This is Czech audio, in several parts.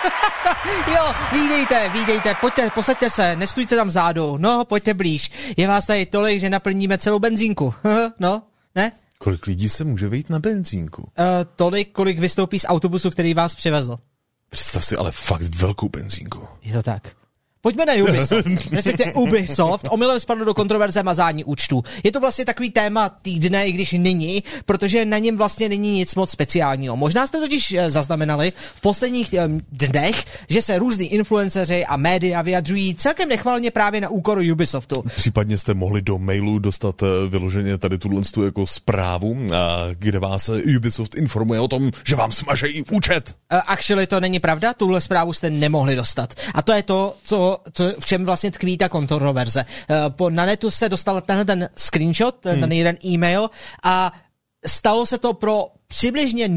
Jo, vídejte, pojďte, posaďte se, nestůjte tam zádu, no, pojďte blíž. Je vás tady tolik, že naplníme celou benzínku. No, ne? Kolik lidí se může vejít na benzínku? Tolik, kolik vystoupí z autobusu, který vás přivezl. Představ si ale fakt velkou benzínku. Je to tak. Pojďme na Ubisoft, respektive Ubisoft, omylem spadl do kontroverze mazání účtů. Je to vlastně takový téma týdne, i když není, protože na něm vlastně není nic moc speciálního. Možná jste totiž zaznamenali v posledních dnech, že se různí influenceři a média vyjadřují celkem nechvalně právě na úkor Ubisoftu. Případně jste mohli do mailu dostat vyloženě tady tuhle jako zprávu, kde vás Ubisoft informuje o tom, že vám smažejí účet. Actually to není pravda, tuhle zprávu jste nemohli dostat. A to je to, v čem vlastně tkví ta kontroverze. Na netu se dostal ten screenshot, ten jeden e-mail a stalo se to pro přibližně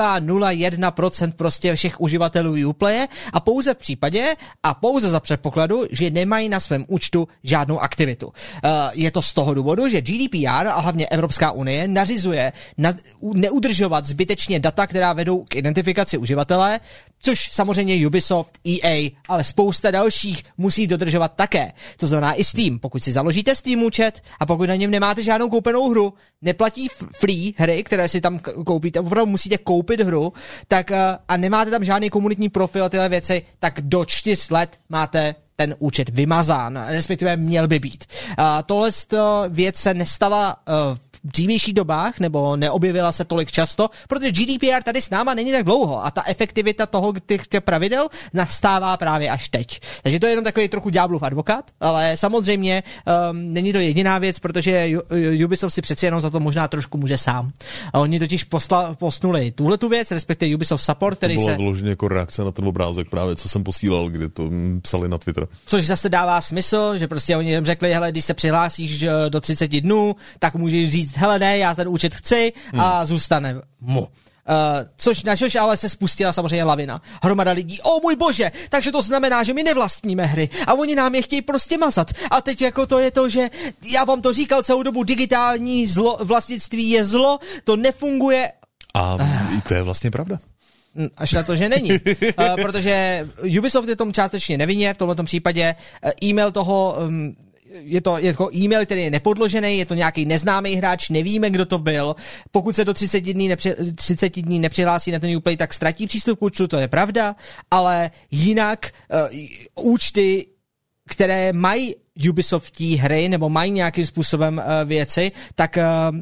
0,01% prostě všech uživatelů Uplaye a pouze v případě a pouze za předpokladu, že nemají na svém účtu žádnou aktivitu. Je to z toho důvodu, že GDPR a hlavně Evropská unie nařizuje neudržovat zbytečně data, která vedou k identifikaci uživatele, což samozřejmě Ubisoft, EA, ale spousta dalších musí dodržovat také. To znamená i Steam. Pokud si založíte Steam účet a pokud na něm nemáte žádnou koupenou hru, neplatí free hry, které si tam koupíte, opravdu musíte koupit hru, tak a nemáte tam žádný komunitní profil a tyhle věci, tak do 4 let máte ten účet vymazán, respektive měl by být. Tohle věc se nestala v dřívějších dobách, nebo neobjevila se tolik často, protože GDPR tady s náma není tak dlouho a ta efektivita těch pravidel nastává právě až teď. Takže to je jenom takový trochu ďáblův advokát, ale samozřejmě není to jediná věc, protože Ubisoft si přeci jenom za to možná trošku může sám. A oni totiž postnuli tuhletu věc, respektive Ubisoft Support, který to byla vyloženě jako reakce na ten obrázek právě, co jsem posílal, kdy to psali na Twitter. Což zase dává smysl, že prostě oni jim řekli, hele, když se přihlásíš do 30 dnů, tak můžeš říct, hele ne, já ten účet chci a zůstane mu. Což ale se spustila samozřejmě lavina. Hromada lidí, o můj bože, takže to znamená, že my nevlastníme hry a oni nám je chtějí prostě mazat. A teď jako to je to, že já vám to říkal celou dobu, digitální vlastnictví je zlo, to nefunguje. A to je vlastně pravda. Až na to, že není. Protože Ubisoft je tomu částečně nevinně, v tomto případě e-mail toho... Je to e-mail, který je nepodložený, je to nějaký neznámý hráč, nevíme, kdo to byl. Pokud se do 30 dní nepřihlásí na ten Uplay, tak ztratí přístup k účtu, to je pravda, ale jinak účty, které mají Ubisoftí hry nebo mají nějakým způsobem věci, tak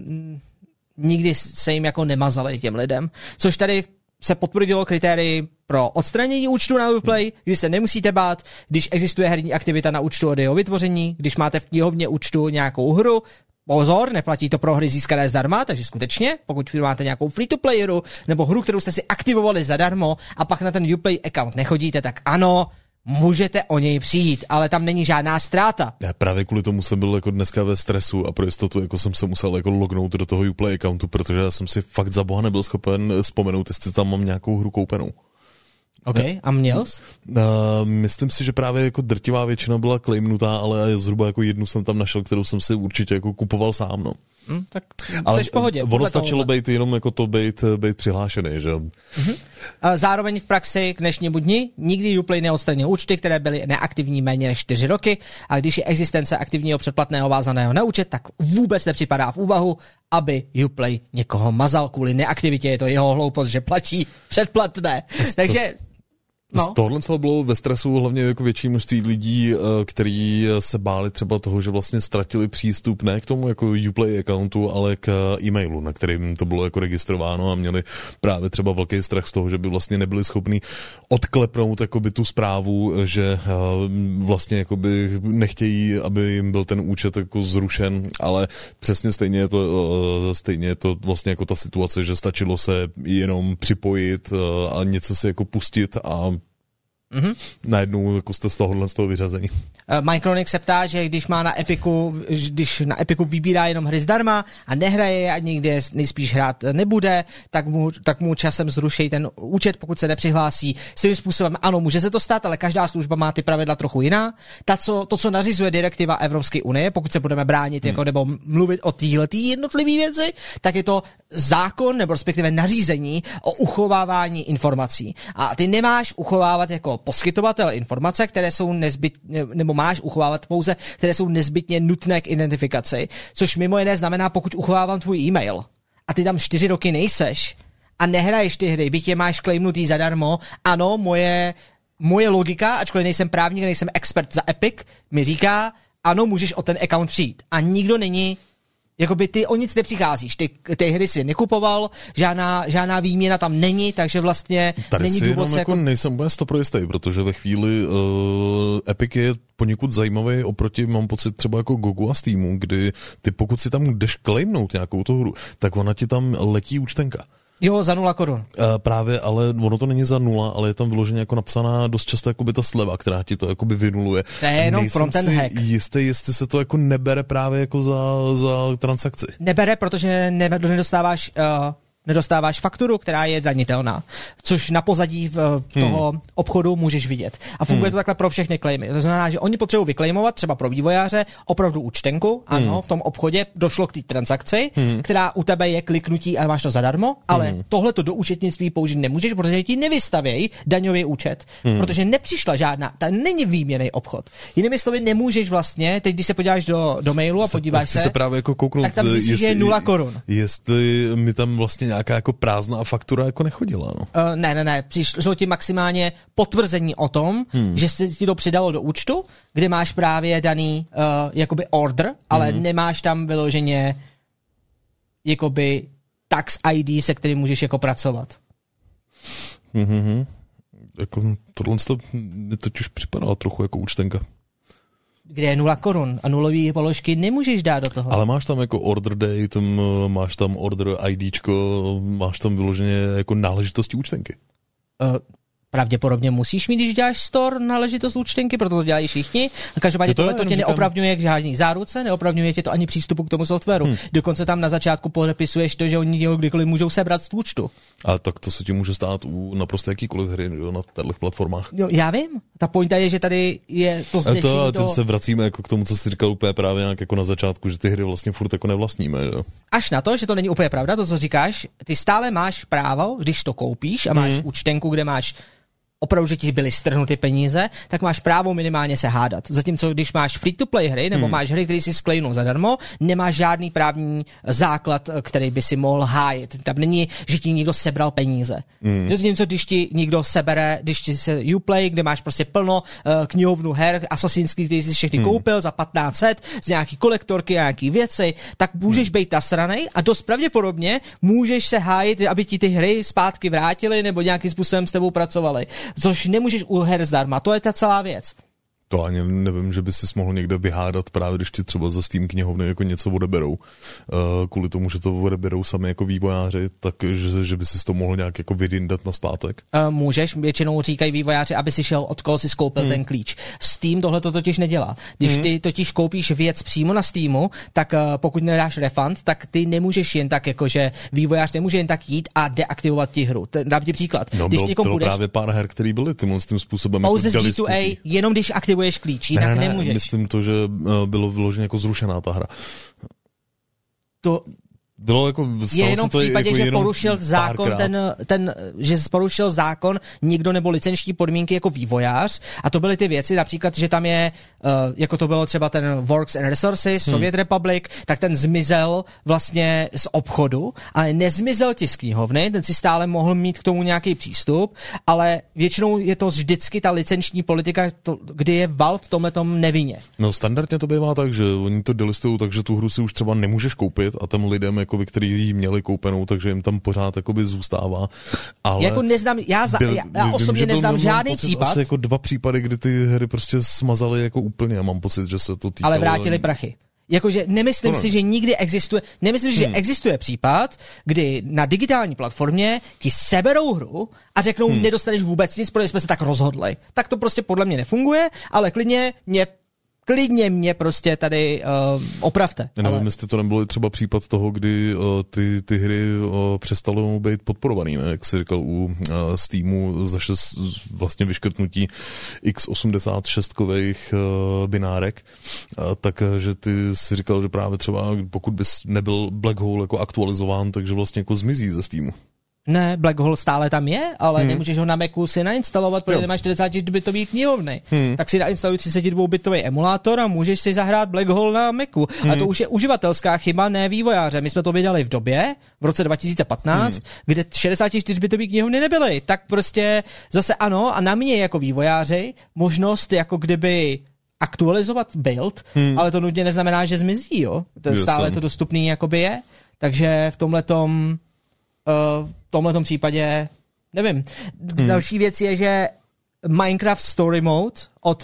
nikdy se jim jako nemazaly těm lidem. Což tady se potvrdilo kritérii pro odstranění účtu na Uplay, kdy se nemusíte bát, když existuje herní aktivita na účtu od jeho vytvoření, když máte v knihovně účtu nějakou hru. Pozor, neplatí to pro hry získané zdarma, takže skutečně, pokud máte nějakou free-to-play hru nebo hru, kterou jste si aktivovali zadarmo a pak na ten Uplay account nechodíte, tak ano, můžete o něj přijít, ale tam není žádná ztráta. Já právě kvůli tomu jsem byl jako dneska ve stresu a pro jistotu jako jsem se musel jako lognout do toho Uplay accountu, protože já jsem si fakt za boha nebyl schopen vzpomenout, jestli tam mám nějakou hru koupenou. OK, a měl jsi? Myslím si, že právě jako drtivá většina byla claimnutá, ale zhruba jako jednu jsem tam našel, kterou jsem si určitě jako kupoval sám, no. Tak ale v pohodě. Ono stačilo být jenom jako to být přihlášený, že? Zároveň v praxi k dnešnímu dni nikdy Uplay neodstranil účty, které byly neaktivní méně než 4 roky a když je existence aktivního předplatného vázaného na účet, tak vůbec nepřipadá v úvahu, aby Uplay někoho mazal kvůli neaktivitě. Je to jeho hloupost, že platí předplatné. Takže Z tohohle bylo ve stresu hlavně jako větší množství lidí, kteří se báli třeba toho, že vlastně ztratili přístup ne k tomu jako Uplay accountu, ale k e-mailu, na kterým to bylo jako registrováno a měli právě třeba velký strach z toho, že by vlastně nebyli schopni odklepnout jakoby tu zprávu, že vlastně jakoby nechtějí, aby jim byl ten účet jako zrušen, ale přesně stejně je to vlastně jako ta situace, že stačilo se jenom připojit a něco si jako pustit a Najednou jako jste z toho vyřazení. Mycronic se ptá, že když na Epiku vybírá jenom hry zdarma a nehraje je a nikdy nejspíš hrát nebude, tak mu časem zruší ten účet, pokud se nepřihlásí. Svým způsobem ano, může se to stát, ale každá služba má ty pravidla trochu jiná. To, co nařizuje direktiva Evropské unie, pokud se budeme bránit jako, nebo mluvit o téhletý jednotlivé věci, tak je to zákon nebo respektive nařízení o uchovávání informací. A ty nemáš uchovávat jako poskytovatel informace, které jsou nebo máš uchovávat pouze, které jsou nezbytně nutné k identifikaci, což mimo jiné znamená, pokud uchovávám tvůj e-mail a ty tam 4 roky nejseš a nehraješ ty hry, byť je máš claimnutý zadarmo, ano, moje logika, ačkoliv nejsem právník, nejsem expert za Epic, mi říká, ano, můžeš o ten account přijít. A nikdo není, jakoby ty o nic nepřicházíš, ty hry si nekupoval, žádná výměna tam není, takže vlastně tady není důvod se jako nejsem úplně 100% jistý, protože ve chvíli Epic je poněkud zajímavý oproti, mám pocit třeba jako Gogu a Steamu, kdy ty pokud si tam jdeš claimnout nějakou tu hru, tak ona ti tam letí účtenka. Jo, za 0 korun. Právě, ale ono to není za 0, ale je tam vyloženě jako napsaná dost často jakoby ta sleva, která ti to jakoby vynuluje. To je jenom from ten hack. Jistý, jestli se to jako nebere právě jako za transakci. Nebere, protože nedostáváš fakturu, která je zranitelná, což na pozadí toho obchodu můžeš vidět. A funguje to takhle pro všechny claimy. To znamená, že oni potřebují vyklejmovat třeba pro vývojáře opravdu účtenku, ano, v tom obchodě došlo k té transakci, která u tebe je kliknutí a máš to zadarmo, ale tohle to do účetnictví použít nemůžeš, protože ti nevystavějí daňový účet, protože nepřišla žádná, ta není výměnný obchod. Jinými slovy, nemůžeš vlastně, teď když se podíváš do mailu a podíváš se právě jako kouknout, tak tam zjistíš, že je 0 korun. Jestli mi tam vlastně nějaká jako prázdná faktura jako nechodila, no. Ne, přišlo ti maximálně potvrzení o tom, že se ti to přidalo do účtu, kde máš právě daný jakoby order, ale nemáš tam vyloženě jakoby tax ID, se kterým můžeš jako pracovat. Jako tohle mi totiž připadalo trochu jako účtenka. Kde je 0 korun a nulový položky nemůžeš dát do toho. Ale máš tam jako order date, máš tam order IDčko, máš tam vyloženě jako náležitosti účtenky. Pravděpodobně musíš mít, když děláš store, náležitost účtenky, proto to dělají všichni. A každopádně tohle tě neopravňuje k žádný záruce, neopravňuje tě to ani přístupu k tomu softwaru. Dokonce tam na začátku podepisuješ to, že oni kdykoliv můžou sebrat z účtu. Ale tak to se ti může stát u naprosto jakýkoliv hry na těchto platformách. Jo, já vím. Ta pointa je, že tady je to zděšení. A tím se vracíme jako k tomu, co jsi říkal úplně právě nějak jako na začátku, že ty hry vlastně furt jako nevlastníme. Jo? Až na to, že to není úplně pravda, to, co říkáš, ty stále máš právo, když to koupíš a máš účtenku, kde máš opravdu, že ti byly strhnuty peníze, tak máš právo minimálně se hádat. Zatímco když máš free-to-play hry, nebo máš hry, které si sklejnou zadarmo, nemáš žádný právní základ, který by si mohl hájit. Tam není, že ti někdo sebral peníze. Zatímco když ti někdo sebere, když ti se Uplay, kde máš prostě plno knihovnu her asasínských, který jsi všechny koupil za 1500, z nějaký kolektorky a nějaký věci, tak můžeš být nasranej a dost pravděpodobně můžeš se hájit, aby ti ty hry zpátky vrátily nebo nějakým způsobem s tebou pracovaly. Což nemůžeš u her zdarma, to je ta celá věc. To ani nevím, že by si mohl někde vyhádat právě, když ti třeba za Steam knihovny jako něco odeberou. Kvůli tomu, že to odeberou sami jako vývojáři, takže že by si to mohl nějak jako vydindat nazpátek. Můžeš, většinou říkají vývojáři, aby si šel, od koho si skoupil ten klíč. Steam tohle to totiž nedělá. Když ty totiž koupíš věc přímo na Steamu, tak pokud nedáš refund, tak ty nemůžeš jen tak, jakože vývojář nemůže jen tak jít a deaktivovat ti hru. Dám ti příklad. No, když bylo právě pár her, které byly tím způsobem. Pouze jako z G2A, jenom když aktivuješ klíč, jinak nemůžeš. Myslím to, že bylo vyloženě jako zrušená ta hra. To bylo jako je jenom v případě, jako že porušil zákon že porušil zákon někdo nebo licenční podmínky jako vývojář a to byly ty věci, například, že tam je, jako to bylo třeba ten Works and Resources, Soviet Republic, tak ten zmizel vlastně z obchodu, ale nezmizel ti z knihovny, ten si stále mohl mít k tomu nějaký přístup, ale většinou je to vždycky ta licenční politika, kdy je Valve v tomhletom nevinně. No standardně to bývá tak, že oni to delistují, takže tu hru si už třeba nemůžeš koupit a tam lidem jakoby, který ji měli koupenou, takže jim tam pořád jakoby zůstává. Ale jako neznám, já osobně neznám žádný případ. Asi jako 2 případy, kdy ty hry prostě smazaly jako úplně a mám pocit, že se to týkalo. Ale vrátili prachy. Jakože nemyslím si, že nikdy existuje, že existuje případ, kdy na digitální platformě ti seberou hru a řeknou, nedostaneš vůbec nic, protože jsme se tak rozhodli. Tak to prostě podle mě nefunguje, ale klidně mě prostě tady opravte. Já nevím, jestli to nebylo třeba případ toho, kdy ty hry přestaly být podporovaný, ne? Jak jsi říkal u Steamu za vlastně vyškrtnutí x86kových binárek, takže ty si říkal, že právě třeba pokud bys nebyl Black Hole jako aktualizován, takže vlastně jako zmizí ze Steamu. Ne, Black Hole stále tam je, ale nemůžeš ho na Macu si nainstalovat, protože nemáš 42-bitový knihovny. Tak si nainstaluj 32-bitový emulátor a můžeš si zahrát Black Hole na Macu. A to už je uživatelská chyba, ne vývojáře. My jsme to vydali v době, v roce 2015, kde 64-bitový knihovny nebyly. Tak prostě zase ano, a na mě jako vývojáři možnost jako kdyby aktualizovat build, ale to nutně neznamená, že zmizí, jo. Stále to dostupný jakoby je. Takže v tomhletom případě, nevím. Další věc je, že Minecraft Story Mode od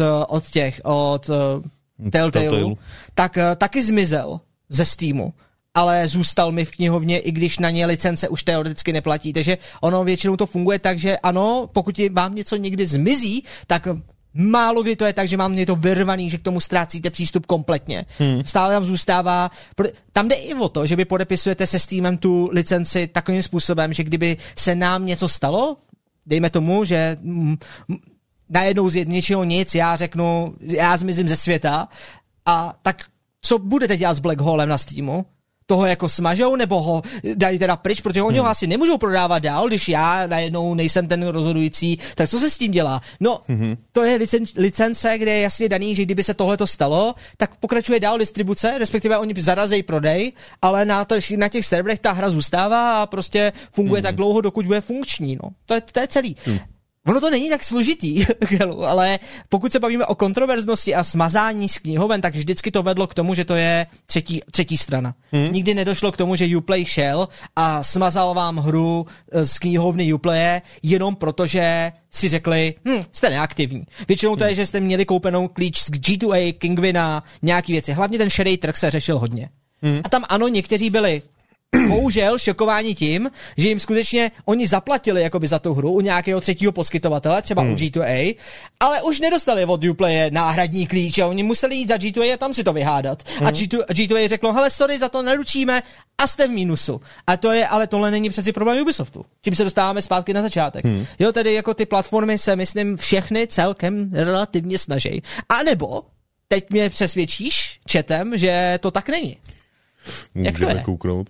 Telltale, tak taky zmizel ze Steamu, ale zůstal mi v knihovně, i když na ně licence už teoreticky neplatí. Takže ono většinou to funguje tak, že ano, pokud vám něco někdy zmizí, tak málo kdy to je tak, že mám něco vyrvaný, že k tomu ztrácíte přístup kompletně. Stále tam zůstává. Tam jde i o to, že vy podepisujete se Steamem tu licenci takovým způsobem, že kdyby se nám něco stalo, dejme tomu, že najednou z něčeho nic, já řeknu, já zmizím ze světa, a tak co budete dělat s Black Holem na Steamu? Toho jako smažou, nebo ho dají teda pryč, protože oni ho asi nemůžou prodávat dál, když já najednou nejsem ten rozhodující, tak co se s tím dělá? No, to je licence, kde je jasně daný, že kdyby se tohleto stalo, tak pokračuje dál distribuce, respektive oni zarazejí prodej, ale na těch serverech ta hra zůstává a prostě funguje tak dlouho, dokud bude funkční, no. To je celý. Ono to není tak složitý, ale pokud se bavíme o kontroverznosti a smazání z knihoven, tak vždycky to vedlo k tomu, že to je třetí strana. Nikdy nedošlo k tomu, že Uplay šel a smazal vám hru z knihovny Uplaye jenom proto, že si řekli, jste neaktivní. Většinou to je, že jste měli koupenou klíč z G2A, Kingvina, nějaký věci. Hlavně ten šedý trh se řešil hodně. A tam ano, někteří byli bohužel šokováni tím, že jim skutečně oni zaplatili jakoby za tu hru u nějakého třetího poskytovatele, třeba u G2A, ale už nedostali od Uplaye náhradní klíč a oni museli jít za G2A a tam si to vyhádat. A G2A řeklo, hele, sorry, za to neručíme a jste v mínusu. Ale tohle není přeci problém Ubisoftu. Tím se dostáváme zpátky na začátek. Jo, tedy jako ty platformy se, myslím, všechny celkem relativně snaží. A nebo teď mě přesvědčíš chatem, že to tak není. Jak to je? Kouknout.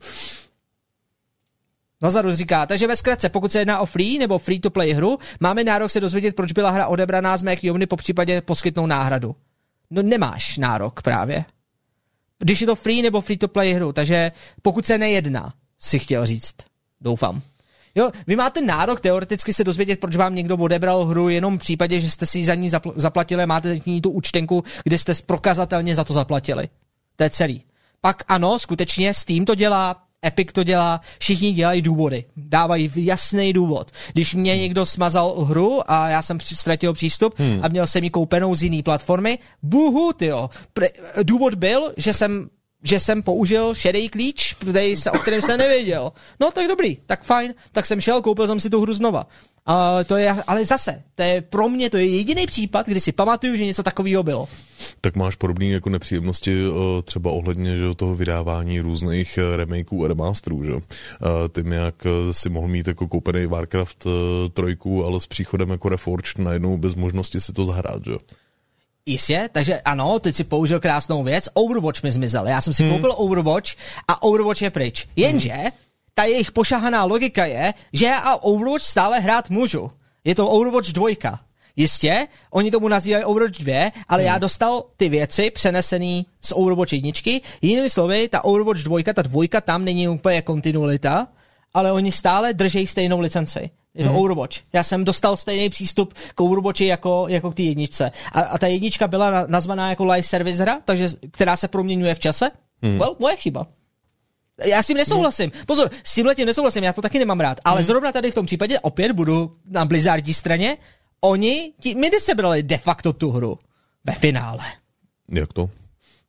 Lazarus říká, takže ve zkratce, pokud se jedná o free nebo free-to-play hru, máme nárok se dozvědět, proč byla hra odebraná z mé knihovny, popřípadě poskytnou náhradu. No nemáš nárok právě. Když je to free nebo free-to-play hru, takže pokud se nejedná, si chtěl říct. Doufám. Jo, vy máte nárok teoreticky se dozvědět, proč vám někdo odebral hru jenom v případě, že jste si za ní zaplatili, máte ní tu účtenku, kde jste prokazatelně za to zaplatili. To je celý. Pak ano, skutečně Steam to dělá, Epic to dělá, všichni dělají důvody. Dávají jasný důvod. Když mě někdo smazal hru a já jsem ztratil přístup a měl jsem ji koupenou z jiný platformy, buhu, tyjo. Důvod byl, že jsem použil šedý klíč, o kterém jsem nevěděl. No tak dobrý, tak fajn, tak jsem šel, koupil jsem si tu hru znova. Ale zase, pro mě to je jediný případ, kdy si pamatuju, že něco takového bylo. Tak máš podobné jako nepříjemnosti třeba ohledně že, toho vydávání různých remakeů a remasterů, že? Tím, jak si mohl mít jako koupený Warcraft 3, ale s příchodem jako Reforged najednou bez možnosti si to zahrát, že? Jistě, takže ano, teď si použil krásnou věc, Overwatch mi zmizel, já jsem si koupil Overwatch a Overwatch je pryč, jenže ta jejich pošahaná logika je, že já a Overwatch stále hrát můžu. Je to Overwatch 2. Jistě, oni tomu nazývají Overwatch 2, ale já dostal ty věci přenesený z Overwatch 1. Jinými slovy, ta Overwatch 2, ta 2 tam není úplně kontinuita, ale oni stále držejí stejnou licenci. Je to Overwatch. Já jsem dostal stejný přístup k Overwatchi jako k té jedničce. A ta jednička byla nazvaná jako live service hra, takže, která se proměňuje v čase. Well, moje chyba. Já s tím nesouhlasím. Pozor, s tímhletím nesouhlasím, já to taky nemám rád. Ale zrovna tady v tom případě opět budu na Blizzardí straně. Oni mi sebrali de facto tu hru ve finále. Jak to?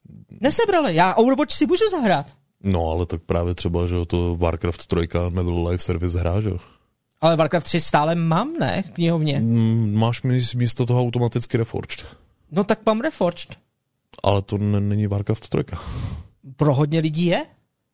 Nesebrali, já Overwatch si můžu zahrát. No, ale tak právě třeba, že to Warcraft 3 nebyl live service hra, že jo? Ale Warcraft 3 stále mám, ne? Knihovně. Máš místo toho automaticky Reforged. No tak mám Reforged. Ale to není Warcraft 3. Pro hodně lidí je?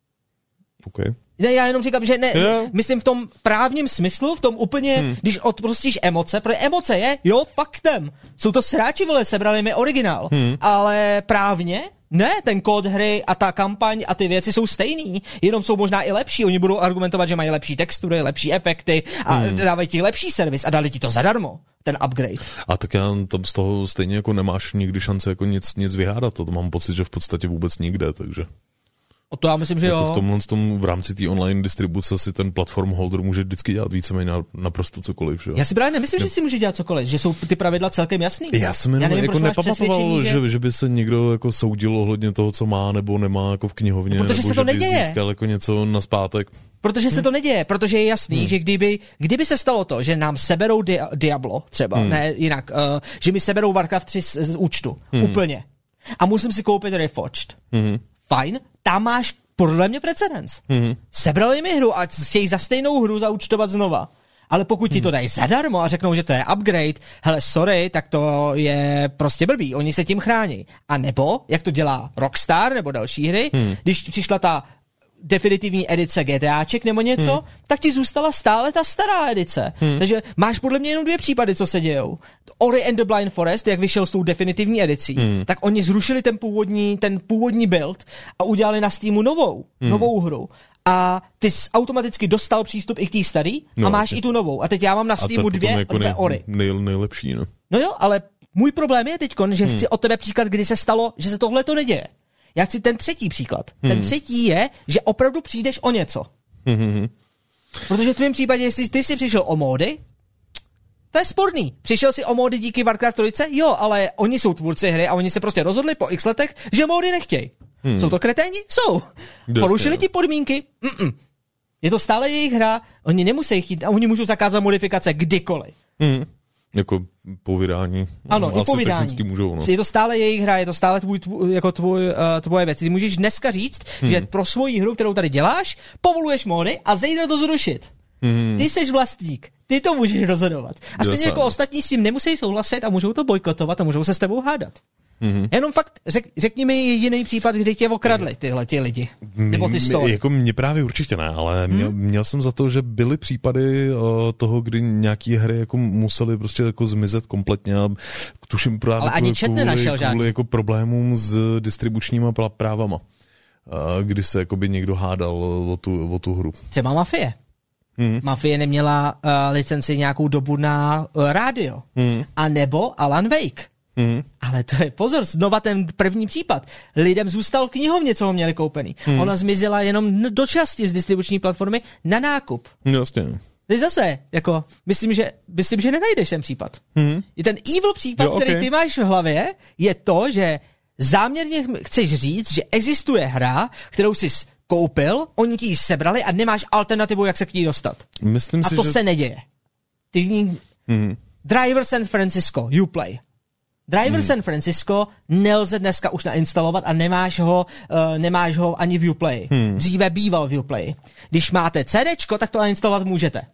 Okay. Ne, já jenom říkám, že ne, myslím v tom právním smyslu, v tom úplně, když odprostíš emoce, protože emoce je, jo, faktem, jsou to sráči, vole, sebrali mi originál, ale právně, ne, ten kód hry a ta kampaň a ty věci jsou stejný, jenom jsou možná i lepší, oni budou argumentovat, že mají lepší textury, lepší efekty a dávají ti lepší servis a dali ti to zadarmo, ten upgrade. A tak já tam z toho stejně jako nemáš nikdy šance jako nic vyhádat, to mám pocit, že v podstatě vůbec nikde, takže... O to já myslím, že jako jo. V rámci té online distribuce si ten platform holder může vždycky dělat víceméně naprosto cokoliv. Že? Já si právě nemyslím, že si může dělat cokoliv, že jsou ty pravidla celkem jasný. Já jsem jenom jako nepamatoval, že by se někdo jako soudil ohledně toho, co má nebo nemá jako v knihovně, protože nebo se to že by neděje. Získal jako něco nazpátek. Protože se to neděje, protože je jasný, že kdyby se stalo to, že nám seberou Diablo třeba, ne jinak, že mi seberou Warcraft 3 z účtu, úplně, a musím si koupit Reforged, fajn, tam máš podle mě precedens. Sebrali mi hru a chtějí za stejnou hru zaúčtovat znova. Ale pokud ti to dají zadarmo a řeknou, že to je upgrade, hele, sorry, tak to je prostě blbý. Oni se tím chrání. A nebo, jak to dělá Rockstar nebo další hry, když přišla ta definitivní edice GTAček nebo něco, tak ti zůstala stále ta stará edice. Takže máš podle mě jenom 2 případy, co se dějou. Ori and the Blind Forest, jak vyšel s tou definitivní edicí, tak oni zrušili ten původní build a udělali na Steamu novou hru. A ty jsi automaticky dostal přístup i k té starý a máš i tu novou. A teď já mám na Steamu dvě Ori. Nejlepší, no. No jo, ale můj problém je teďkon, že chci od tebe příklad, kdy se stalo, že se tohle to neděje. Já chci ten třetí příklad. Ten třetí je, že opravdu přijdeš o něco. Protože v tvém případě, jestli ty jsi přišel o módy, to je sporný. Přišel si o módy díky Warcraft 3? Jo, ale oni jsou tvůrci hry a oni se prostě rozhodli po x letech, že módy nechtějí. Jsou to kreténi? Jsou. Porušili ti podmínky? Je to stále jejich hra, oni nemusí chtít a oni můžou zakázat modifikace kdykoliv. Jako po vydání. Ano, i po vydání. Můžou, no. Je to stále jejich hra, je to stále tvoje věc. Ty můžeš dneska říct, že pro svoji hru, kterou tady děláš, povoluješ módy a zítra to zrušit. Ty jsi vlastník, ty to můžeš rozhodovat. A stejně jako ostatní s tím nemusí souhlasit a můžou to bojkotovat a můžou se s tebou hádat. Jenom fakt, řekni mi jediný případ, kdy tě okradli tyhle ti lidi. Nebo ty story. Jako mě právě určitě ne, ale měl jsem za to, že byly případy toho, kdy nějaký hry jako museli prostě jako zmizet kompletně. Tuším právě ale ani chat nenašel kvůli jako problémům s distribučníma právama. Kdy se jakoby někdo hádal o tu hru. Třeba Mafie. Mafie neměla licenci nějakou dobu na rádio. A nebo Alan Wake. Ale to je, pozor, znova ten první případ. Lidem zůstal knihovně, co ho měli koupený. Ona zmizela jenom dočasně z distribuční platformy na nákup. Jasně. Teď zase, jako, myslím, že nenajdeš ten případ. I ten evil případ, který ty máš v hlavě, je to, že záměrně chceš říct, že existuje hra, kterou jsi koupil, oni ti ji sebrali a nemáš alternativu, jak se k ní dostat. Myslím si, a to se neděje. Driver San Francisco, Uplay. Driver San Francisco nelze dneska už nainstalovat a nemáš ho ani v Uplay. Dříve býval v Uplay. Když máte CDčko, tak to nainstalovat můžete.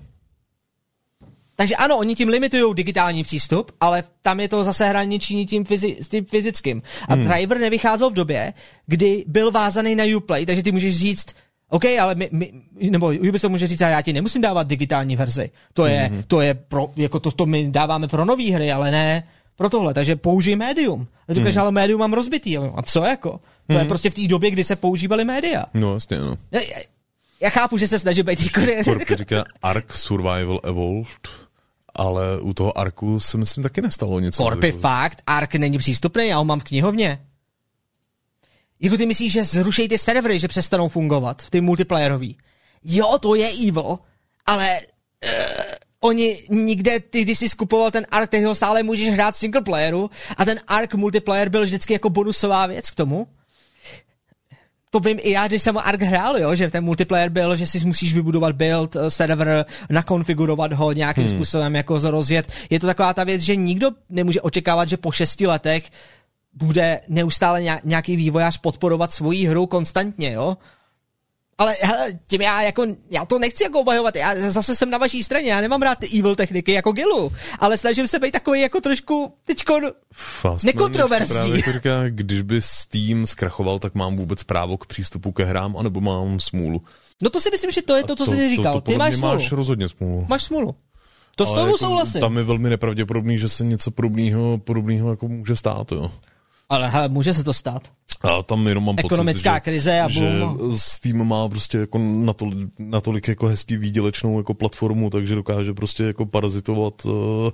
Takže ano, oni tím limitují digitální přístup, ale tam je to zase hraniční tím fyzickým. A Driver nevycházel v době, kdy byl vázaný na Uplay, takže ty můžeš říct, OK, ale nebo Ubisoft může říct, já ti nemusím dávat digitální verzi. To je pro, jako to my dáváme pro nový hry, ale ne pro tohle, takže použij médium. A říkáš, ale médium mám rozbitý. A co jako? To je prostě v té době, kdy se používaly média. No jasně, no. Já chápu, že se snaží být Korpy říká Ark Survival Evolved, ale u toho Arku se myslím taky nestalo nic. Korpy fakt, Ark není přístupný, já ho mám v knihovně. Jako ty myslíš, že zrušej ty servery, že přestanou fungovat, ty multiplayerový. Jo, to je evil, ale oni nikde, ty když jsi skupoval ten Ark, tak ho stále můžeš hrát single playeru a ten Ark multiplayer byl vždycky jako bonusová věc k tomu. To vím i já, že jsem Ark hrál, jo, že ten multiplayer byl, že si musíš vybudovat build, server, nakonfigurovat ho nějakým způsobem, jako rozjet. Je to taková ta věc, že nikdo nemůže očekávat, že po 6 letech bude neustále nějaký vývojář podporovat svoji hru konstantně, jo? Ale hele, já to nechci jako obhajovat, já zase jsem na vaší straně, já nemám rád ty evil techniky jako Gilu, ale snažím se být takový jako trošku teďko nekontroverzní. Právě jako říká, když by Steam zkrachoval, tak mám vůbec právo k přístupu ke hrám, anebo mám smůlu. No to si myslím, že to je to, co jsi říkal. Ty máš smůlu. Máš rozhodně smůlu. Máš smůlu. To s tou souhlasím. Tam je velmi nepravděpodobný, že se něco podobného jako může stát, jo. Ale hele, může se to stát. A tam jenom mám ekonomická pocit, krize a že Steam má prostě jako natolik jako hezký výdělečnou jako platformu, takže dokáže prostě jako parazitovat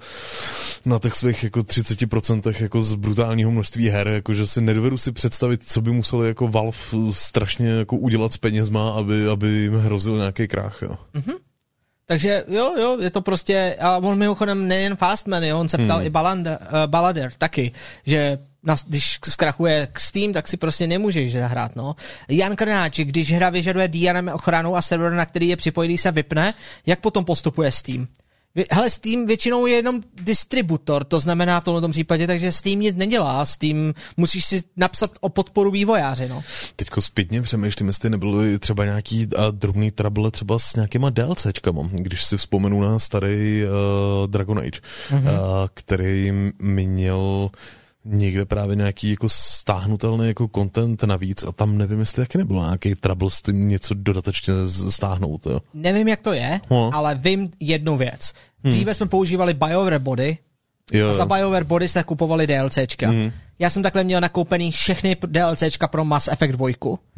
na těch svých jako 30% jako z brutálního množství her, jako že si nedovedu si představit, co by muselo jako Valve strašně jako udělat s penězma, aby jim hrozil nějaký krach, jo. Mhm. Takže jo, je to prostě, a on mimochodem nejen Fastman, jo, on se ptal i Ballader taky, že když zkrachuje Steam, tak si prostě nemůžeš zahrát, no. Jan Krnáč, když hra vyžaduje DRM ochranu a server, na který je připojený, se vypne, jak potom postupuje Steam? Hele, Steam většinou je jenom distributor, to znamená v tomto případě, takže Steam nic nedělá, Steam musíš si napsat o podporu vývojáři, no. Teďko zpětně přemýšlím, jestli nebylo třeba nějaký drobný trouble třeba s nějakýma DLCčkama, když si vzpomenu na starý Dragon Age, který měl někde právě nějaký jako stáhnutelný jako content navíc a tam nevím, jestli taky nebylo nějaký trouble s tím něco dodatečně stáhnout, jo. Nevím, jak to je, ale vím jednu věc. Dříve jsme používali BioWare body a za BioWare body se kupovali DLCčka. Já jsem takhle měl nakoupený všechny DLCčka pro Mass Effect 2.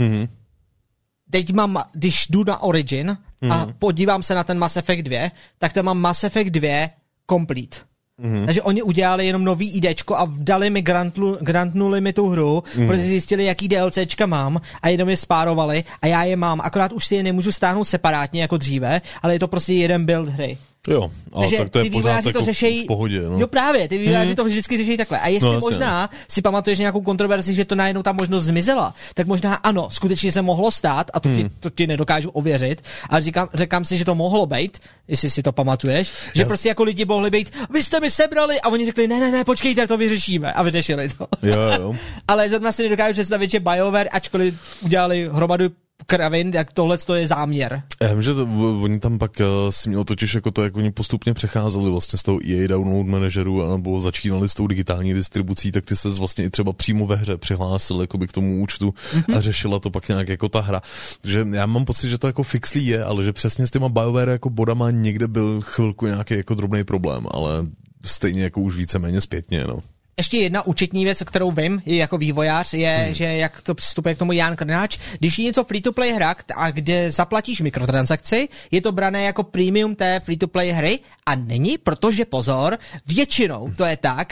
Teď když jdu na Origin a podívám se na ten Mass Effect 2, tak tam mám Mass Effect 2 Complete. Takže oni udělali jenom nový IDčko a dali mi grantnuli mi tu hru, protože zjistili, jaký DLCčka mám a jenom je spárovali a já je mám, akorát už si je nemůžu stáhnout separátně jako dříve, ale je to prostě jeden build hry. Jo, ale takže tak to je pořád jako v pohodě. No. Jo právě, ty vývojáři to vždycky řeší takhle. A jestli možná si pamatuješ nějakou kontroverzi, že to najednou ta možnost zmizela, tak možná ano, skutečně se mohlo stát, a to ti nedokážu ověřit, ale říkám si, že to mohlo být, jestli si to pamatuješ, že prostě jako lidi mohli být, vy jste mi sebrali, a oni řekli, ne, počkejte, to vyřešíme, a vyřešili to. Jo. Ale zrovna si nedokážu představit, že BioWare, ačkoliv udělali hromadu kravin, jak tohle je záměr. Já vím, že oni tam pak si měl totiž jako to, jak oni postupně přecházeli vlastně z toho EA Download Manageru nebo začínali s tou digitální distribucí, tak ty se vlastně i třeba přímo ve hře přihlásil jakoby k tomu účtu a řešila to pak nějak jako ta hra. Takže já mám pocit, že to jako fixlý je, ale že přesně s těma BioWare jako bodama někde byl chvilku nějaký jako drobný problém, ale stejně jako už víceméně zpětně, no. Ještě jedna účetní věc, kterou vím i jako vývojář, je, že jak to přistupuje k tomu Jan Krnáč, když je něco free-to-play hra, a kde zaplatíš mikrotransakci, je to brané jako premium té free-to-play hry a není, protože pozor, většinou to je tak,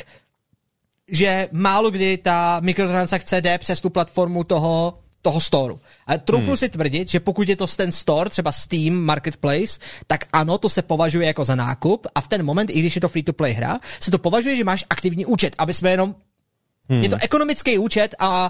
že málo kdy ta mikrotransakce jde přes tu platformu toho storu. A troufnu si tvrdit, že pokud je to ten store, třeba Steam Marketplace, tak ano, to se považuje jako za nákup a v ten moment, i když je to free-to-play hra, se to považuje, že máš aktivní účet, aby jsme jenom je to ekonomický účet a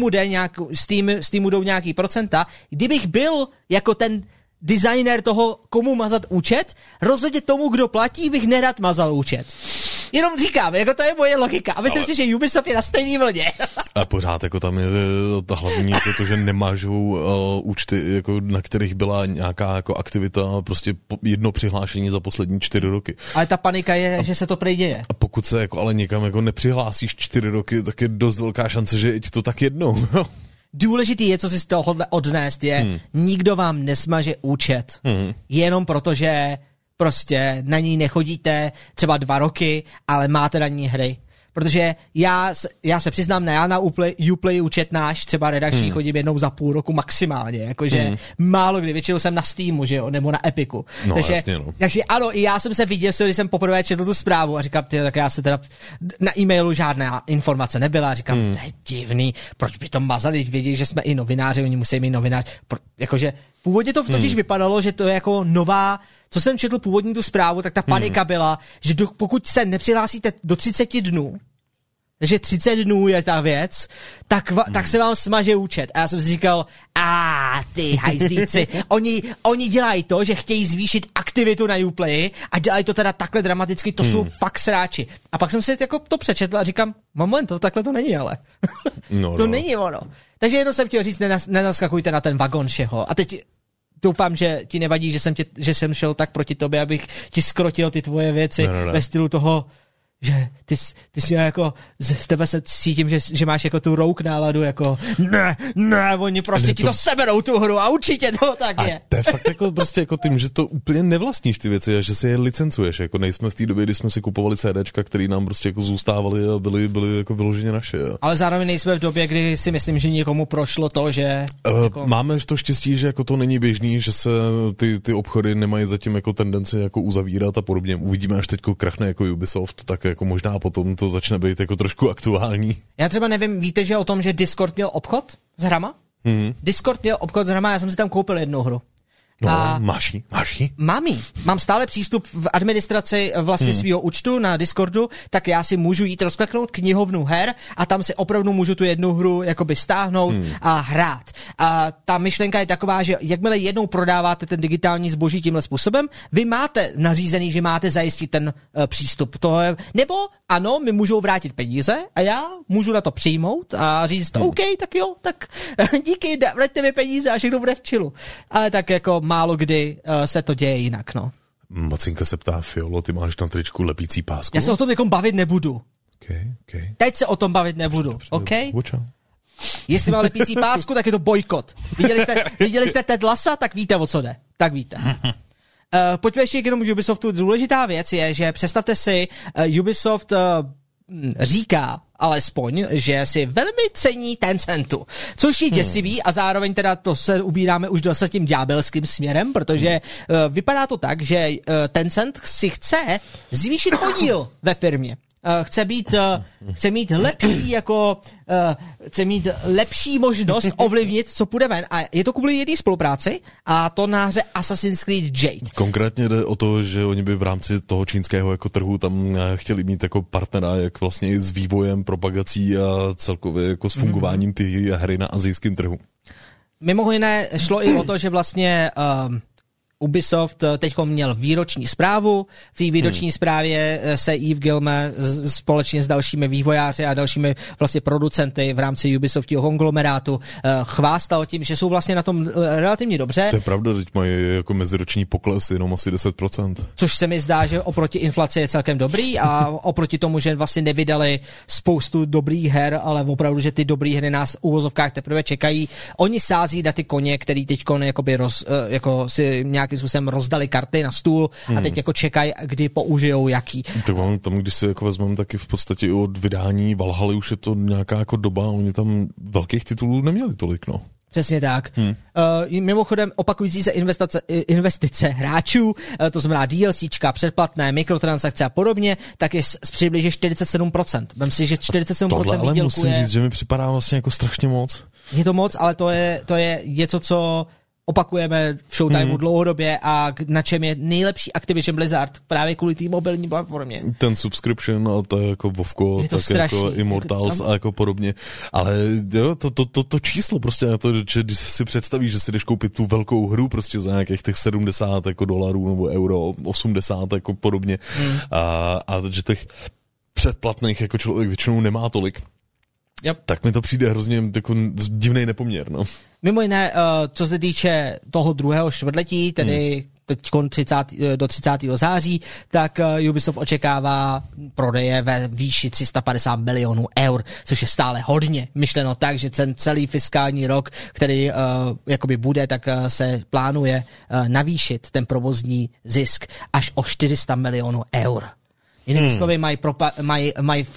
Steamu jdou nějaký procenta. Kdybych byl jako ten designer toho, komu mazat účet, rozhodně tomu, kdo platí, bych nerad mazal účet. Jenom říkám, jako to je moje logika. A myslím si, že Ubisoft je na stejný vlně. A pořád jako tam je ta hlavní jako to, že nemážou účty, jako, na kterých byla nějaká jako aktivita, prostě jedno přihlášení za poslední 4 roky. Ale ta panika je, že se to prej děje. A pokud se jako ale někam jako nepřihlásíš 4 roky, tak je dost velká šance, že je ti to tak jednou. Důležitý je, co si z toho odnést, je, nikdo vám nesmaže účet. Jenom protože prostě na ní nechodíte třeba 2 roky, ale máte na ní hry. Protože já se přiznám, já na Uplay účet náš, třeba redakční, chodím jednou za půl roku maximálně, jakože málo kdy, většinou jsem na Steamu, že jo, nebo na Epiku. No, takže, jasně, no. Takže ano, i já jsem se vyděsil, když jsem poprvé četl tu zprávu a říkám, tak já se teda na e-mailu žádná informace nebyla a říkám, to je divný, proč by to mazali, vědí, že jsme i novináři, oni musí mít novinář, jakože původně to totiž vypadalo, že to je jako nová, co jsem četl původní tu zprávu, tak ta panika byla, že pokud se nepřihlásíte do 30 dnů, že 30 dnů je ta věc, tak se vám smaže účet. A já jsem si říkal, ty hajzdíci, oni dělají to, že chtějí zvýšit aktivitu na Uplay a dělají to teda takhle dramaticky, to jsou fakt sráči. A pak jsem si jako to přečetl a říkám, moment, to takhle to není, ale. To není ono. Takže jenom jsem chtěl říct, nenaskakujte na ten vagon všeho. A teď doufám, že ti nevadí, že jsem šel tak proti tobě, abych ti skrotil ty tvoje věci ve stylu toho, že ty si jako, z tebe se cítím, že máš jako tu rouk náladu, jako ne, oni prostě ti to seberou tu hru a určitě to tak je. A to je fakt jako prostě jako tím, že to úplně nevlastníš ty věci a že si je licencuješ, jako nejsme v té době, kdy jsme si kupovali CDčka, který nám prostě jako zůstávaly a byly jako vyloženě naše. Jo. Ale zároveň nejsme v době, kdy si myslím, že někomu prošlo to, že jako... Máme to štěstí, že jako to není běžný, že se ty obchody nemají zatím jako tendenci jako uzavírat a podobně. Uvidíme, až teďko krachne jako Ubisoft, tak jako možná potom to začne být jako trošku aktuální. Já třeba nevím, víte, že o tom, že Discord měl obchod s hrama? Discord měl obchod s hrama, já jsem si tam koupil jednu hru. No, máš ji? Mám stále přístup v administraci vlastně svýho účtu na Discordu, tak já si můžu jít rozkliknout knihovnu her a tam si opravdu můžu tu jednu hru jakoby stáhnout a hrát. A ta myšlenka je taková, že jakmile jednou prodáváte ten digitální zboží tímhle způsobem, vy máte nařízený, že máte zajistit ten přístup. Nebo ano, mi můžou vrátit peníze a já můžu na to přijmout a říct, OK, tak jo, tak díky, vraťte mi peníze a všechno bude v chillu. Ale tak jako málo kdy se to děje jinak, no. Macinka se ptá, Fiolo, ty máš na tričku lepící pásku? Já se o tom jako bavit nebudu. Okay. Teď se o tom bavit nebudu, dobře, OK? Dobře. Jestli má lepící pásku, tak je to bojkot. Viděli jste Ted Lassa, tak víte, o co jde. Tak víte. Pojďme ještě jenom k Ubisoftu. Důležitá věc je, že představte si, Ubisoft říká alespoň, že si velmi cení Tencentu, což je děsivý a zároveň teda to se ubíráme už dost tím ďábelským směrem, protože vypadá to tak, že Tencent si chce zvýšit podíl ve firmě. Chce mít lepší možnost ovlivnit, co půjde ven. A je to kvůli jedné spolupráci a to na hře Assassin's Creed Jade. Konkrétně jde o to, že oni by v rámci toho čínského jako trhu tam chtěli mít jako partnera, jak vlastně s vývojem, propagací a celkově jako s fungováním ty hry na asijském trhu. Mimo jiné šlo i o to, že vlastně Ubisoft teďko měl výroční zprávu. V té výroční zprávě se Yves Guillemot společně s dalšími vývojáři a dalšími vlastně producenty v rámci Ubisoftího konglomerátu chvástal tím, že jsou vlastně na tom relativně dobře. To je pravda, teď mají jako meziroční pokles jenom asi 10%. Což se mi zdá, že oproti inflaci je celkem dobrý a oproti tomu, že vlastně nevydali spoustu dobrých her, ale opravdu, že ty dobré hry nás v uvozovkách teprve čekají. Oni sází na ty koně, který teďko jako si nějakým způsobem rozdali karty na stůl a teď jako čekají, kdy použijou jaký. Tak tam, když si jako vezmeme taky v podstatě od vydání Valhaly už je to nějaká jako doba, oni tam velkých titulů neměli tolik, no. Přesně tak. Mimochodem opakující se investice hráčů, to znamená DLCčka, předplatné, mikrotransakce a podobně, tak je přibližně 47%. Vem si, že 47% tohle, ale výdělku musím říct, že mi připadá vlastně jako strašně moc. Je to moc, ale to je něco, co opakujeme v Showtimeu dlouhodobě a na čem je nejlepší Activision Blizzard právě kvůli té mobilní platformě. Ten subscription a to je jako Vovko, tak strašný, jako Immortals a jako podobně. Ale jo, to číslo prostě na to, že když si představíš, že si jdeš koupit tu velkou hru prostě za nějakých těch $70 jako dolarů nebo euro, 80 jako podobně a že těch předplatných jako člověk většinou nemá tolik. Yep. Tak mi to přijde hrozně jako divnej nepoměr, no. Mimo jiné, co se týče toho druhého čtvrtletí, tedy do 30. září, tak Ubisoft očekává prodeje ve výši 350 milionů eur, což je stále hodně. Myšleno tak, že ten celý fiskální rok, který jakoby bude, tak se plánuje navýšit ten provozní zisk až o 400 milionů eur. Jinými slovy,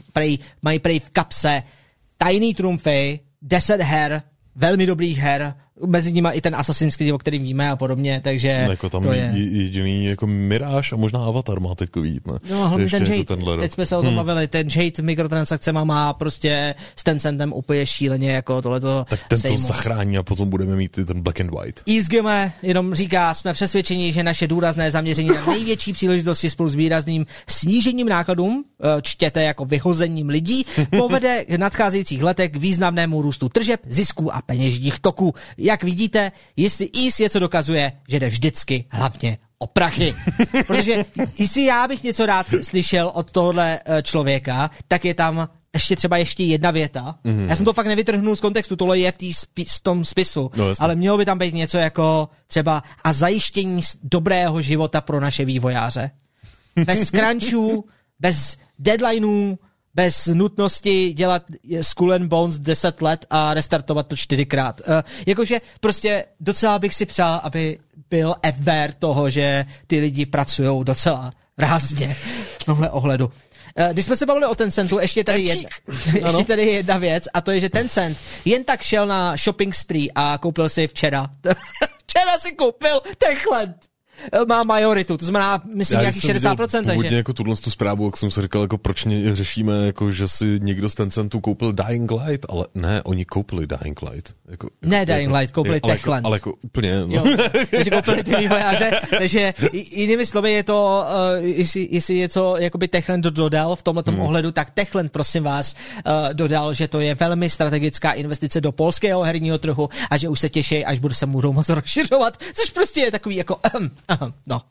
mají prej v kapse tajný trumfy, 10 her, velmi dobrých her mezi nimi i ten Assassin's Creed, o kterým víme a podobně, takže jako tam to je jediný jako Mirage a možná Avatar má teď vít, ne? No, hlavně ten Jade, teď jsme se o tom bavili, ten Jade mikrotransakcema má prostě s Tencentem úplně šíleně jako tohleto. Tak ten to zachrání a potom budeme mít i ten Black and White. EaseGame jenom říká, jsme přesvědčeni, že naše důrazné zaměření na největší příležitosti spolu s výrazným snížením nákladům, čtěte jako vyhozením lidí, povede v nadcházejících letech k významnému růstu tržeb, zisků a peněžních toků. Jak vidíte, jestli Ease něco dokazuje, že jde vždycky hlavně o prachy. Protože jestli já bych něco rád slyšel od tohohle člověka, tak je tam ještě jedna věta. Já jsem to fakt nevytrhnul z kontextu, tohle je v tom spisu, ale mělo by tam být něco jako třeba a zajištění dobrého života pro naše vývojáře. Bez crunchů, bez deadlineů, bez nutnosti dělat Skull and Bones 10 let a restartovat to 4krát. Jakože prostě docela bych si přál, aby byl aware toho, že ty lidi pracujou docela rázně v tomhle ohledu. Když jsme se bavili o Tencentu, ještě tady jedna věc, a to je, že Tencent jen tak šel na shopping spree a koupil si včera si koupil Techland. Má majoritu, to znamená, myslím, nějaký 60%. Původně jako tuhle zprávu, jak jsem si říkal, jako proč řešíme, jako, že si někdo z Tencentu koupil Dying Light, ale ne, oni koupili Dying Light. Dying Light, koupili Techland. Ale jako úplně, no. Jo, takže koupili ty vývojáře, takže jinými slovy je to, jestli něco jakoby Techland dodal v tomhletom ohledu, tak Techland, prosím vás, dodal, že to je velmi strategická investice do polského herního trhu a že už se těší, až se budou moc rozšiřovat, což prostě je takový jako no.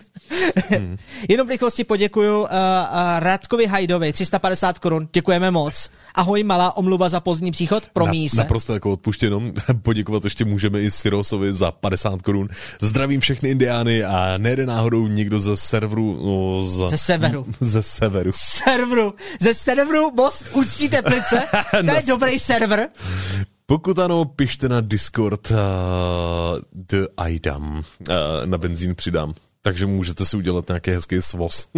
Jenom v rychlosti poděkuju Radkovi Hajdovi, 350 korun, děkujeme moc. Ahoj, malá omluva za pozdní příchod, promíjí se. Naprosto jako odpuštěno, poděkovat ještě můžeme i Sirosovi za 50 korun. Zdravím všechny indiány a nejde náhodou někdo ze serveru, Ze severu Most Ústí Teplice, to je dobrý server. Pokud ano, pište na Discord The Idam. Na benzín přidám. Takže můžete si udělat nějaký hezký svoz.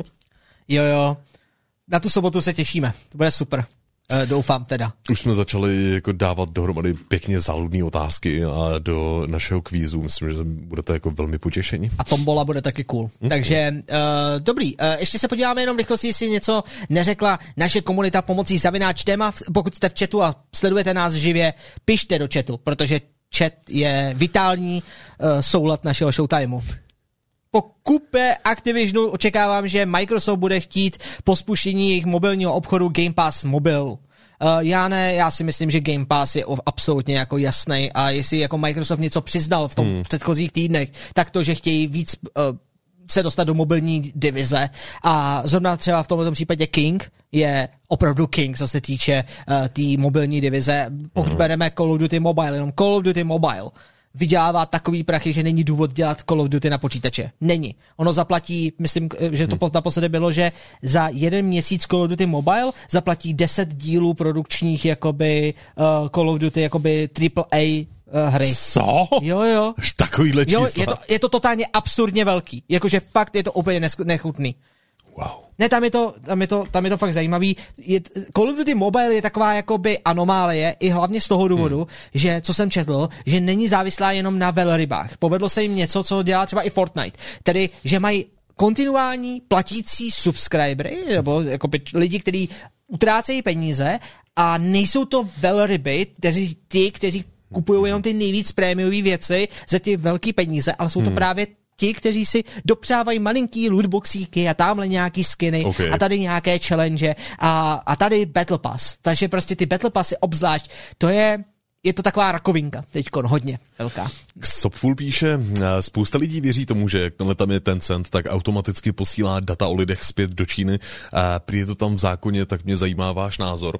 Jo. Na tu sobotu se těšíme. To bude super. Doufám teda. Už jsme začali jako dávat dohromady pěkně záludné otázky a do našeho kvízu. Myslím, že budete jako velmi potěšení. A tombola bude taky cool. Takže dobrý. Ještě se podíváme jenom rychlosti, jestli něco neřekla naše komunita pomocí @. Pokud jste v chatu a sledujete nás živě, pište do chatu, protože chat je vitální soulad našeho showtimeu. Po kupe Activisionu očekávám, že Microsoft bude chtít po spuštění jejich mobilního obchodu Game Pass Mobile. Já si myslím, že Game Pass je absolutně jako jasný a jestli jako Microsoft něco přiznal v tom předchozích týdnech, tak to, že chtějí víc se dostat do mobilní divize a zrovna třeba v tomto případě King je opravdu King, co se týče té mobilní divize. Pokud bereme Call of Duty Mobile, jenom Call of Duty Mobile vydělává takový prachy, že není důvod dělat Call of Duty na počítače. Není. Ono zaplatí, myslím, že to naposledy bylo, že za 1 měsíc Call of Duty Mobile zaplatí 10 dílů produkčních jakoby Call of Duty jakoby AAA hry. Co? Jo. Až takovýhle čísla. Jo, je to totálně absurdně velký. Jakože fakt je to úplně nechutný. Wow. Ne, tam je to fakt zajímavý. Call of Duty Mobile je taková jakoby anomálie i hlavně z toho důvodu, že, co jsem četl, že není závislá jenom na velrybách. Povedlo se jim něco, co dělá třeba i Fortnite. Tedy, že mají kontinuální platící subscribery, nebo jakoby lidi, kteří utrácejí peníze a nejsou to velryby, kteří kupují jenom ty nejvíc prémiové věci za ty velké peníze, ale jsou to právě ti, kteří si dopřávají malinký lootboxíky a tamhle nějaký skiny a tady nějaké challenge a tady Battle Pass. Takže prostě ty Battle Passy obzvlášť, je to taková rakovinka teďkon, hodně velká. Sopful píše, spousta lidí věří tomu, že jakmile tam je Tencent, tak automaticky posílá data o lidech zpět do Číny. Prý je to tam v zákoně, tak mě zajímá váš názor.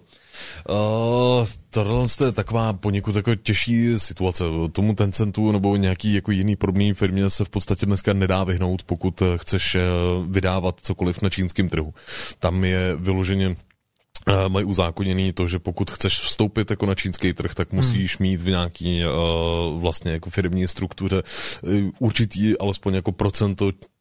Tohle je taková poněkud jako těžší situace. Tomu Tencentu nebo nějaký jako jiný podobný firmě se v podstatě dneska nedá vyhnout, pokud chceš vydávat cokoliv na čínském trhu. Tam je vyloženě mají uzákoněný to, že pokud chceš vstoupit jako na čínský trh, tak musíš mít v nějaký vlastně jako firmní struktuře určitý alespoň jako procento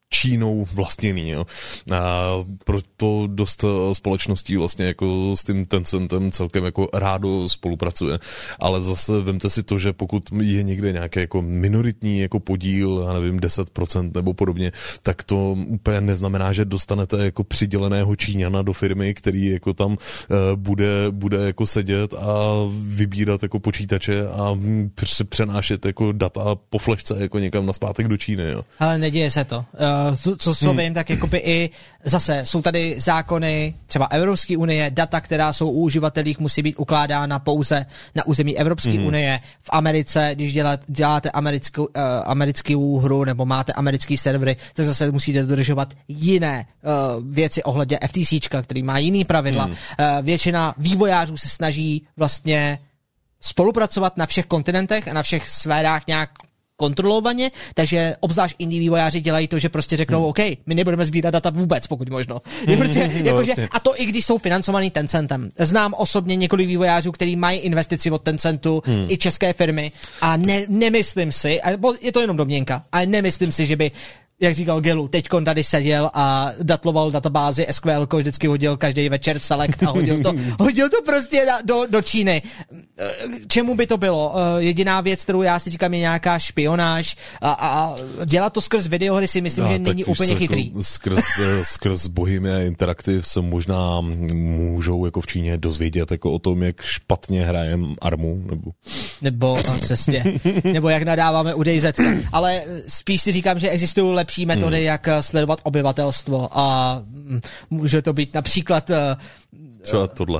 Čínou vlastněný. Jo. A proto dost společností vlastně jako s tím Tencentem celkem jako rádo spolupracuje. Ale zase vemte si to, že pokud je někde nějaký jako minoritní jako podíl, já nevím, 10% nebo podobně, tak to úplně neznamená, že dostanete jako přiděleného Číňana do firmy, který jako tam bude jako sedět a vybírat jako počítače a přenášet jako data po flešce jako někam naspátek do Číny. Jo. Ale neděje se to. Co vím, tak jakoby i zase jsou tady zákony třeba Evropské unie, data, která jsou u uživatelích, musí být ukládána pouze na území Evropské unie. V Americe, když děláte americkou hru nebo máte americký servery, tak zase musíte dodržovat jiné věci ohledně FTCčka, který má jiný pravidla. Většina vývojářů se snaží vlastně spolupracovat na všech kontinentech a na všech sférách nějak kontrolovaně, takže obzvlášť indie vývojáři dělají to, že prostě řeknou, OK, my nebudeme sbírat data vůbec, pokud možno. Prostě, jakože, a to i když jsou financovaný Tencentem. Znám osobně několik vývojářů, kteří mají investici od Tencentu, i české firmy a nemyslím si, je to jenom domněnka, ale nemyslím si, že by, jak říkal Gelu, teďkon tady seděl a datloval databázi SQL, vždycky hodil každý večer select a hodil to prostě do Číny. Čemu by to bylo? Jediná věc, kterou já si říkám, je nějaká špionáž a dělat to skrz videohry si myslím, že není úplně chytrý. Jako skrz Bohemia Interactive se možná můžou jako v Číně dozvědět jako o tom, jak špatně hrajem Armu, nebo přesně. Nebo jak nadáváme u DayZ. Ale spíš si říkám, že existují lepší metody, jak sledovat obyvatelstvo a může to být například třeba tohle.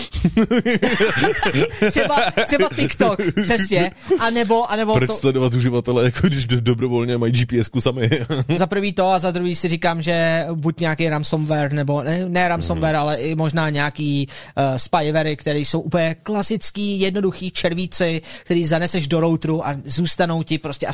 třeba TikTok, přesně. A nebo proč sledovat uživatele, jako když dobrovolně mají GPSku sami? Za prvý to a za druhý si říkám, že buď nějaký ransomware, nebo ne ransomware, ale i možná nějaký spyvery, které jsou úplně klasický, jednoduchý červíci, který zaneseš do routeru a zůstanou ti prostě a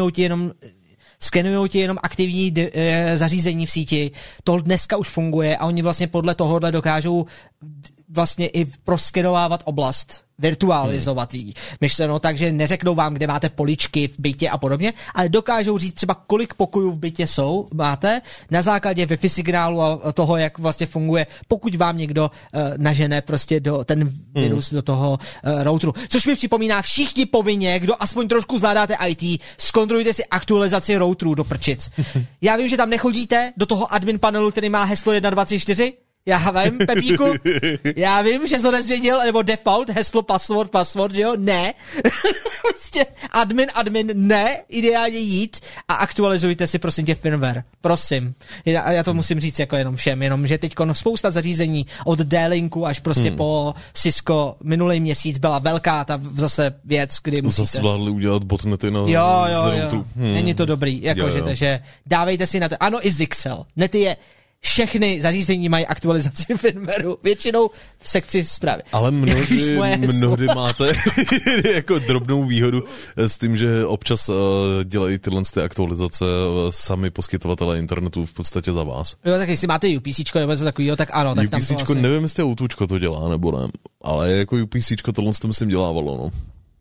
skenujou ti jenom aktivní zařízení v síti. To dneska už funguje a oni vlastně podle tohohle dokážou vlastně i proskenovávat oblast, virtualizovat ji. Myšleno tak, že neřeknou vám, kde máte poličky v bytě a podobně, ale dokážou říct třeba, kolik pokojů v bytě máte na základě Wi-Fi signálu a toho, jak vlastně funguje, pokud vám někdo nažene prostě ten virus do toho routeru. Což mi připomíná, všichni povinně, kdo aspoň trošku zvládáte IT, zkontrolujte si aktualizaci routerů do prčic. Já vím, že tam nechodíte do toho admin panelu, který má heslo 1234, já vím, Pepíku, já vím, že jsi ho nezvěděl, nebo default, heslo, password, že jo? Ne. Prostě admin, ne. Ideálně jít a aktualizujte si, prosím tě, firmware. Prosím. Já to musím říct jako jenom všem, jenom, že teď spousta zařízení od D-Linku až prostě po Cisco minulý měsíc byla velká ta zase věc, kdy musíte... Zase zvládli udělat botnety na Jo. Není to dobrý, jakože, takže dávejte si na to. Ano, i Zixel. Nety je... Všechny zařízení mají aktualizaci firmwareu, většinou v sekci zprávy. Ale mnohdy máte jako drobnou výhodu s tím, že občas dělají tyhle aktualizace sami poskytovatelé internetu v podstatě za vás. Jo, tak jestli máte UPCčko nebo něco takového, tak ano. Tak UPCčko, tam to asi... nevím, jestli Outučko to dělá nebo ne, ale jako UPCčko tohle to myslím dělávalo, no.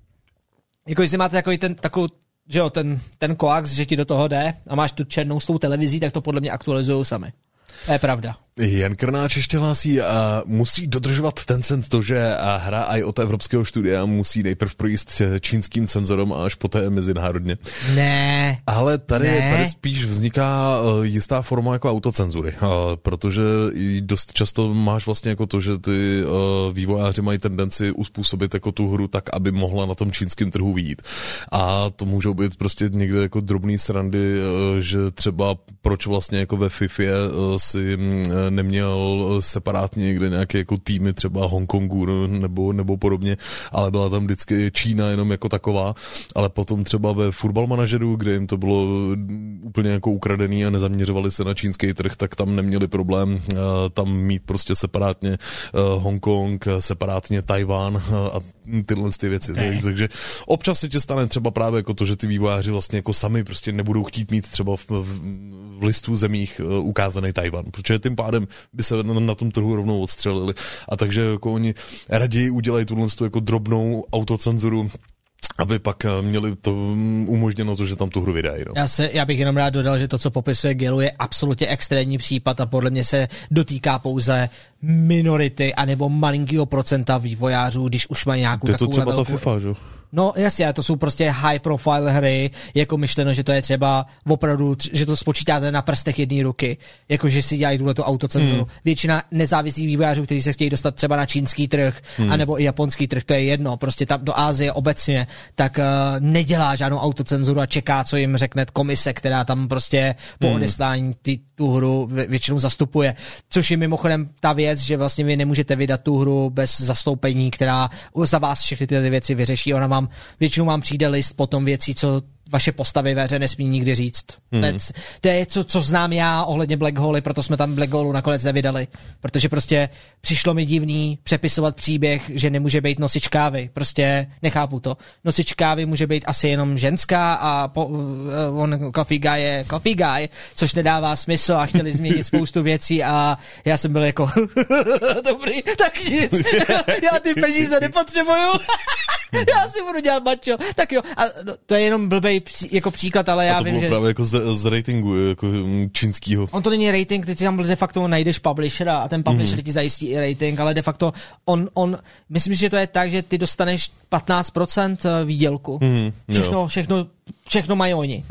Jako jestli máte že jo, ten koax, že ti do toho jde a máš tu černou s tou televizí, tak to podle mě aktualizujou sami. To je pravda. Jan Krnáč ještě hlásí, musí dodržovat Tencent to, že hra i od evropského studia musí nejprv projít čínským cenzorem a až poté mezinárodně. Ne. Ale tady spíš vzniká jistá forma jako autocenzury, protože dost často máš vlastně jako to, že ty vývojáři mají tendenci uspůsobit jako tu hru tak, aby mohla na tom čínském trhu vyjít. A to můžou být prostě někde jako drobný srandy, že třeba proč vlastně jako ve FIFA si neměl separátně někde nějaké jako týmy třeba Hongkongu nebo podobně, ale byla tam vždycky Čína jenom jako taková, ale potom třeba ve Football Manageru, kde jim to bylo úplně jako ukradený a nezaměřovali se na čínský trh, tak tam neměli problém tam mít prostě separátně Hongkong, separátně Tajván a tyhle ty věci. Takže občas se tě stane třeba právě jako to, že ty vývojáři vlastně jako sami prostě nebudou chtít mít třeba v listu zemích ukázaný Tajvan, protože tím pádem by se na tom trhu rovnou odstřelili. A takže jako oni raději udělají tuhle jako drobnou autocenzuru aby pak měli to umožněno to, že tam tu hru vydají. No. Já bych jenom rád dodal, že to, co popisuje Gilu, je absolutně extrémní případ a podle mě se dotýká pouze minority anebo malinkého procenta vývojářů, když už mají nějakou takovou to třeba ta FIFA, že? No jasně, to jsou prostě high profile hry, jako myšleno, že to je třeba opravdu, že to spočítáte na prstech jedné ruky, jako že si dělají tuhletu autocenzuru. Většina nezávislých vývojářů, kteří se chtějí dostat třeba na čínský trh, anebo i japonský trh, to je jedno, prostě tam do Asie obecně, tak nedělá žádnou autocenzuru a čeká, co jim řekne komise, která tam prostě po odeslání tu hru většinou zastupuje. Což je mimochodem ta věc, že vlastně vy nemůžete vydat tu hru bez zastoupení, která za vás všechny ty věci vyřeší. Ona většinou vám přijde list potom věcí, co vaše postavy ve hře nesmí nikdy říct. To je co znám já ohledně Black Hole, proto jsme tam Black Hole nakonec nevydali. Protože prostě přišlo mi divný přepisovat příběh, že nemůže být nosič kávy. Prostě nechápu to. Nosič kávy může být asi jenom ženská a on coffee guy je coffee guy, což nedává smysl a chtěli změnit spoustu věcí a já jsem byl jako dobrý, tak nic. Já ty peníze nepotřebuju. Já si budu dělat mačo. Tak jo, a to je jenom blbej jako příklad, ale já vím, že... A to bylo právě jako z ratingu, jako čínskýho. On to není rating, ty si tam de facto najdeš publishera a ten publisher ti zajistí i rating, ale de facto myslím, že to je tak, že ty dostaneš 15% výdělku. Všechno mají oni.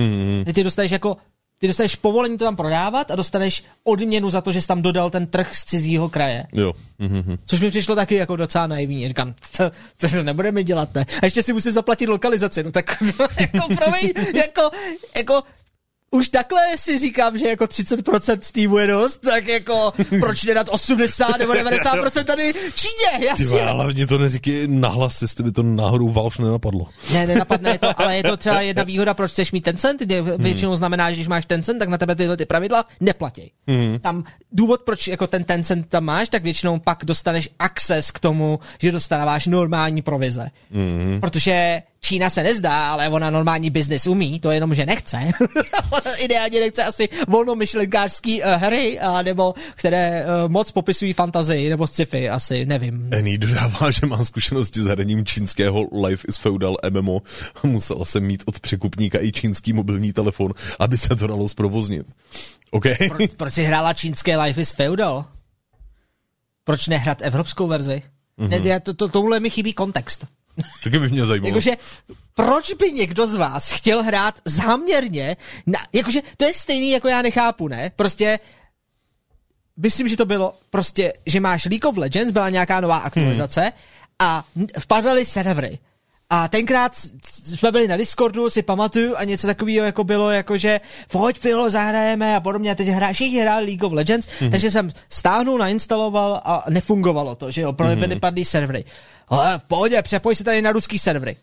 Ty dostaneš povolení to tam prodávat a dostaneš odměnu za to, že jsi tam dodal ten trh z cizího kraje. Jo. Což mi přišlo taky jako docela naivní. Říkám, to nebudeme dělat, ne? A ještě si musím zaplatit lokalizaci. No tak jako promiň, jako už takhle si říkám, že jako 30% Steamu je dost, tak jako proč nedat 80 nebo 90% tady Číně, jasně. Ty hlavně to neříkej nahlas, jestli by to náhodou Valve nenapadlo. Ne, nenapadne to, ale je to třeba jedna výhoda, proč chceš mít Tencent, kde většinou znamená, že když máš Tencent, tak na tebe tyhle ty pravidla neplatí. Tam důvod, proč jako ten Tencent tam máš, tak většinou pak dostaneš access k tomu, že dostáváš normální provize. Protože Čína se nezdá, ale ona normální biznis umí, to jenom, že nechce. Ona ideálně nechce asi volnomyšlenkářský hry, nebo které moc popisují fantazii, nebo sci-fi, asi, nevím. Eni dodává, že má zkušenosti s hraním čínského Life is Feudal MMO. Musela jsem mít od překupníka i čínský mobilní telefon, aby se to dalo zprovoznit. Okay. Proč si hrála čínské Life is Feudal? Proč nehrát evropskou verzi? Tohle mi chybí kontext. Taky by mě zajímalo. Jakože, proč by někdo z vás chtěl hrát záměrně, jakože to je stejný, jako já nechápu, ne? Prostě, myslím, že to bylo prostě, že máš League of Legends, byla nějaká nová aktualizace a vpadaly servery. A tenkrát jsme byli na Discordu, si pamatuju, a něco takového jako bylo, jakože pojď Filo, zahrajeme a podobně. A teď všichni hráli League of Legends, takže jsem stáhnul, nainstaloval a nefungovalo to, že jo, byly padlý servery. Ale v pohodě, přepoj se tady na ruský servery.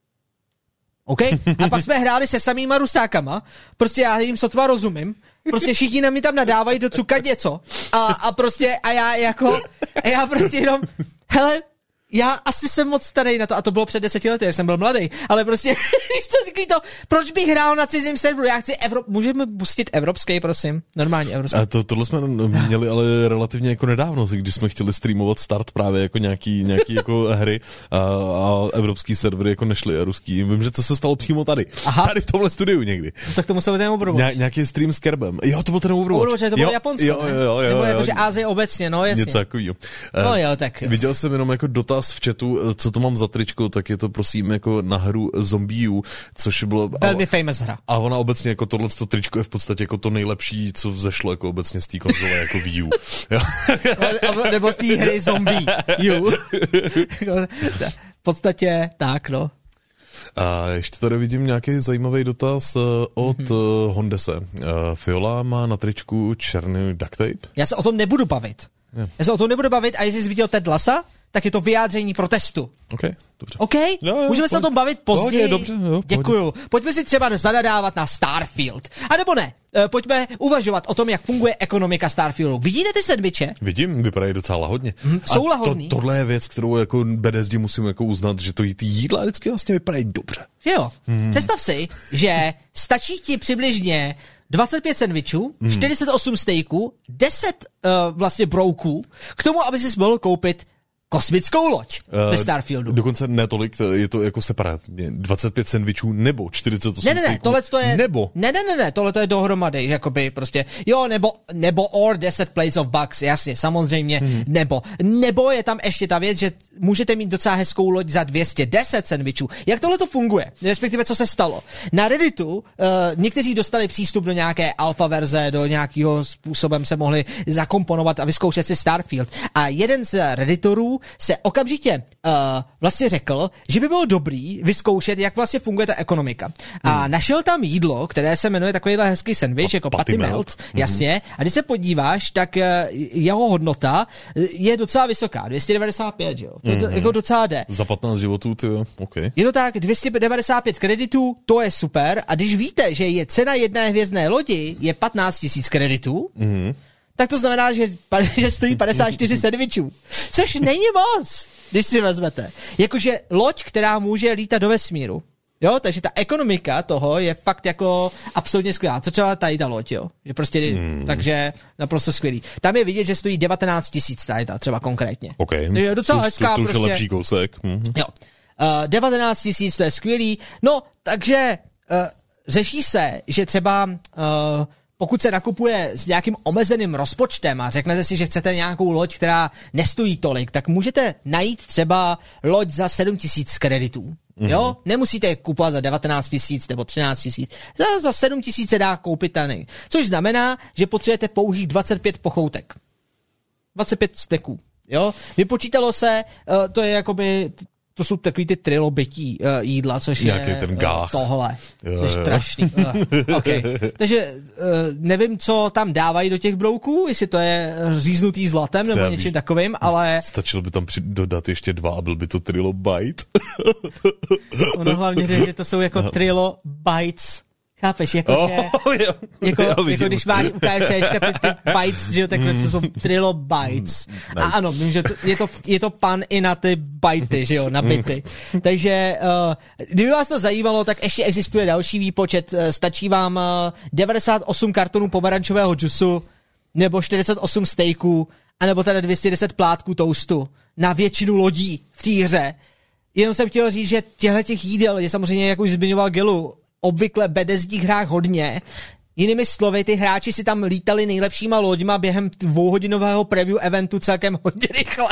OK? A pak jsme hráli se samýma Rusákama, prostě já jim sotva rozumím, prostě všichni na mě tam nadávají do cukat něco a já prostě jenom, hele, já asi jsem moc starý na to, a to bylo před 10 lety, já jsem byl mladý, ale prostě, víš co, říkají to, proč bych hrál na cizím serveru, já chci můžeme pustit evropský, prosím, normálně evropský. A tohle jsme měli ale relativně jako nedávno, když jsme chtěli streamovat Start právě jako nějaký jako hry a evropský servery jako nešli a ruský. Vím, že to se stalo přímo tady. Aha. Tady v tomhle studiu někdy. No, tak to musel být ten Overwatch. Nějaký stream s Kerbem. Jo, to byl ten Overwatch. To bylo Japonsko, jo, nebo jakože Asie obecně, no jasně. Něco takovýho. No jo, tak. Viděl jsem jenom jako dotaz v chatu, co to mám za tričko, tak je to prosím jako na hru Zombiů, což bylo... Velmi famous hra. A ona obecně jako tohleto tričko je v podstatě jako to nejlepší, co vzešlo jako obecně z té konzole jako Wii U. Nebo z té hry Zombie U. V podstatě tak, no. A ještě tady vidím nějaký zajímavý dotaz od Hondese. Fiola má na tričku černý duct tape? Já se o tom nebudu bavit. A jestli jsi viděl Ted Lassa, tak je to vyjádření protestu. OK, dobře. OK? Jo, můžeme se o tom bavit později. Dobře, jo, děkuju. Pojďme si třeba zanadávat na Starfield. A nebo ne, pojďme uvažovat o tom, jak funguje ekonomika Starfieldu. Vidíte ty sendviče? Vidím, vypadají docela lahodně. Jsou lahodný. Tohle je věc, kterou jako BDSD musím jako uznat, že ty jídla vždycky vlastně vypadají dobře. Jo. Představ si, že stačí ti přibližně 25 sendvičů, 48 steaků, 10 vlastně brouků, k tomu, aby si mohl koupit kosmickou loď ve Starfieldu. Dokonce ne tolik, je to jako separátně. 25 sandvičů nebo 48 Ne, tohle to je... Nebo... Ne, tohle to je dohromady, jakoby prostě, jo, nebo or 10 plates of bugs, jasně, samozřejmě, nebo je tam ještě ta věc, že můžete mít docela hezkou loď za 210 sandvičů. Jak tohle to funguje? Respektive, co se stalo? Na Redditu někteří dostali přístup do nějaké alfa verze, do nějakého způsobem se mohli zakomponovat a vyzkoušet si Starfield. A jeden z redditorů se okamžitě vlastně řekl, že by bylo dobrý vyzkoušet, jak vlastně funguje ta ekonomika. A našel tam jídlo, které se jmenuje takovýhle hezký sandwich, jako patty melt, jasně. A když se podíváš, tak jeho hodnota je docela vysoká, 295, jo. To jako docela jde. Za 15 životů, ty jo, okay. Je to tak, 295 kreditů, to je super. A když víte, že je cena jedné hvězdné lodi je 15 000 kreditů, tak to znamená, že stojí 54 sandvičů. Což není moc, když si vezmete. Jakože loď, která může lítat do vesmíru. Jo, takže ta ekonomika toho je fakt jako absolutně skvělá. Co třeba tady ta loď, jo. Že prostě, takže naprosto skvělý. Tam je vidět, že stojí 19 000 tady ta třeba konkrétně. Okay. Je docela hezká to už prostě. Je lepší kousek. Jo. 19 000, to je skvělý. No, takže řeší se, že třeba pokud se nakupuje s nějakým omezeným rozpočtem a řeknete si, že chcete nějakou loď, která nestojí tolik, tak můžete najít třeba loď za 7 000 kreditů. Jo? Nemusíte kupovat za 19 000 nebo 13 000. Za 7 000 se dá koupit tady. Což znamená, že potřebujete pouhých 25 pochoutek. 25 steků. Jo? Vypočítalo se, to je jakoby... To jsou takový ty trilobití jídla, což nějaký je ten gách. Tohle, což je strašný. Okay. Takže nevím, co tam dávají do těch brouků, jestli to je říznutý zlatem nebo něčím takovým, ale... Stačilo by tam dodat ještě 2 a byl by to trilobite. Ono hlavně, že to jsou jako trilobites. Chápeš, jako když máš u KFCčka ty bites, že jo, tak to jsou trilobites. Nice. A ano, vím, že je to pan i na ty bajty, že jo, na bity. Takže kdyby vás to zajímalo, tak ještě existuje další výpočet. Stačí vám 98 kartonů pomerančového džusu, nebo 48 steaků, anebo teda 210 plátků toastu na většinu lodí v té hře. Jenom jsem chtěl říct, že těch jídel je samozřejmě, jak už zmiňoval Gelu, obvykle bedezdích hrách hodně. Jinými slovy, ty hráči si tam lítali nejlepšíma loďma během 2hodinového preview eventu celkem hodně rychle.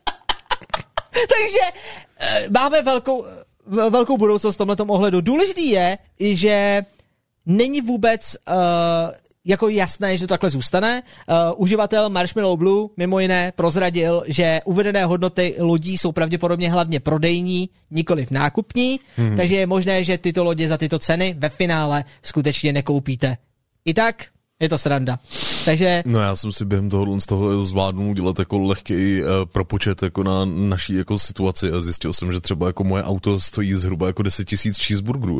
Takže máme velkou budoucnost v tomhletom ohledu. Důležitý je, že není vůbec jako jasné, že to takhle zůstane. Uživatel Marshmallow Blue mimo jiné prozradil, že uvedené hodnoty lodí jsou pravděpodobně hlavně prodejní, nikoliv nákupní, takže je možné, že tyto lodě za tyto ceny ve finále skutečně nekoupíte. I tak je to sranda. Takže... No já jsem si během toho zvládnul dělat jako lehký propočet jako na naší jako situaci a zjistil jsem, že třeba jako moje auto stojí zhruba jako 10 000 cheeseburgerů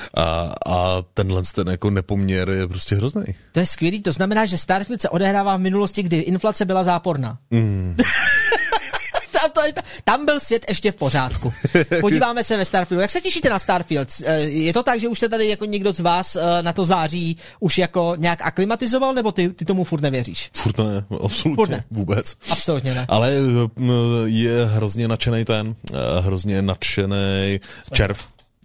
a ten jako nepoměr je prostě hrozný. To je skvělý, to znamená, že Starfield se odehrává v minulosti, kdy inflace byla záporná. Tam byl svět ještě v pořádku. Podíváme se ve Starfieldu. Jak se těšíte na Starfield? Je to tak, že už jste tady jako někdo z vás na to září už jako nějak aklimatizoval, nebo ty tomu furt nevěříš? Furt ne, absolutně vůbec. Absolutně ne. Ale je hrozně nadšenej hrozně nadšenej červ.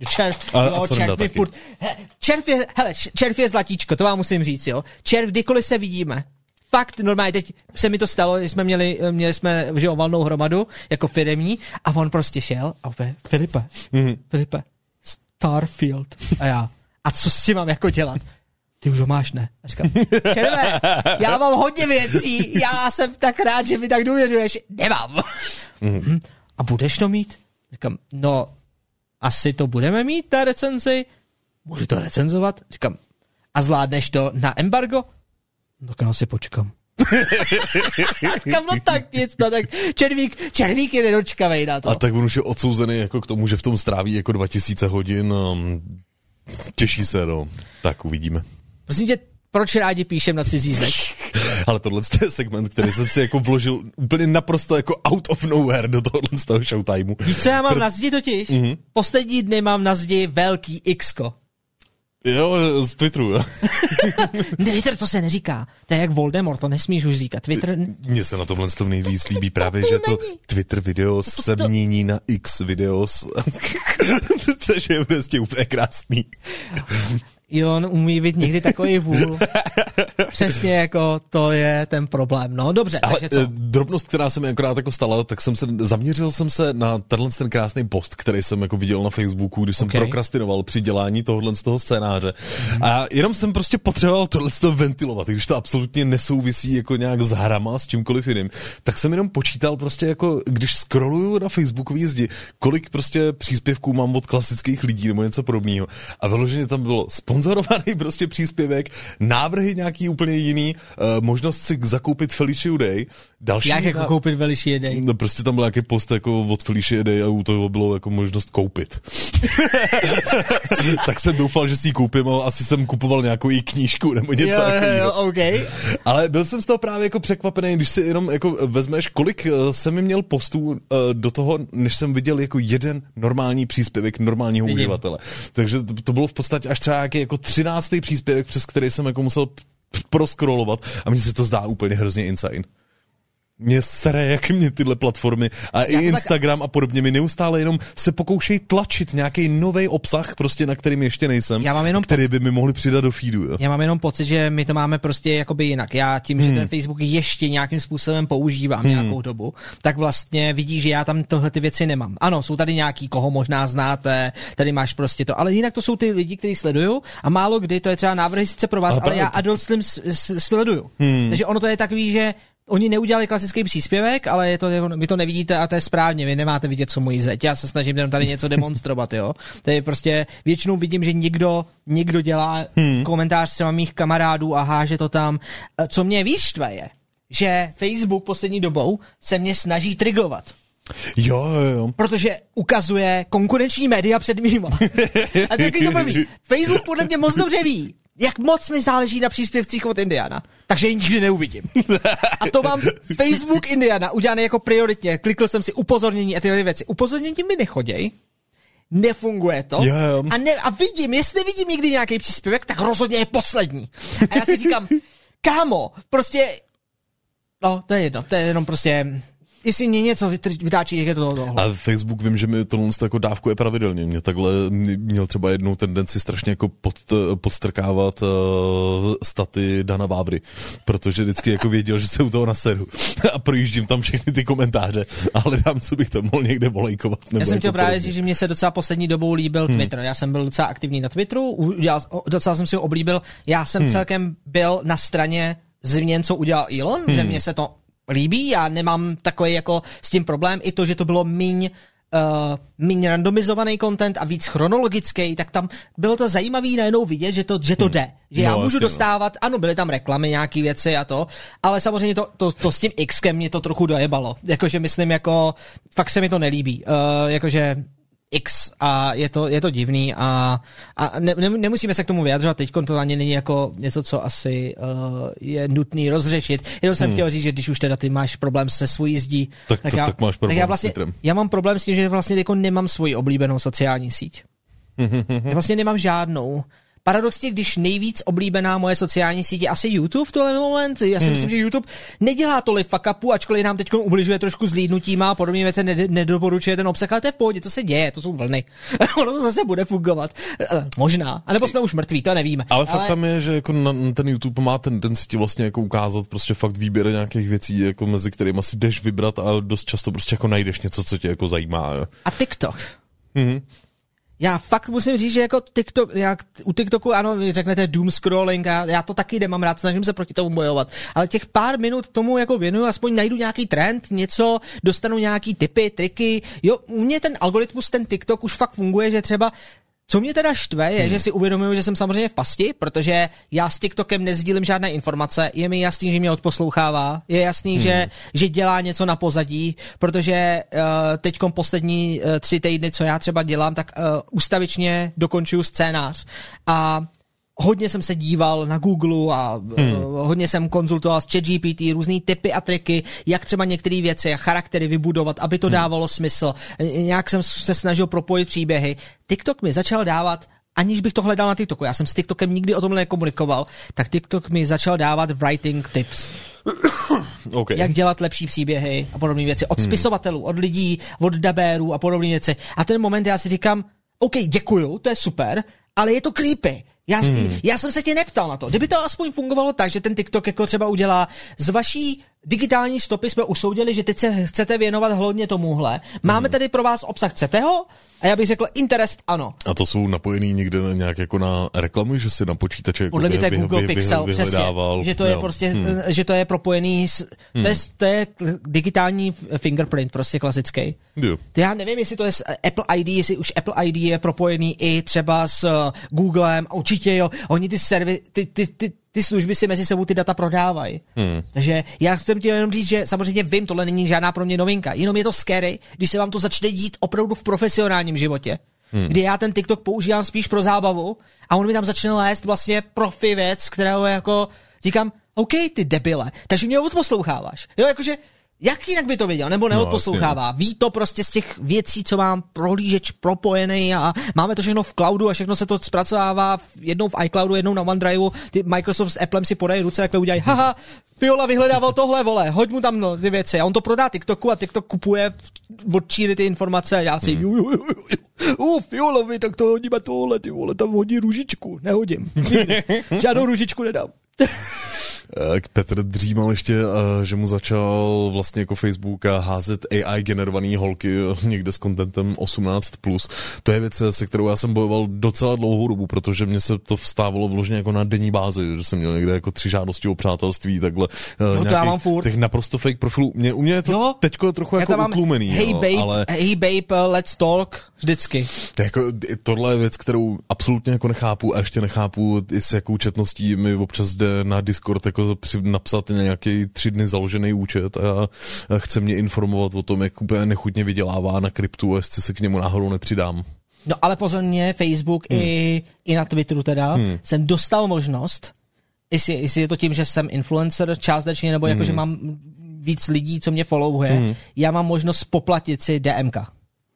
Červ je zlatíčko, to vám musím říct, jo. Červ, kdykoliv se vidíme. Fakt, normálně, teď se mi to stalo, jsme měli jsme valnou hromadu, jako firemní, a on prostě šel a opět, Filipe, Starfield. A já, a co s tím mám jako dělat? Ty už ho máš, ne? A říkám, Červe, já mám hodně věcí, já jsem tak rád, že mi tak důvěřuješ. Nemám. A budeš to mít? Říkám, no, asi to budeme mít na recenzi. Můžu to recenzovat? Říkám, a zvládneš to na embargo? Tak já si počkám. No tak nic, no tak červík je nedočkavej na to. A tak on už je odsouzený jako k tomu, že v tom stráví jako 2000 hodin. Těší se, no. Tak uvidíme. Prosím tě, proč rádi píšem na cizí zeď? Ale tohle je segment, který jsem si jako vložil úplně naprosto jako out of nowhere do tohle z toho showtimeu. Víš, co já mám na zdi totiž? Poslední dny mám na zdi velký X-ko. Jo, z Twitteru, jo. Twitter to se neříká. To je jak Voldemort, to nesmíš už říkat. Twitter... Mně se na tomhle nejvíc líbí právě, že to Twitter videos se mění na X videos. Což je prostě úplně krásný. Elon umí být někdy takový vůl. Přesně jako to je ten problém. No dobře, ale takže co? Drobnost, která se mi akorát jako stala, tak zaměřil jsem se na ten krásný post, který jsem jako viděl na Facebooku, když jsem prokrastinoval při dělání tohohle z toho scénáře. A jenom jsem prostě potřeboval tohle z toho ventilovat, když to absolutně nesouvisí jako nějak s hrama, s čímkoliv jiným. Tak jsem jenom počítal prostě jako, když scrolluju na Facebookový zdi, kolik prostě příspěvků mám od klasických lidí nebo něco podobného. A vyloženě tam bylo sponzorovaný prostě příspěvek, návrhy nějaký úplně jiný, možnost si zakoupit Felicia Day. Další jak jako koupit Felicia Day? No prostě tam byl nějaký post jako od Felicia Day a u toho bylo jako možnost koupit. Tak jsem doufal, že si ji koupím, ale asi jsem kupoval nějakou její knížku nebo něco takového. Okay. Ale byl jsem z toho právě jako překvapený, když si jenom jako vezmeš, kolik jsem mi měl postů do toho, než jsem viděl jako jeden normální příspěvek normálního uživatele. Takže to bylo v podstatě až třeba nějaký jako 13. příspěvek, přes který jsem jako musel proskrolovat a mně se to zdá úplně hrozně insane. Mě sere, jak mě tyhle platformy a i Instagram a podobně mi neustále jenom se pokoušejí tlačit nějaký nový obsah, prostě na kterým ještě nejsem, který by mi mohli přidat do feedu. Jo. Já mám jenom pocit, že my to máme prostě jakoby jinak. Já tím, že ten Facebook ještě nějakým způsobem používám nějakou dobu, tak vlastně vidíš, že já tam tohle ty věci nemám. Ano, jsou tady nějaký, koho možná znáte, tady máš prostě to, ale jinak to jsou ty lidi, kteří sleduju a málo kdy to je třeba návrhy sice pro vás, ale já Adult Slim sleduju. Takže ono to je takový, že oni neudělali klasický příspěvek, ale je to, vy to nevidíte a to je správně, vy nemáte vidět, co mojí zeď. Já se snažím jenom tady něco demonstrovat, jo. To je prostě, většinou vidím, že někdo dělá komentář třeba mých kamarádů a háže to tam. Co mě víc štve je, že Facebook poslední dobou se mě snaží trigovat. Jo. Protože ukazuje konkurenční média před mýma. A taky to blbý. Facebook podle mě moc dobře ví, jak moc mi záleží na příspěvcích od Indiana. Takže je nikdy neuvidím. A to mám Facebook Indiana udělané jako prioritně. Klikl jsem si upozornění a tyhle věci. Upozornění mi nechoděj. Nefunguje to. A vidím, jestli vidím někdy nějaký příspěvek, tak rozhodně je poslední. A já si říkám, kámo, prostě no, to je jedno. To je jenom prostě jestli mě něco vytáčí, jak je to tohle. A Facebook vím, že mi tohle jako dávkuje pravidelně. Mě takhle měl třeba jednou tendenci strašně jako podstrkávat staty Dana Vávry, protože vždycky jako věděl, že se u toho nasedu a projíždím tam všechny ty komentáře a hledám, co bych tam mohl někde volejkovat. Já jsem jako chtěl právě říct, že mě se docela poslední dobou líbil Twitter. Já jsem byl docela aktivní na Twitteru, docela jsem si ho oblíbil. Já jsem celkem byl na straně změn, co udělal Elon, že mě se to líbí, já nemám takový jako s tím problém, i to, že to bylo míň randomizovaný content a víc chronologický, tak tam bylo to zajímavý najednou vidět, že to jde. Že já můžu dostávat, ano, byly tam reklamy, nějaký věci a to, ale samozřejmě to s tím Xkem mě to trochu dojebalo. Jakože myslím, jako fakt se mi to nelíbí. Jakože X a je to divný a nemusíme se k tomu vyjadřovat, teď to ani není jako něco, co asi je nutný rozřešit. Jenom jsem chtěl říct, že když už teda ty máš problém se svojí zdí, tak máš problém já vlastně, já mám problém s tím, že vlastně jako nemám svoji oblíbenou sociální síť. Já vlastně nemám žádnou. Paradoxně, když nejvíc oblíbená moje sociální síť je asi YouTube v tohle moment. Já si myslím, že YouTube nedělá tolik fuck upů, ačkoliv nám teď ubližuje trošku zlídnutím a podobně věci, nedoporučuje ten obsah, ale to je v pohodě, to se děje, to jsou vlny. Ono to zase bude fungovat. Možná. A nebo jsme už mrtví, to nevíme. Ale fakt tam je, že jako ten YouTube má tendenci ti vlastně jako ukázat prostě fakt výběr nějakých věcí, jako mezi kterými si jdeš vybrat a dost často prostě jako najdeš něco, co tě jako zajímá. Jo. A TikTok. Já fakt musím říct, že jako u TikToku, ano, vy řeknete doom scrolling a já to taky nemám rád, snažím se proti tomu bojovat, ale těch pár minut tomu jako věnuju, aspoň najdu nějaký trend, něco, dostanu nějaký tipy, triky, jo, u mě ten algoritmus, ten TikTok už fakt funguje, že třeba co mě teda štve, je, že si uvědomuju, že jsem samozřejmě v pasti, protože já s TikTokem nezdílím žádné informace, je mi jasný, že mě odposlouchává, je jasný, že dělá něco na pozadí, protože teďkom poslední 3 týdny, co já třeba dělám, tak ustavičně dokončuju scénář a hodně jsem se díval na Google a hodně jsem konzultoval s ChatGPT různý tipy a triky, jak třeba některé věci a charaktery vybudovat, aby to dávalo smysl. Nějak jsem se snažil propojit příběhy. TikTok mi začal dávat aniž bych to hledal na TikToku, já jsem s TikTokem nikdy o tomhle nekomunikoval, tak TikTok mi začal dávat writing tips. Okay. Jak dělat lepší příběhy a podobné věci. Od spisovatelů, od lidí, od dabérů a podobné věci. A ten moment já si říkám, OK, děkuju, to je super, ale je to creepy. Já jsem se tě neptal na to. Kdyby to aspoň fungovalo tak, že ten TikTok jako třeba udělá z vaší digitální stopy jsme usoudili, že teď se chcete věnovat hlavně tomuhle. Máme tady pro vás obsah, chcete ho? A já bych řekl interest ano. A to jsou napojený někde nějak jako na reklamu, že si na počítače jako podle mě to je Google Pixel, přesně, že to je prostě, že to je propojený to je digitální fingerprint prostě klasický. Já nevím, jestli to je Apple ID, jestli už Apple ID je propojený i třeba s Googlem, určitě jo, oni ty služby si mezi sebou ty data prodávají. Takže já chcem ti jenom říct, že samozřejmě vím, tohle není žádná pro mě novinka, jenom je to scary, když se vám to začne dít opravdu v profesionálním životě. Kdy já ten TikTok používám spíš pro zábavu a on mi tam začne lézt vlastně profi věc, kterou jako říkám, OK, ty debile, takže mě odposloucháváš. Jo, jakože jak jinak by to věděl, nebo neodposlouchává. Ví to prostě z těch věcí, co mám prohlížeč propojený a máme to všechno v cloudu a všechno se to zpracovává jednou v iCloudu, jednou na OneDriveu. Ty Microsoft s Applem si podají ruce, takhle udělají, haha, Fiola vyhledával tohle, vole, hoď mu tam ty věci. A on to prodá TikToku a TikTok kupuje od Číny ty informace a já si Fiolovi, tak to hodíme tohle, ty vole, tam hodí růžičku. Nehodím. Žádnou růžičku nedám. Petr dřímal ještě, že mu začal vlastně jako Facebook házet AI generovaný holky někde s contentem 18+. To je věc, se kterou já jsem bojoval docela dlouhou dobu, protože mně se to vstávalo vložně jako na denní bázi, že jsem měl někde jako 3 žádosti o přátelství, takhle nějakých těch naprosto fake profilů. U mě je to teďko trochu jako utlumený. Hey babe, let's talk, vždycky. Tohle je věc, kterou absolutně jako nechápu a ještě nechápu, s jakou četností mi občas jde na Discord jako napsat nějaký 3 dny založený účet a chce mě informovat o tom, jak úplně nechutně vydělává na kryptu a jestli se k němu náhodou nepřidám. No ale pozorně, Facebook i na Twitteru teda jsem dostal možnost, jestli je to tím, že jsem influencer částečně, nebo jako, že mám víc lidí, co mě followuje, já mám možnost poplatit si DMka.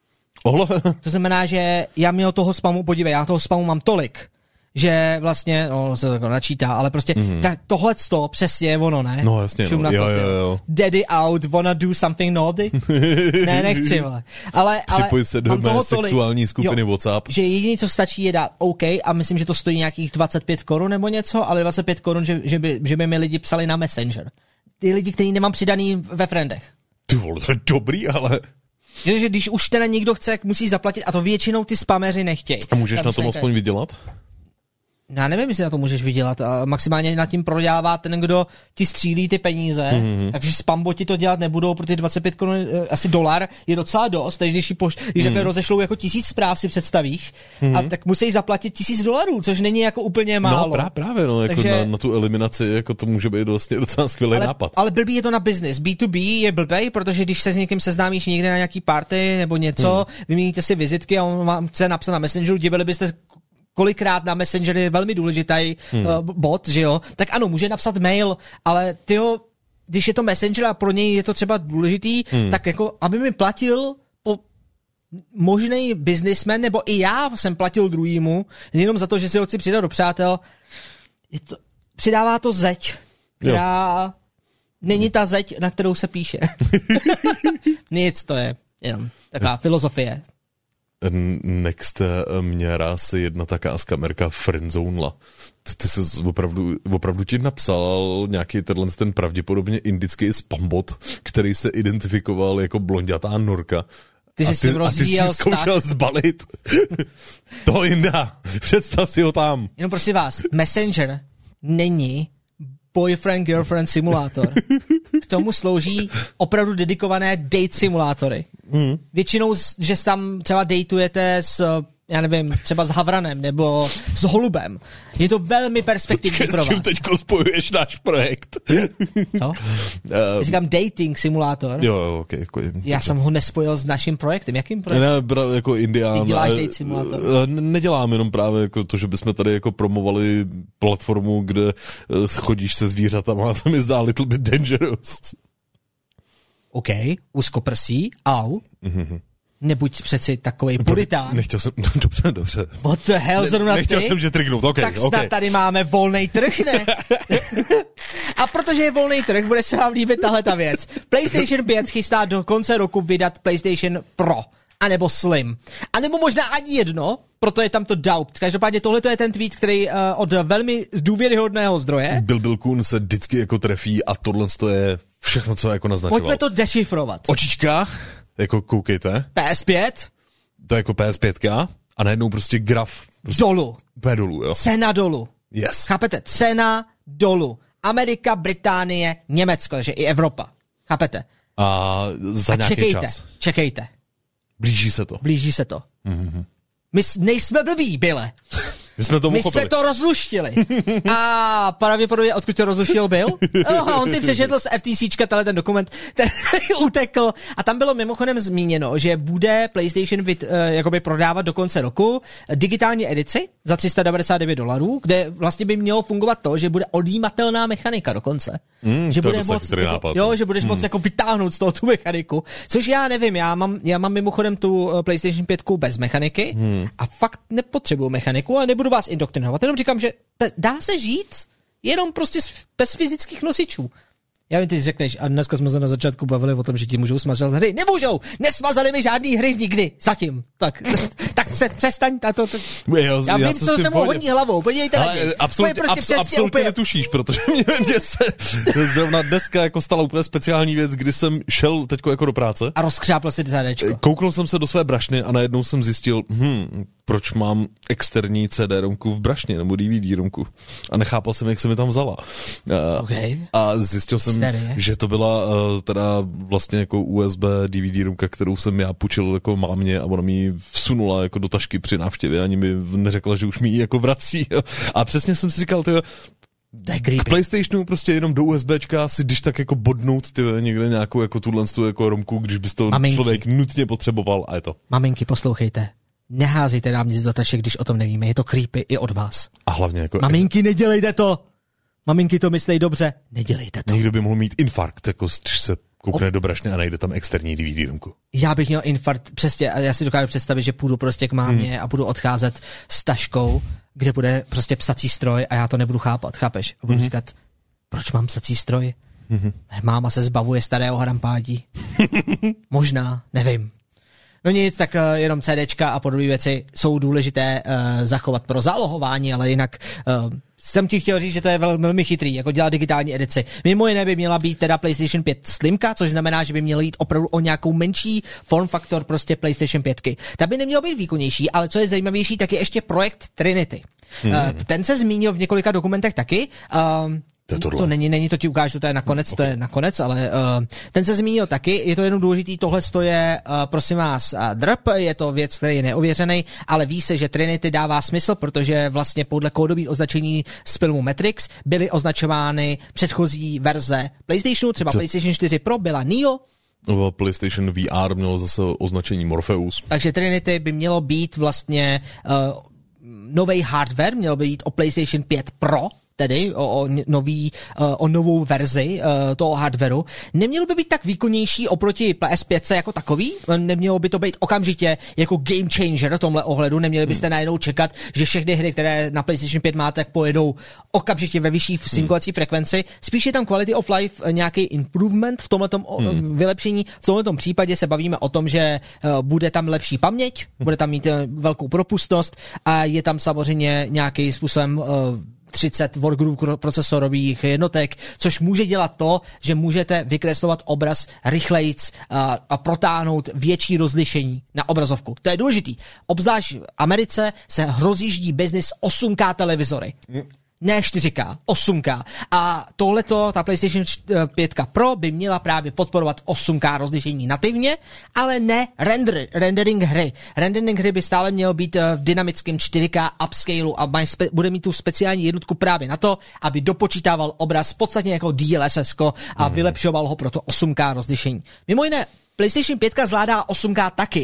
To znamená, že já měl toho spamu, podívej, já toho spamu mám tolik, že vlastně, se to načítá, ale prostě tohleto přesně je ono, ne? No jasně, jo. Daddy out, wanna do something naughty? Ne, nechci, ale připoj se do mé sexuální skupiny WhatsApp. Že jediné, co stačí, je dát OK a myslím, že to stojí nějakých 25 korun nebo něco, ale 25 korun, že by mi lidi psali na Messenger. Ty lidi, který nemám přidaný ve friendech. Ty vole, to je dobrý, ale... Že když už teda někdo chce, musíš zaplatit a to většinou ty spameři nechtějí. A můžeš na tom aspoň vydělat? Já nevím, jestli na to můžeš vydělat. A maximálně nad tím prodává ten, kdo ti střílí ty peníze. Takže spamboti to dělat nebudou, protože 25 korun, asi $1 je docela dost. Takže když rozešlou jako 1000 zpráv, si představíš, a tak musí zaplatit $1000, což není jako úplně málo. No právě, no, jako takže... na tu eliminaci, jako to může být vlastně docela skvělý nápad. Ale blbý je to na business. B2B je blbej, protože když se s někým seznámíš někde na nějaký party nebo něco, vyměníte si vizitky a on vám chce napsat na Messengeru, divili byste kolikrát na Messenger je velmi důležitý bot, že jo, tak ano, může napsat mail, ale tyjo, když je to Messenger a pro něj je to třeba důležitý, tak jako, aby mi platil možný businessman, nebo i já jsem platil druhýmu, jenom za to, že si ho chci přidat do přátel, přidává to zeď, která není ta zeď, na kterou se píše. Nic, to je jenom taková filozofie. Next mě raz jedna taká kamerka friendzonela. Ty jsi opravdu ti napsal nějaký ten pravděpodobně indický spambot, který se identifikoval jako blondětá norka. Ty jsi s tím rozvíjel vztah. A ty jsi zkoušel zbalit. To Jinda, představ si ho tam. Jenom prosím vás, Messenger není boyfriend-girlfriend simulátor. K tomu slouží opravdu dedikované date simulátory. Většinou, že tam třeba dateujete s, já nevím, třeba s havranem nebo s holubem. Je to velmi perspektivní pro vás. S čím teďko spojuješ náš projekt? Co? Já říkám dating simulátor. Jo, okay, jako, já jsem ho nespojil s naším projektem. Jakým projektem? Ne, jako Indián. Ty děláš date simulátor? Nedělám jenom právě jako to, že bychom tady jako promovali platformu, kde chodíš se zvířatama a to mi zdá little bit dangerous. OK, úzkoprsí, au. Nebuď přeci takovej puritán. Nechtěl jsem, dobře. What the hell, zrovna ty? Nechtěl jsem tě trignout, tak snad tady máme volnej trh, ne? A protože je volný trh, bude se vám líbit tahle ta věc. PlayStation 5 chystá do konce roku vydat PlayStation Pro, anebo Slim. A nebo možná ani jedno, proto je tam to doubt. Každopádně tohle je ten tweet, který od velmi důvěryhodného zdroje. Bill Kuhn se vždycky jako trefí a tohle je všechno, co jako naznačoval. Pojďme to dešifrovat. Očička, jako koukejte. PS5. To je jako PS5 a najednou prostě graf. Prostě dolů. Úplně dolů, jo. Cena dolů. Yes. Chápete? Cena dolů. Amerika, Británie, Německo, takže i Evropa. Chápete? A za nějaký čas. Čekejte. Blíží se to. Mm-hmm. My nejsme blbý, Byle. My jsme to rozluštili. A pravděpodobně, odkud to rozluštil byl? On si přečetl z FTCčka ten dokument, který utekl. A tam bylo mimochodem zmíněno, že bude PlayStation jakoby prodávat do konce roku digitální edici za $399, kde vlastně by mělo fungovat to, že bude odjímatelná mechanika dokonce. Že bude moc, že budeš moc jako vytáhnout z toho tu mechaniku. Což já nevím, já mám mimochodem tu PlayStation 5 bez mechaniky a fakt nepotřebuju mechaniku a nebudu vás indoktrinovat. Jenom říkám, že dá se žít jenom prostě bez fyzických nosičů. Já vím, ty řekneš, a dneska jsme se na začátku bavili o tom, že ti můžou smazat hry. Nemůžou! Nesmazali mi žádný hry nikdy. Zatím. Tak se přestaň na to. Já vím, co se mu hodní hlavou. Podívejte na něj. Absolutně netušíš, protože mě se zrovna dneska jako stala úplně speciální věc, kdy jsem šel teďko jako do práce. A rozkřápl si CDčko. Kouknul jsem se do své brašny a najednou jsem zjistil, proč mám externí CD-romku v brašně nebo DVD-romku. A nechápal jsem, jak se mi tam vzala. A zjistil jsem, že to byla teda vlastně jako USB DVD-romka, kterou jsem já půjčil jako mámě a ona mi ji vsunula jako do tašky při návštěvě, ani mi neřekla, že už mi ji jako vrací. A přesně jsem si říkal, k PlayStationu prostě jenom do USBčka si když tak jako bodnout někde nějakou jako tuhle jako romku, když bys to člověk nutně potřeboval a je to. Maminky, poslouchejte. Neházejte nám nic do tašek, když o tom nevíme. Je to creepy i od vás. A hlavně jako... Maminky, nedělejte to! Maminky to myslej dobře, nedělejte to. Někdo by mohl mít infarkt, jako když se koukne do brašny a najde tam externí DVD-romku. Já bych měl infarkt, přesně, a já si dokážu představit, že půjdu prostě k mámě a budu odcházet s taškou, kde bude prostě psací stroj a já to nebudu chápat, chápeš? A budu říkat, proč mám psací stroj? Máma se zbavuje starého hrampádí. Možná, nevím. No nic, tak jenom CDčka a podobné věci jsou důležité zachovat pro zálohování, ale jinak jsem ti chtěl říct, že to je velmi chytrý, jako dělat digitální edici. Mimo jiné by měla být teda PlayStation 5 Slimka, což znamená, že by mělo jít opravdu o nějakou menší form faktor prostě PlayStation 5. Ta by neměla být výkonnější, ale co je zajímavější, tak je ještě projekt Trinity. Ten se zmínil v několika dokumentech taky. To není, to ti ukážu, to je nakonec, ale ten se zmínil taky, je to jenom důležitý, tohle je, prosím vás, drp, je to věc, který je neověřený, ale ví se, že Trinity dává smysl, protože vlastně podle kódových označení z filmu Matrix byly označovány předchozí verze PlayStationu, třeba PlayStation 4 Pro byla Neo, PlayStation VR mělo zase označení Morpheus. Takže Trinity by mělo být vlastně nový hardware, mělo by jít o PlayStation 5 Pro, tedy o novou verzi toho hardwareu. Nemělo by být tak výkonnější oproti PS5 jako takový, nemělo by to být okamžitě jako game changer v tomhle ohledu, neměli byste najednou čekat, že všechny hry, které na PlayStation 5 máte, pojedou okamžitě ve vyšší synkovací frekvenci. Spíš je tam quality of life nějaký improvement v tomhletom vylepšení. V tomhletom případě se bavíme o tom, že bude tam lepší paměť, bude tam mít velkou propustnost a je tam samozřejmě nějakým způsobem 30 workgroup procesorových jednotek, což může dělat to, že můžete vykreslovat obraz rychlejc a protáhnout větší rozlišení na obrazovku. To je důležitý. Obzvlášť v Americe se rozjíždí biznis 8K televizory. Ne 4K, 8K. A tohleto, ta PlayStation 5 Pro by měla právě podporovat 8K rozlišení nativně, ale ne rendering hry. Rendering hry by stále měl být v dynamickém 4K upscaleu a bude mít tu speciální jednotku právě na to, aby dopočítával obraz podstatně jako DLSS a vylepšoval ho pro to 8K rozlišení. Mimo jiné, PlayStation 5 zvládá 8K taky,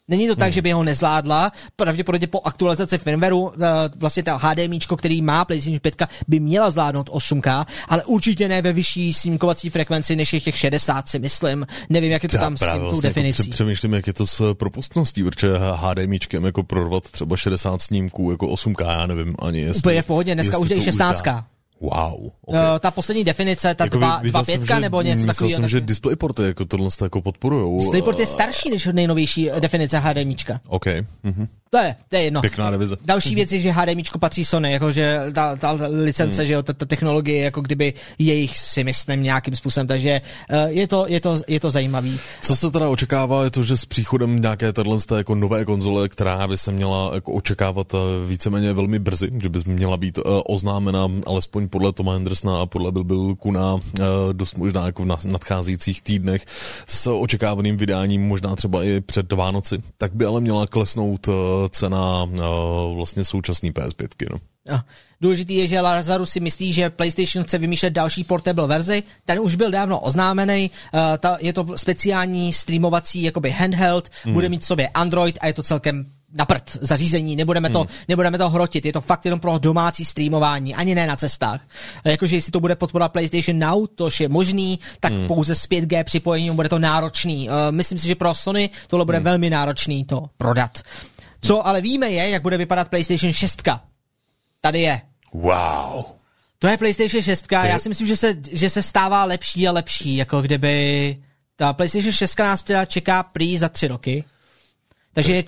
Není to tak, že by ho nezvládla, pravděpodobně po aktualizaci firmwareu, vlastně ta HDMIčko, který má PlayStation 5, by měla zvládnout 8K, ale určitě ne ve vyšší snímkovací frekvenci, než je těch 60, si myslím. Nevím, jak je to tam s tím tou definicí. Jako přemýšlím, jak je to s propustností, protože HDMIčkem jako prorvat třeba 60 snímků, jako 8K, já nevím ani jestli. Úplně v pohodě, dneska už je 16K. Wow. Okay. Ta poslední definice, ta jako 2.5 nebo něco takového. Myslel jsem, že DisplayPorty jako tohle jako podporujou. DisplayPort je starší než nejnovější definice HDMIčka. OK. To je jedno. Pěkná revize. Další věc je, že HDMIčko patří Sony, jakože ta licence, že jo, ta technologie, jako kdyby jejich, si myslím, nějakým způsobem, takže je to zajímavý. Co se teda očekává, je to, že s příchodem nějaké tato jako nové konzole, která by se měla jako očekávat víceméně velmi brzy, že by měla být oznámena alespoň podle Toma Hendersona a podle Bill Kuna dost možná jako v nadcházejících týdnech s očekávaným vydáním, možná třeba i před Vánoci, tak by ale měla klesnout cena vlastně současný PS5. No. Důležitý je, že Lazarus si myslí, že PlayStation chce vymýšlet další portable verzi. Ten už byl dávno oznámený. Je to speciální streamovací jakoby handheld, bude mít v sobě Android a je to celkem na prd zařízení, nebudeme to hrotit, je to fakt jenom pro domácí streamování, ani ne na cestách. Jakože jestli to bude podporovat PlayStation Now, tož je možný, tak pouze s 5G připojením bude to náročný. Myslím si, že pro Sony tohle bude velmi náročný to prodat. Co ale víme je, jak bude vypadat PlayStation 6. Tady je. Wow. To je PlayStation 6. Já si myslím, že se stává lepší a lepší, jako kdyby ta PlayStation 6 nás teda čeká prý za 3 roky. Takže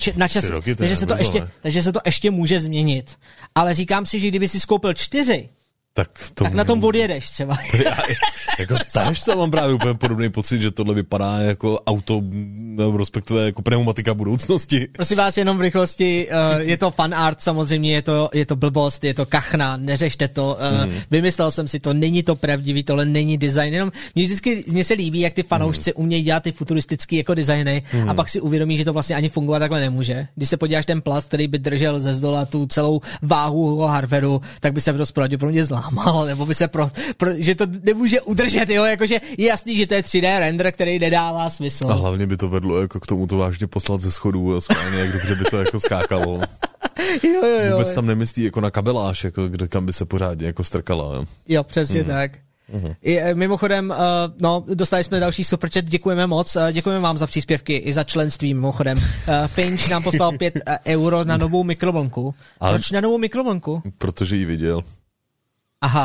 takže se to ještě může změnit. Ale říkám si, že kdyby si skoupil 4, tak na tom odjedeš třeba. Jako taž se mám právě úplně podobný pocit, že tohle vypadá jako auto, respektive jako pneumatika budoucnosti. Prosím vás, jenom v rychlosti, je to fan art, samozřejmě je to blbost, je to kachna, neřešte to, vymyslel jsem si to, není to pravdivý, tohle není design, jenom mně se líbí, jak ty fanoušci umějí dělat ty futuristický jako designy a pak si uvědomí, že to vlastně ani fungovat takhle nemůže. Když se podíváš ten plast, který by držel ze zdola tu celou váhu hardwareu, tak by se dost pravděpodobně zlámal, nebo by se že to nemůže udržet, jo, jakože je jasný, že to je 3D render, který nedává smysl. A hlavně by to vedlo jako k tomu to vážně poslat ze schodů a schválně, jak dobře by to jako skákalo. Jo. Vůbec tam nemyslí jako na kabeláž, jako kam by se pořádně jako strkala. Jo, přesně tak. Mimochodem, dostali jsme další superchat, děkujeme moc, děkujeme vám za příspěvky i za členství, mimochodem. Finch nám poslal 5 euro na novou mikrovlnku. Proč na novou mikrovlnku? Protože ji viděl. Aha.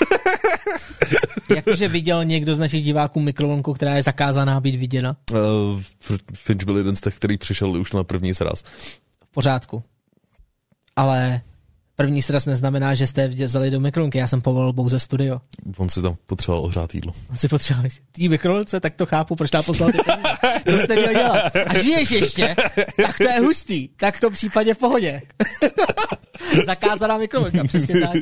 Jak to, že viděl někdo z našich diváků mikrovlnku, která je zakázaná být viděna? Finch byl jeden z těch, který přišel už na první sraz. V pořádku. Ale první sraz neznamená, že jste vzali do mikrovlnky, já jsem povolil pouze studio. On si tam potřeboval ohřát jídlo. On si potřeboval tý mikrovlnce, tak to chápu, proč nám poslal ty peníze. To jste měl dělat. A žiješ ještě, tak to je hustý. Tak v tom případě v pohodě. Zakázaná mikrovlnka, přesně tak.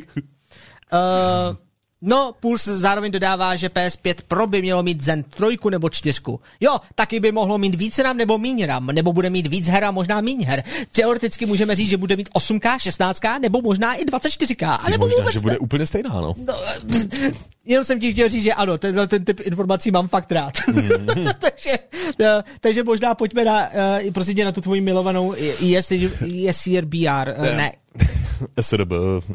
Puls zároveň dodává, že PS5 Pro by mělo mít Zen 3 nebo 4. Jo, taky by mohlo mít víc RAM nebo míň RAM, nebo bude mít víc her a možná míň her. Teoreticky můžeme říct, že bude mít 8K, 16K, nebo možná i 24K. A nebo možná, vůbec že bude úplně stejná, no. Jenom jsem ti chtěl říct, že ano, ten typ informací mám fakt rád. takže možná pojďme prosím tě na tu tvoji milovanou ESRBR. Ne. ESRB.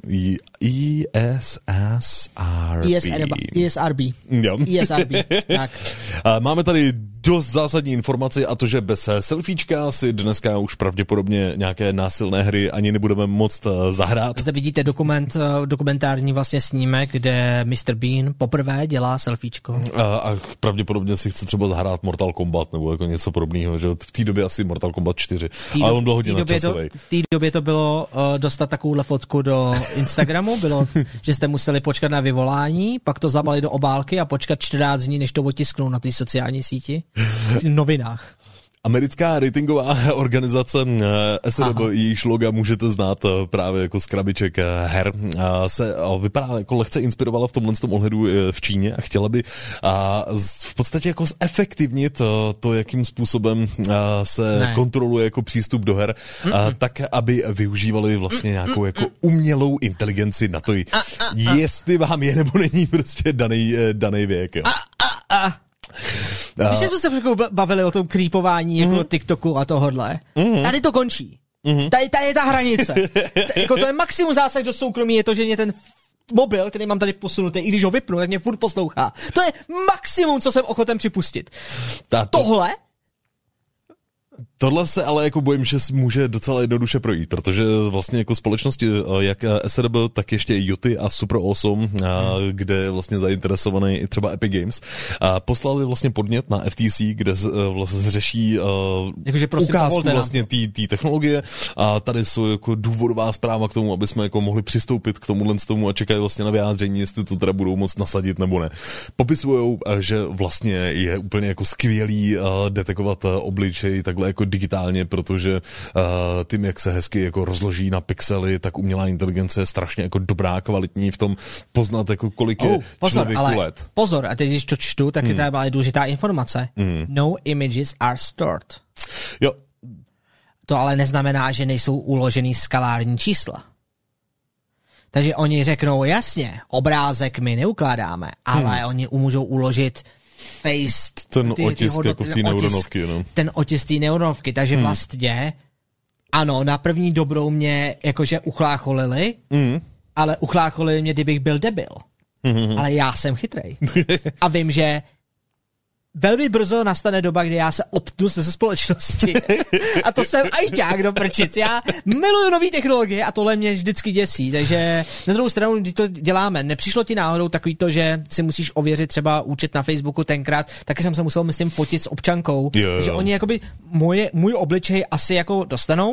ESRB. Jo. ESRB. Tak. Máme tady dost zásadní informaci a to, že bez selfiečka si dneska už pravděpodobně nějaké násilné hry ani nebudeme moct zahrát. Zde vidíte dokumentární vlastně snímek, kde Mr. Bean poprvé dělá selfiečko. A pravděpodobně si chce třeba zahrát Mortal Kombat nebo jako něco podobného, že v té době asi Mortal Kombat 4. Ale on byl hodně nadčasový. V té době to bylo dostat takovouhle fotku do Instagramu, bylo, že jste museli počkat na vyvolání, pak to zabali do obálky a počkat 14 dní, než to otisknou na té sociální síti. V novinách. Americká ratingová organizace SRB, jejíž loga můžete znát právě jako z krabiček her, se vypadá jako lehce inspirovala v tomhle ohledu v Číně a chtěla by v podstatě jako zefektivnit to, jakým způsobem se kontroluje jako přístup do her, tak, aby využívali vlastně nějakou jako umělou inteligenci na to, jestli vám je nebo není prostě daný věk. Víš, že jsme se bavili o tom creepování jako TikToku a tohodle. Tady to končí. Tady je ta hranice. Jako to je maximum zásah do soukromí, je to, že mě ten mobil, který mám tady posunutý, i když ho vypnu, tak mě furt poslouchá. To je maximum, co jsem ochoten připustit. Tohle se ale jako bojím, že může docela jednoduše projít, protože vlastně jako společnosti jak SRB, tak ještě Yuty a Super Awesome, kde je vlastně zainteresovaný i třeba Epic Games, poslali vlastně podnět na FTC, kde vlastně řeší ukázku vlastně té technologie a tady jsou jako důvodová zpráva k tomu, aby jsme jako mohli přistoupit k tomu a čekají vlastně na vyjádření, jestli to teda budou moc nasadit nebo ne. Popisujou, že vlastně je úplně jako skvělý detekovat obličej takhle jako digitálně, protože tím, jak se hezky jako rozloží na pixely, tak umělá inteligence je strašně jako dobrá, kvalitní v tom poznat, jako kolik je člověku let. Pozor, a teď když to čtu, tak je tady byla důležitá informace. No images are stored. Jo. To ale neznamená, že nejsou uložený skalární čísla. Takže oni řeknou, jasně, obrázek my neukládáme, ale oni můžou uložit ten otisk jako v té neuronovky, no. Ten otisk té neuronovky, takže vlastně ano, na první dobrou mě jakože uchlácholili, ale uchlácholili mě, kdybych byl debil. Ale já jsem chytrej. A vím, že velmi brzo nastane doba, kdy já se optnu ze společnosti. A to jsem ajťák do prčic. Já miluju nový technologie a tohle mě vždycky děsí. Takže na druhou stranu, když to děláme, nepřišlo ti náhodou takový to, že si musíš ověřit třeba účet na Facebooku tenkrát, taky jsem se musel, myslím, fotit s občankou, že oni jakoby můj obličej asi jako dostanou.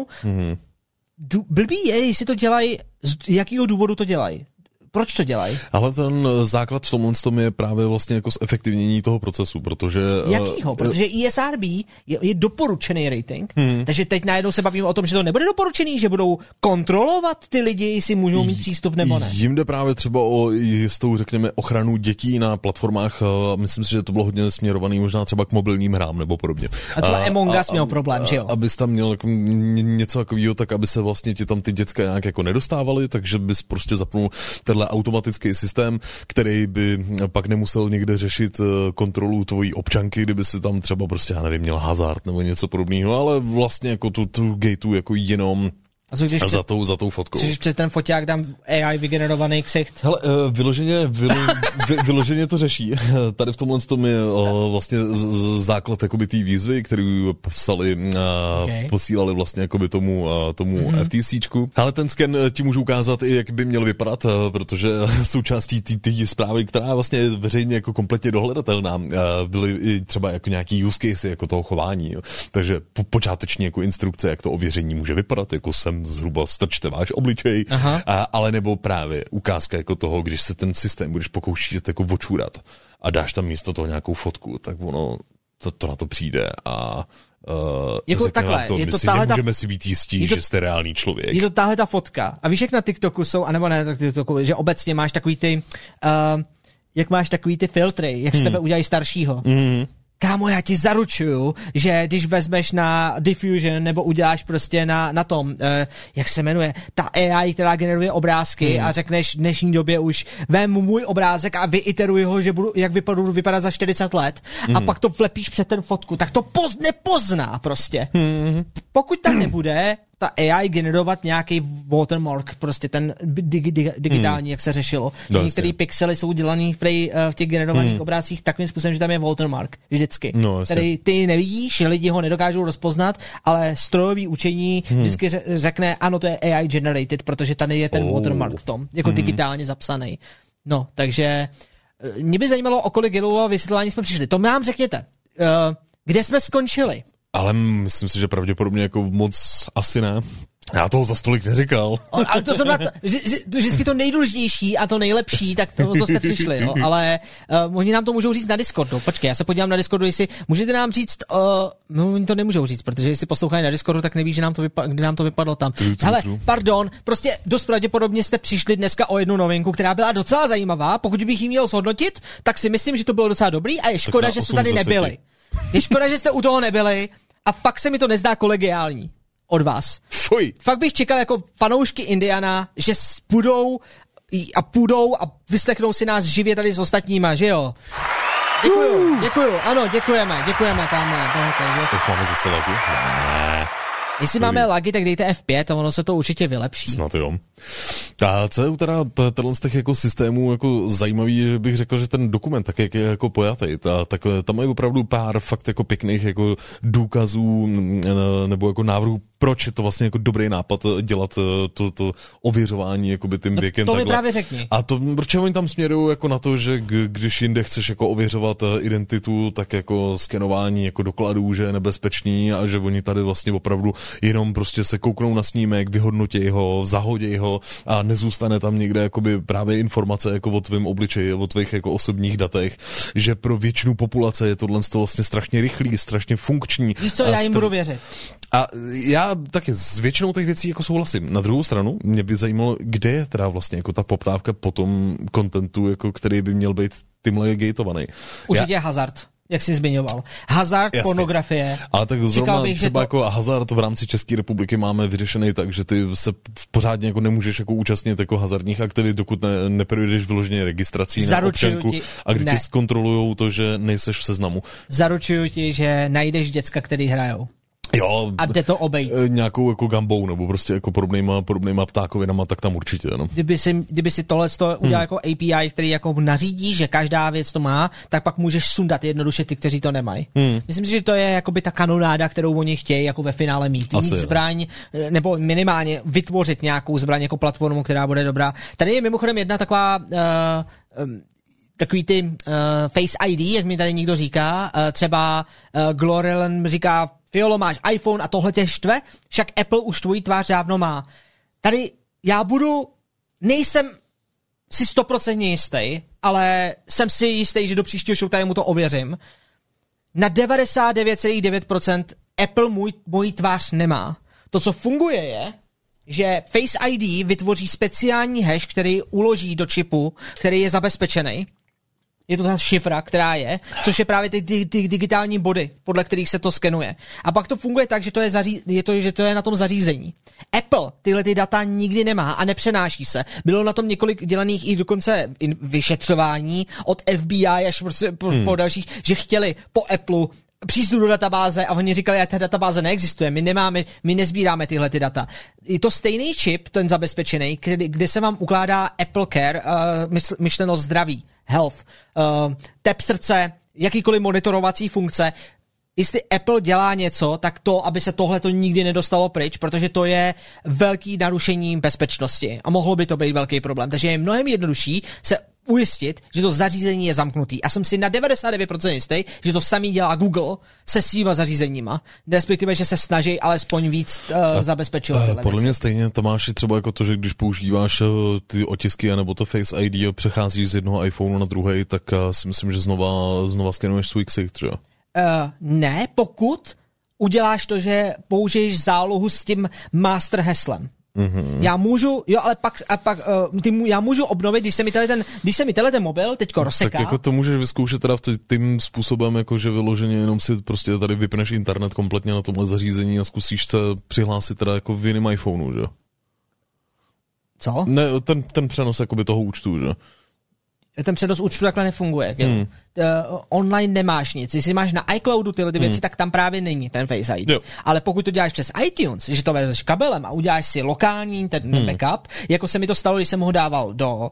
Blbý je, jestli to dělají, z jakého důvodu to dělají. Proč to dělají? Ale ten základ v tomhle tom je právě vlastně jako zefektivnění toho procesu, protože... Jakýho? Protože ESRB je doporučený rating, takže teď najednou se bavíme o tom, že to nebude doporučený, že budou kontrolovat ty lidi, jestli můžou mít přístup nebo ne. Jim jde právě třeba o jistou, řekněme, ochranu dětí na platformách. Myslím si, že to bylo hodně směrovaný možná třeba k mobilním hrám nebo podobně. A třeba Among Us měl problém, že jo? Abys tam měl jako něco takového, tak aby se vlastně ti tam ty děcka nějak jako nedostávaly, takže bys prostě zapnul tenhle automatický systém, který by pak nemusel někde řešit kontrolu tvojí občanky, kdyby si tam třeba prostě, já nevím, měl hazard nebo něco podobného, ale vlastně jako tu gateu jako jenom za tou fotkou. Když před ten foťák dám AI vygenerovaný ksicht? Hele, vyloženě to řeší. Tady v tomhle tom je vlastně základ jakoby té výzvy, kterou posílali vlastně jakoby tomu FTCčku. Ale ten sken ti můžu ukázat i, jak by měl vypadat, protože součástí té zprávy, která je vlastně veřejně jako kompletně dohledatelná, byly i třeba jako nějaký use case jako toho chování. Jo. Takže počáteční jako instrukce, jak to ověření může vypadat, jako sem zhruba strčte váš obličej, ale nebo právě ukázka jako toho, když se ten systém budeš pokoušet jako očůrat a dáš tam místo toho nějakou fotku, tak ono to na to přijde a jako takhle, to, je to nemůžeme si být jistí, že jste reálný člověk. Je to tahle ta fotka. A víš, jak na TikToku jsou, anebo ne na TikToku, že obecně máš takový ty jak máš takový ty filtry, jak z tebe udělají staršího. Kámo, já ti zaručuju, že když vezmeš na Diffusion nebo uděláš prostě na tom, jak se jmenuje, ta AI, která generuje obrázky a řekneš v dnešní době už vem můj obrázek a vyiteruj ho, že budu, jak budu vypadat za 40 let a pak to vlepíš před ten fotku, tak to nepozná prostě. Pokud tam nebude ta AI generovat nějaký watermark, prostě ten digitální, jak se řešilo. Že některé pixely jsou dělaný v těch generovaných obrázcích takovým způsobem, že tam je watermark vždycky. No, který ty nevidíš, lidi ho nedokážou rozpoznat, ale strojový učení vždycky řekne, ano, to je AI generated, protože tady je ten watermark v tom, jako digitálně zapsaný. No, takže mě by zajímalo, o kolik a vysvětlování jsme přišli. To nám řekněte. Kde jsme skončili? Ale myslím si, že pravděpodobně jako moc asi ne. Já toho za stolik neříkal. Ale to znamená, vždycky to nejdůležitější a to nejlepší, tak to jste přišli, jo. Ale oni nám to můžou říct na Discordu. Počkej, já se podívám na Discordu, jestli můžete nám říct, no oni to nemůžou říct, protože jestli poslouchají na Discordu, tak neví, že kdy nám to vypadlo tam. Hele, pardon, prostě dost pravděpodobně jste přišli dneska o jednu novinku, která byla docela zajímavá. Pokud bych ji měl zhodnotit, tak si myslím, že to bylo docela dobrý a je škoda, že jste tady nebyli. Je škoda, že jste u toho nebyli a fakt se mi to nezdá kolegiální od vás. Fuj. Fakt bych čekal jako fanoušky Indiana, že půjdou a vyslechnou si nás živě tady s ostatníma, že jo? Děkuju, ano, děkujeme tamhle. Už máme zase lagy? Ne. Jestli máme lagy, tak dejte F5 a ono se to určitě vylepší. Snad jo. A co je teda tenhle z těch jako systémů jako zajímavý, že bych řekl, že ten dokument tak jak je jako pojatý, tak tam mají opravdu pár fakt jako pěkných jako důkazů nebo jako návrhů, proč je to vlastně jako dobrý nápad dělat to ověřování jakoby tím věkem. To takhle. mi právě řekni. A to, proč oni tam směrují jako na to, že když jinde chceš jako ověřovat identitu, tak jako skenování jako dokladů, že je nebezpečný a že oni tady vlastně opravdu jenom prostě se kouknou na snímek, vyhodnotí ho, zahodí ho a nezůstane tam někde jakoby právě informace jako o tvém obličeji, o tvých jako osobních datech, že pro většinu populace je tohle vlastně strašně rychlý, strašně funkční. Víš co, já jim budu věřit. A já taky s většinou těch věcí jako souhlasím. Na druhou stranu mě by zajímalo, kde je teda vlastně jako ta poptávka po tom kontentu, jako který by měl být tímhle gateovaný. Určitě hazard. Jak jsi zmiňoval. Hazard, jasně. Pornografie. Ale tak zrovna třeba jako hazard v rámci České republiky máme vyřešený tak, že ty se pořádně jako nemůžeš jako účastnit jako hazardních aktivit, dokud neprojdeš vyloženě registrací na občanku a kdy ti zkontrolujou to, že nejseš v seznamu. Zaručuju ti, že najdeš děcka, který hrajou. Jo, a jde to obejít. Nějakou jako gambou nebo prostě jako podobnýma ptákovinama, tak tam určitě, no. Kdyby si tohle udělal jako API, který jako nařídí, že každá věc to má, tak pak můžeš sundat jednoduše ty, kteří to nemají. Myslím si, že to je jakoby ta kanonáda, kterou oni chtějí jako ve finále mít. Mít zbraň, nebo minimálně vytvořit nějakou zbraň jako platformu, která bude dobrá. Tady je mimochodem jedna taková takový ty Face ID, jak mi tady někdo říká, třeba Glorian říká, Fiolo, máš iPhone a tohle tě štve, však Apple už tvojí tvář dávno má. Tady nejsem si 100% jistý, ale jsem si jistý, že do příštího showtimeu to ověřím. Na 99,9% Apple mojí tvář nemá. To, co funguje, je, že Face ID vytvoří speciální hash, který uloží do čipu, který je zabezpečený. Je to ta šifra, která je, což je právě ty digitální body, podle kterých se to skenuje. A pak to funguje tak, že to je na tom zařízení. Apple tyhle ty data nikdy nemá a nepřenáší se. Bylo na tom několik dělaných i dokonce vyšetřování od FBI až po dalších, že chtěli po Apple přístup do databáze a oni říkali, že ta databáze neexistuje, my nezbíráme tyhle ty data. Je to stejný čip, ten zabezpečený, kde se vám ukládá Apple Care, myšleno zdraví, health, tep srdce, jakýkoliv monitorovací funkce. Jestli Apple dělá něco, tak to, aby se tohleto nikdy nedostalo pryč, protože to je velký narušení bezpečnosti a mohlo by to být velký problém. Takže je mnohem jednodušší se ujistit, že to zařízení je zamknutý. A jsem si na 99% jistý, že to samý dělá Google se svýma zařízeníma. Respektive, že se snaží alespoň víc zabezpečovat. Podle mě stejně to máš třeba jako to, že když používáš ty otisky nebo to Face ID a přecházíš z jednoho iPhoneu na druhý, tak si myslím, že znova skenuješ svůj ksicht, že? Ne, pokud uděláš to, že použiješ zálohu s tím master heslem. Mm-hmm. Já můžu, já můžu obnovit, když se mi tenhle ten mobil teďko rozseká. Tak jako to můžeš vyzkoušet teda tím způsobem, jako že vyloženě jenom si prostě tady vypneš internet kompletně na tomhle zařízení a zkusíš se přihlásit teda jako v jiném iPhoneu, že? Co? Ne, ten přenos jakoby toho účtu, že? Ten přenos účtu takhle nefunguje. Online nemáš nic. Jestli máš na iCloudu tyhle ty věci, tak tam právě není ten Face ID. Jo. Ale pokud to děláš přes iTunes, že to vezmeš kabelem a uděláš si lokální ten backup, jako se mi to stalo, když jsem ho dával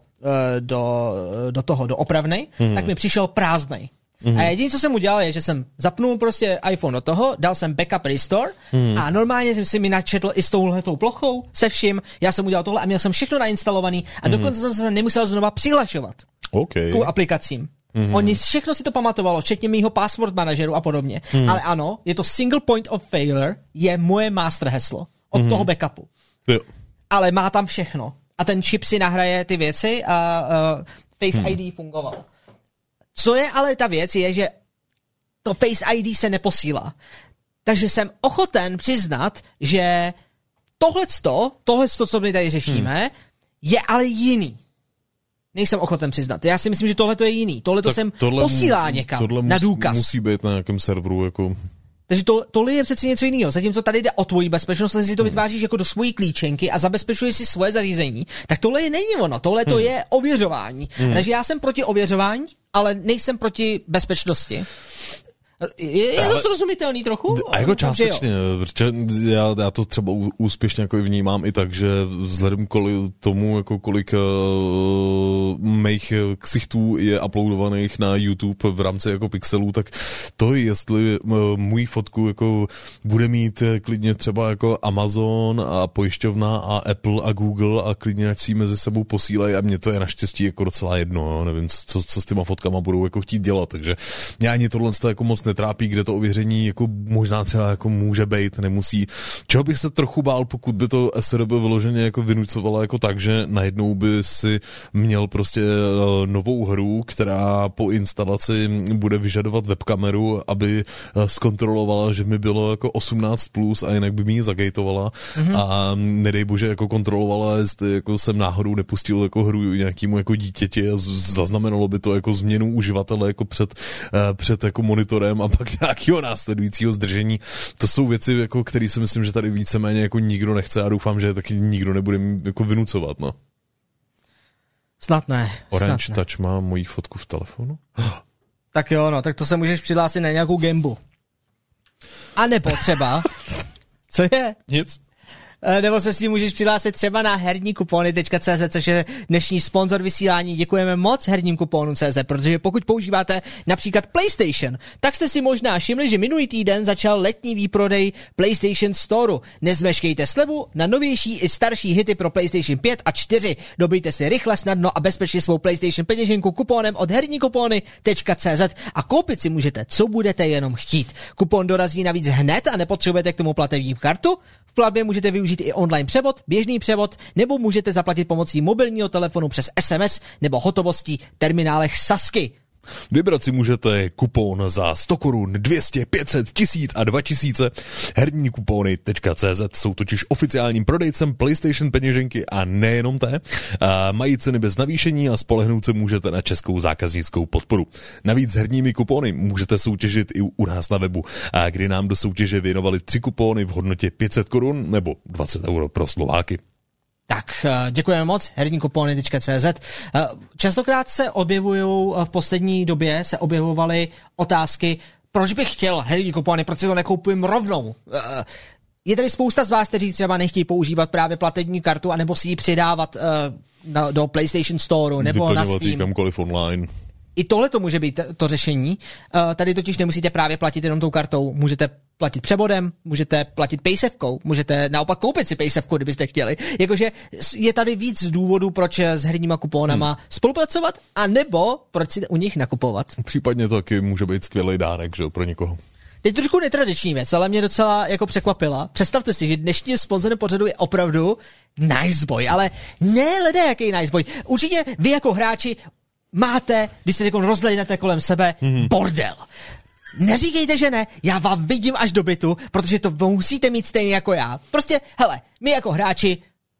do opravny, tak mi přišel prázdnej. A jediné, co jsem udělal, je, že jsem zapnul prostě iPhone do toho, dal jsem backup restore a normálně jsem si mi načetl i s touhletou plochou, se vším, já jsem udělal tohle a měl jsem všechno nainstalovaný a dokonce jsem se nemusel znova přihlašovat k aplikacím. Oni všechno si to pamatovalo, včetně mýho password manažeru a podobně. Ale ano, je to single point of failure, je moje master heslo od toho backupu. Jo. Ale má tam všechno. A ten čip si nahraje ty věci a Face ID fungovalo. Co je ale ta věc, je, že to Face ID se neposílá. Takže jsem ochoten přiznat, že tohleto, co my tady řešíme, je ale jiný. Nejsem ochoten přiznat. Já si myslím, že tohle je jiný. Tohle posílá někam na důkaz. Musí být na nějakém serveru. Jako... Takže tohle je přeci něco jiného. Zatímco tady jde o tvoji bezpečnost, když si to vytváříš jako do svojí klíčenky a zabezpečuješ si svoje zařízení, tak tohle není ono. Tohle to je ověřování. Takže já jsem proti ověřování ale nejsem proti bezpečnosti. Je to srozumitelný trochu? A jako částečně, protože já to třeba úspěšně jako vnímám i tak, že vzhledem tomu, jako kolik mých ksichtů je uploadovaných na YouTube v rámci jako pixelů, tak to, jestli můj fotku jako bude mít klidně třeba jako Amazon a pojišťovna a Apple a Google a klidně ať si mezi sebou posílají a mně to je naštěstí jako docela jedno, jo? Nevím, co s těma fotkama budou jako chtít dělat, takže mě ani tohle jako moc netrápí, kde to ověření jako možná třeba jako může být, nemusí. Čeho bych se trochu bál, pokud by to SRB vyloženě jako vynucovalo jako tak, že najednou by si měl prostě novou hru, která po instalaci bude vyžadovat webkameru, aby zkontrolovala, že mi bylo jako 18+, a jinak by mi ji zagejtovala a nedej bože jako kontrolovala, jestli jako jsem náhodou nepustil jako hru nějakému jako dítěti a zaznamenalo by to jako změnu uživatele jako před jako monitorem a pak nějakého následujícího zdržení. To jsou věci, jako, které si myslím, že tady víceméně jako nikdo nechce a doufám, že taky nikdo nebude jako vynucovat. No. Snad ne. Orange Touch má moji fotku v telefonu? Tak jo, no, tak to se můžeš přihlásit na nějakou gambu. A nebo třeba... Co je? Nic. Nebo se s tím můžeš přihlásit třeba na herníkupony.cz, což je dnešní sponzor vysílání. Děkujeme moc herním kuponu.cz, protože pokud používáte například PlayStation, tak jste si možná všimli, že minulý týden začal letní výprodej PlayStation Storeu. Nezmeškejte slevu na novější i starší hity pro PlayStation 5 a 4. Dobijte si rychle, snadno a bezpečně svou PlayStation peněženku kuponem od herníkupony.cz a koupit si můžete, co budete jenom chtít. Kupon dorazí navíc hned a nepotřebujete k tomu platební kartu. V platbě můžete využít i online převod, běžný převod, nebo můžete zaplatit pomocí mobilního telefonu přes SMS nebo hotovostí terminálech Sasky. Vybrat si můžete kupon za 100 korun, 200, 500, 1000 a 2000. Herníkupony.cz jsou totiž oficiálním prodejcem PlayStation peněženky a nejenom té. Mají ceny bez navýšení a spolehnout se můžete na českou zákaznickou podporu. Navíc s herními kupony můžete soutěžit i u nás na webu, kdy nám do soutěže věnovali 3 kupony v hodnotě 500 korun nebo 20 euro pro Slováky. Tak, děkujeme moc, herníkupony.cz. Častokrát se v poslední době se objevovaly otázky, proč bych chtěl herní kupony, proč si to nekoupím rovnou. Je tady spousta z vás, kteří třeba nechtějí používat právě platební kartu, anebo si ji přidávat do PlayStation Storeu, nebo na Steam. Kamkoliv online. I tohle to může být to řešení. Tady totiž nemusíte právě platit jenom tou kartou, můžete platit převodem, můžete platit pejsevkou, můžete naopak koupit si pejsevku, kdybyste chtěli. Jakože je tady víc důvodů, proč s herníma kuponama spolupracovat, anebo proč si u nich nakupovat. Případně to taky může být skvělý dárek, že pro někoho. Teď trošku netradiční věc, ale mě docela jako překvapila. Představte si, že dnešní sponzorem pořadu je opravdu Niceboy, ale ne lede jaký Niceboy. Určitě vy jako hráči máte, když se teď rozhlédnete kolem sebe, bordel. Neříkejte, že ne, já vám vidím až do bytu, protože to musíte mít stejně jako já. Prostě, hele, my jako hráči,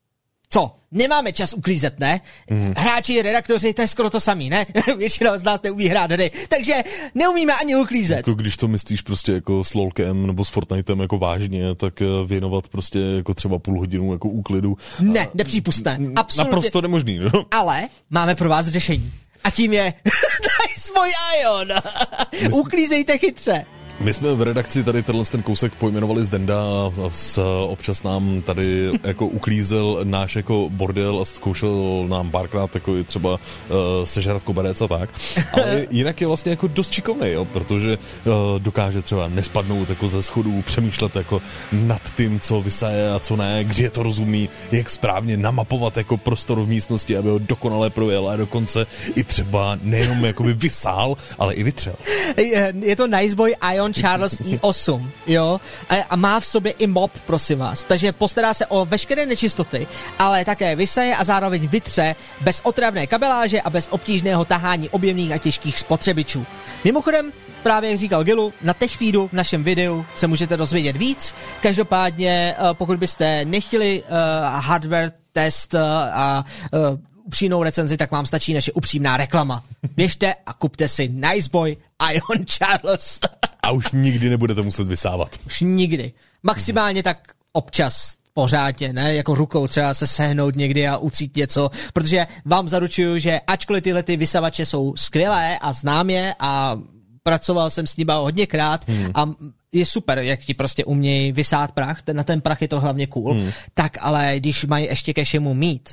co? Nemáme čas uklízet, ne? Hráči, redaktoři, to je skoro to samý, ne? Většina z nás neumí hrát hry, takže neumíme ani uklízet. Jako když to myslíš prostě jako s LOLkem nebo s Fortnitem jako vážně, tak věnovat prostě jako třeba půl hodinu jako úklidu. Ne, nepřípustné. Absolutně. Naprosto nemožný, že? Ale máme pro vás řešení. A tím je Niceboy Ion. Uklízejte chytře. My jsme v redakci tady ten kousek pojmenovali Zdenda a občas nám tady jako uklízel náš jako bordel a zkoušel nám párkrát jako třeba sežrat koberec a tak. Ale jinak je vlastně jako dost šikovnej, jo, protože dokáže třeba nespadnout jako ze schodů, přemýšlet jako nad tím, co vysaje a co ne, kde je to rozumí, jak správně namapovat jako prostor v místnosti, aby ho dokonale projel a dokonce i třeba nejenom jakoby vysál, ale i vytřel. Je to Niceboy Ion Charles i8, jo, a má v sobě i mop, prosím vás, takže postará se o veškeré nečistoty, ale také vysaje a zároveň vytře bez otravné kabeláže a bez obtížného tahání objemných a těžkých spotřebičů. Mimochodem, právě jak říkal Gilu, na TechFeedu v našem videu se můžete dozvědět víc, každopádně pokud byste nechtěli hardware test a upřímnou recenzi, tak vám stačí naše upřímná reklama. Běžte a kupte si Niceboy Ion Charles. A už nikdy nebudete muset vysávat. Už nikdy. Maximálně tak občas pořádně, ne, jako rukou třeba se sehnout někdy a ucít něco, protože vám zaručuju, že ačkoliv tyhle ty vysavače jsou skvělé a znám je a pracoval jsem s nimi hodněkrát a je super, jak ti prostě umějí vysát prach, na ten prach je to hlavně cool, tak ale když mají ještě ke všemu mít,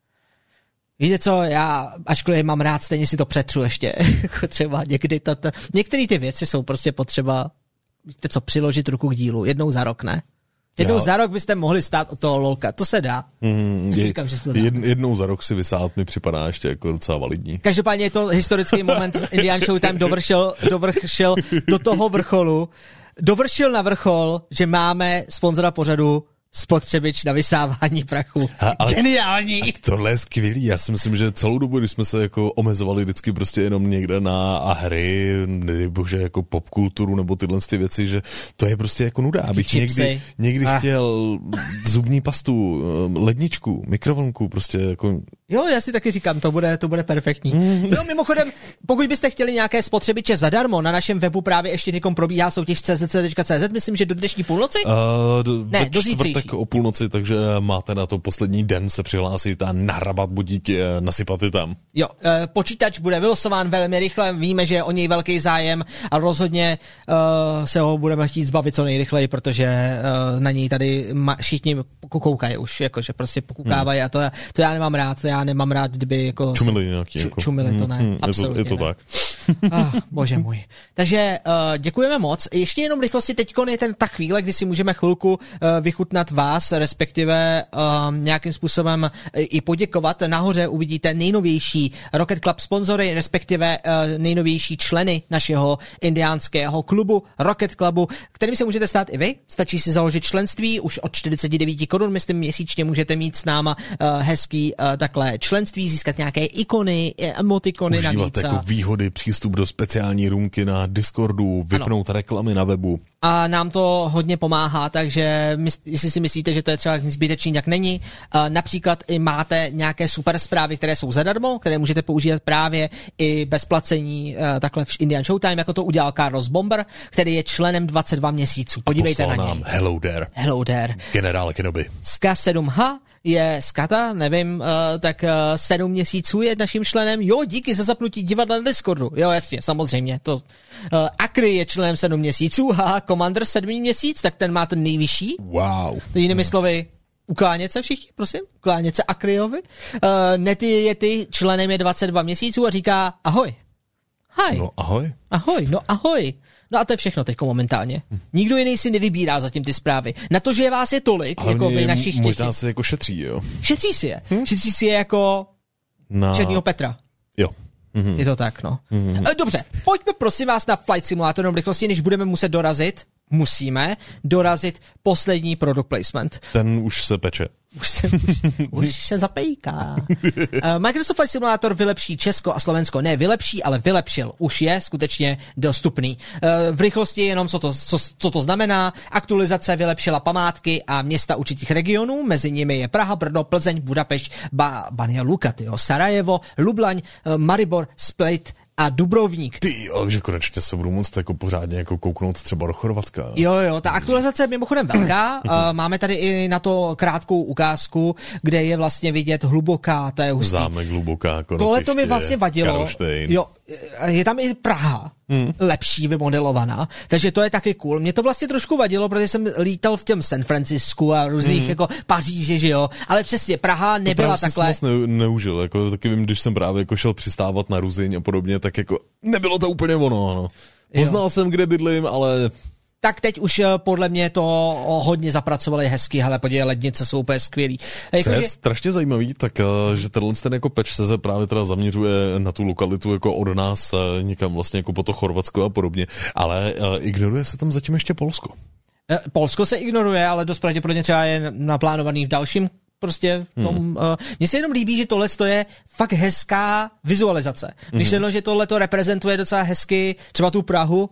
víte co, já, ačkoliv mám rád, stejně si to přetřu ještě, třeba někdy některé ty věci jsou prostě potřeba, víte co, přiložit ruku k dílu, jednou za rok, ne? Jednou za rok byste mohli stát od toho lolka, to se dá. Říkám, že se to dá. Jednou za rok si vysát mi připadá ještě jako docela validní. Každopádně je to historický moment, Indian Showtime dovršil do toho vrcholu, dovršil na vrchol, že máme sponzora pořadu spotřebič na vysávání prachu. Geniální! Tohle je skvělý. Já si myslím, že celou dobu, když jsme se jako omezovali vždycky prostě jenom někde a hry, bože jako popkulturu nebo tyhle ty věci, že to je prostě jako nuda. Abych někdy chtěl zubní pastu, ledničku, mikrovlnku, prostě jako... Jo, já si taky říkám, to bude perfektní. No, mimochodem, pokud byste chtěli nějaké spotřebiče zadarmo, na našem webu právě ještě tykom probíhá soutěž czc.cz, myslím, že do dnešní půlnoci? Ne, do zítřejší. O půlnoci, takže máte na to poslední den se přihlásit a nahrabat budíky, nasypat je tam. Jo, počítač bude vylosován velmi rychle, víme, že je o něj velký zájem a rozhodně se ho budeme chtít zbavit co nejrychleji, protože na něj tady všichni koukají už, jakože prostě pokoukávají a to já nemám rád, kdyby jako... Čumili nějaký. Čumili to ne, absolutně je to ne. tak. Bože můj. Takže děkujeme moc. Ještě jenom rychlosti, teďkon je ta chvíle, kdy si můžeme chvilku vychutnat vás, respektive nějakým způsobem i poděkovat. Nahoře uvidíte nejnovější Rocket Club sponzory, respektive nejnovější členy našeho indiánského klubu Rocket Clubu, kterým se můžete stát i vy. Stačí si založit členství, už od 49 korun, myslím, měsíčně můžete mít s náma hezký takhle členství, získat nějaké ikony, emotikony navíc. Užívat jako výhody, přístup do speciální roomky na Discordu, vypnout reklamy na webu. A nám to hodně pomáhá, takže jestli si myslíte, že to je třeba zbytečný, tak není. Například i máte nějaké super zprávy, které jsou zadarmo, které můžete používat právě i bez placení takhle v Indian Showtime, jako to udělal Carlos Bomber, který je členem 22 měsíců. Podívejte na něj. Hello there. Hello there. Generál Kenobi. Ska 7H je Skata, nevím, tak 7 měsíců je naším členem. Jo, díky za zapnutí divadla na Discordu. Jo, jasně, samozřejmě. To Akry je členem 7 měsíců, haha, Commander 7 měsíc, tak ten má ten nejvyšší. Wow. Jinými slovy, uklánět se všichni, prosím, uklánět se Akryovi. Nety je ty členem je 22 měsíců a říká ahoj. Hi. No ahoj. Ahoj, no ahoj. No a to je všechno teďko momentálně. Nikdo jiný si nevybírá zatím ty zprávy. Na to, že vás je tolik, ale jako by našich těch... Možná se jako šetří, jo. Šetří si je. Šetří si je jako Černýho Petra. Jo. Je to tak, no. Dobře, pojďme prosím vás na Flight Simulator jenom rychlosti, než budeme muset musíme dorazit poslední product placement. Ten už se peče. Už se zapejká. Microsoft Flight Simulator vylepší Česko a Slovensko. Ne vylepší, ale vylepšil. Už je skutečně dostupný. V rychlosti jenom, co to znamená. Aktualizace vylepšila památky a města určitých regionů. Mezi nimi je Praha, Brno, Plzeň, Budapešť, Banja Luka, Sarajevo, Lublaň, Maribor, Split a Dubrovník. Ty jo, že konečně se budu moct jako pořádně jako kouknout třeba do Chorvatska. Jo, ta aktualizace je mimochodem velká. Máme tady i na to krátkou ukázku, kde je vlastně vidět hluboká, to je hustý. Zámek hluboká, tohle to mi vlastně vadilo. Karlštejn. Jo, je tam i Praha. Lepší vymodelovaná, takže to je taky cool. Mě to vlastně trošku vadilo, protože jsem lítal v těm San Francisku a různých jako Paříži, že jo, ale přesně Praha nebyla takhle. To právě jsem neužil, jako taky vím, když jsem právě jako šel přistávat na Ruzyň a podobně, tak jako nebylo to úplně ono, no. Poznal jsem, kde bydlím, ale... Tak teď už podle mě to hodně zapracovali hezky, hele, podívej, lednice jsou úplně skvělý. Co je strašně zajímavý, tak že ten jako patch se právě teda zaměřuje na tu lokalitu jako od nás někam vlastně jako po to Chorvatsko a podobně, ale ignoruje se tam zatím ještě Polsko. Polsko se ignoruje, ale dost pravděpodobně třeba je naplánovaný v dalším prostě tom, mně se jenom líbí, že tohle je fakt hezká vizualizace. Myšleno, že tohle to reprezentuje docela hezky třeba tu Prahu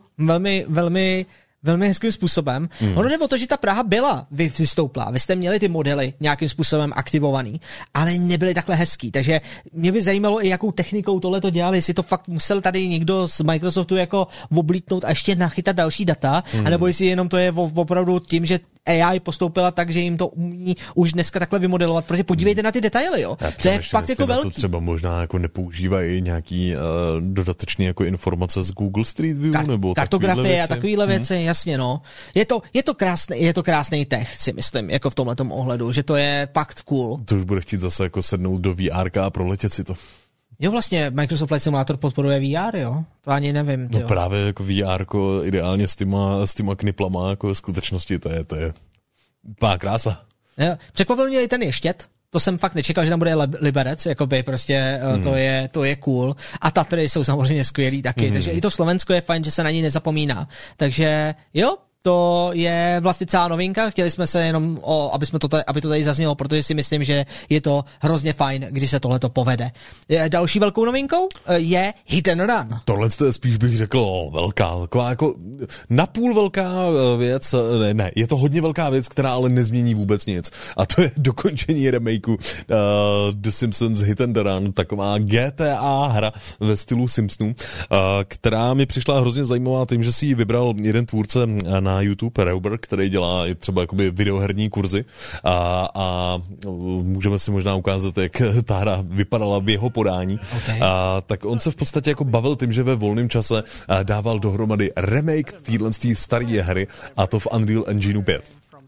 velmi hezkým způsobem. Ono jde o to, že ta Praha byla vystoupla. Vy jste měli ty modely nějakým způsobem aktivovaný, ale nebyly takhle hezký. Takže mě by zajímalo i jakou technikou tohle to dělali, jestli to fakt musel tady někdo z Microsoftu jako oblítnout a ještě nachytat další data, anebo jestli jenom to je opravdu tím, že AI postoupila tak, že jim to umí už dneska takhle vymodelovat, protože podívejte na ty detaily, jo. To je fakt jako velký. To třeba možná jako nepoužívají nějaký dodatečný jako informace z Google Street View nebo kartografie a takovýhle věci, jasně, no. Je to krásný tech, si myslím, jako v tomhletom ohledu, že to je fakt cool. To už bude chtít zase jako sednout do VR a proletět si to. Jo, vlastně Microsoft Flight Simulator podporuje VR, jo? To ani nevím. No právě jako VR ideálně s těma kniplama jako v skutečnosti, to je úplná krása. Jo, překvapil mě i ten ještět. To jsem fakt nečekal, že tam bude Liberec, jakoby prostě to je cool. A Tatry jsou samozřejmě skvělý taky, takže i to Slovensko je fajn, že se na ní nezapomíná. Takže jo, to je vlastně celá novinka, chtěli jsme se jenom, aby to tady zaznělo, protože si myslím, že je to hrozně fajn, když se tohleto povede. Další velkou novinkou je Hit and Run. Tohle je spíš bych řekl velká, taková jako napůl velká věc, ne, je to hodně velká věc, která ale nezmění vůbec nic. A to je dokončení remakeu The Simpsons Hit and Run, taková GTA hra ve stylu Simpsonů, která mi přišla hrozně zajímavá tím, že si ji vybral jeden tvůrce na YouTube, Reuber, který dělá třeba jakoby videoherní kurzy a můžeme si možná ukázat, jak ta hra vypadala v jeho podání. Okay. Tak on se v podstatě jako bavil tím, že ve volném čase dával dohromady remake téhle staré hry a to v Unreal Engineu 5.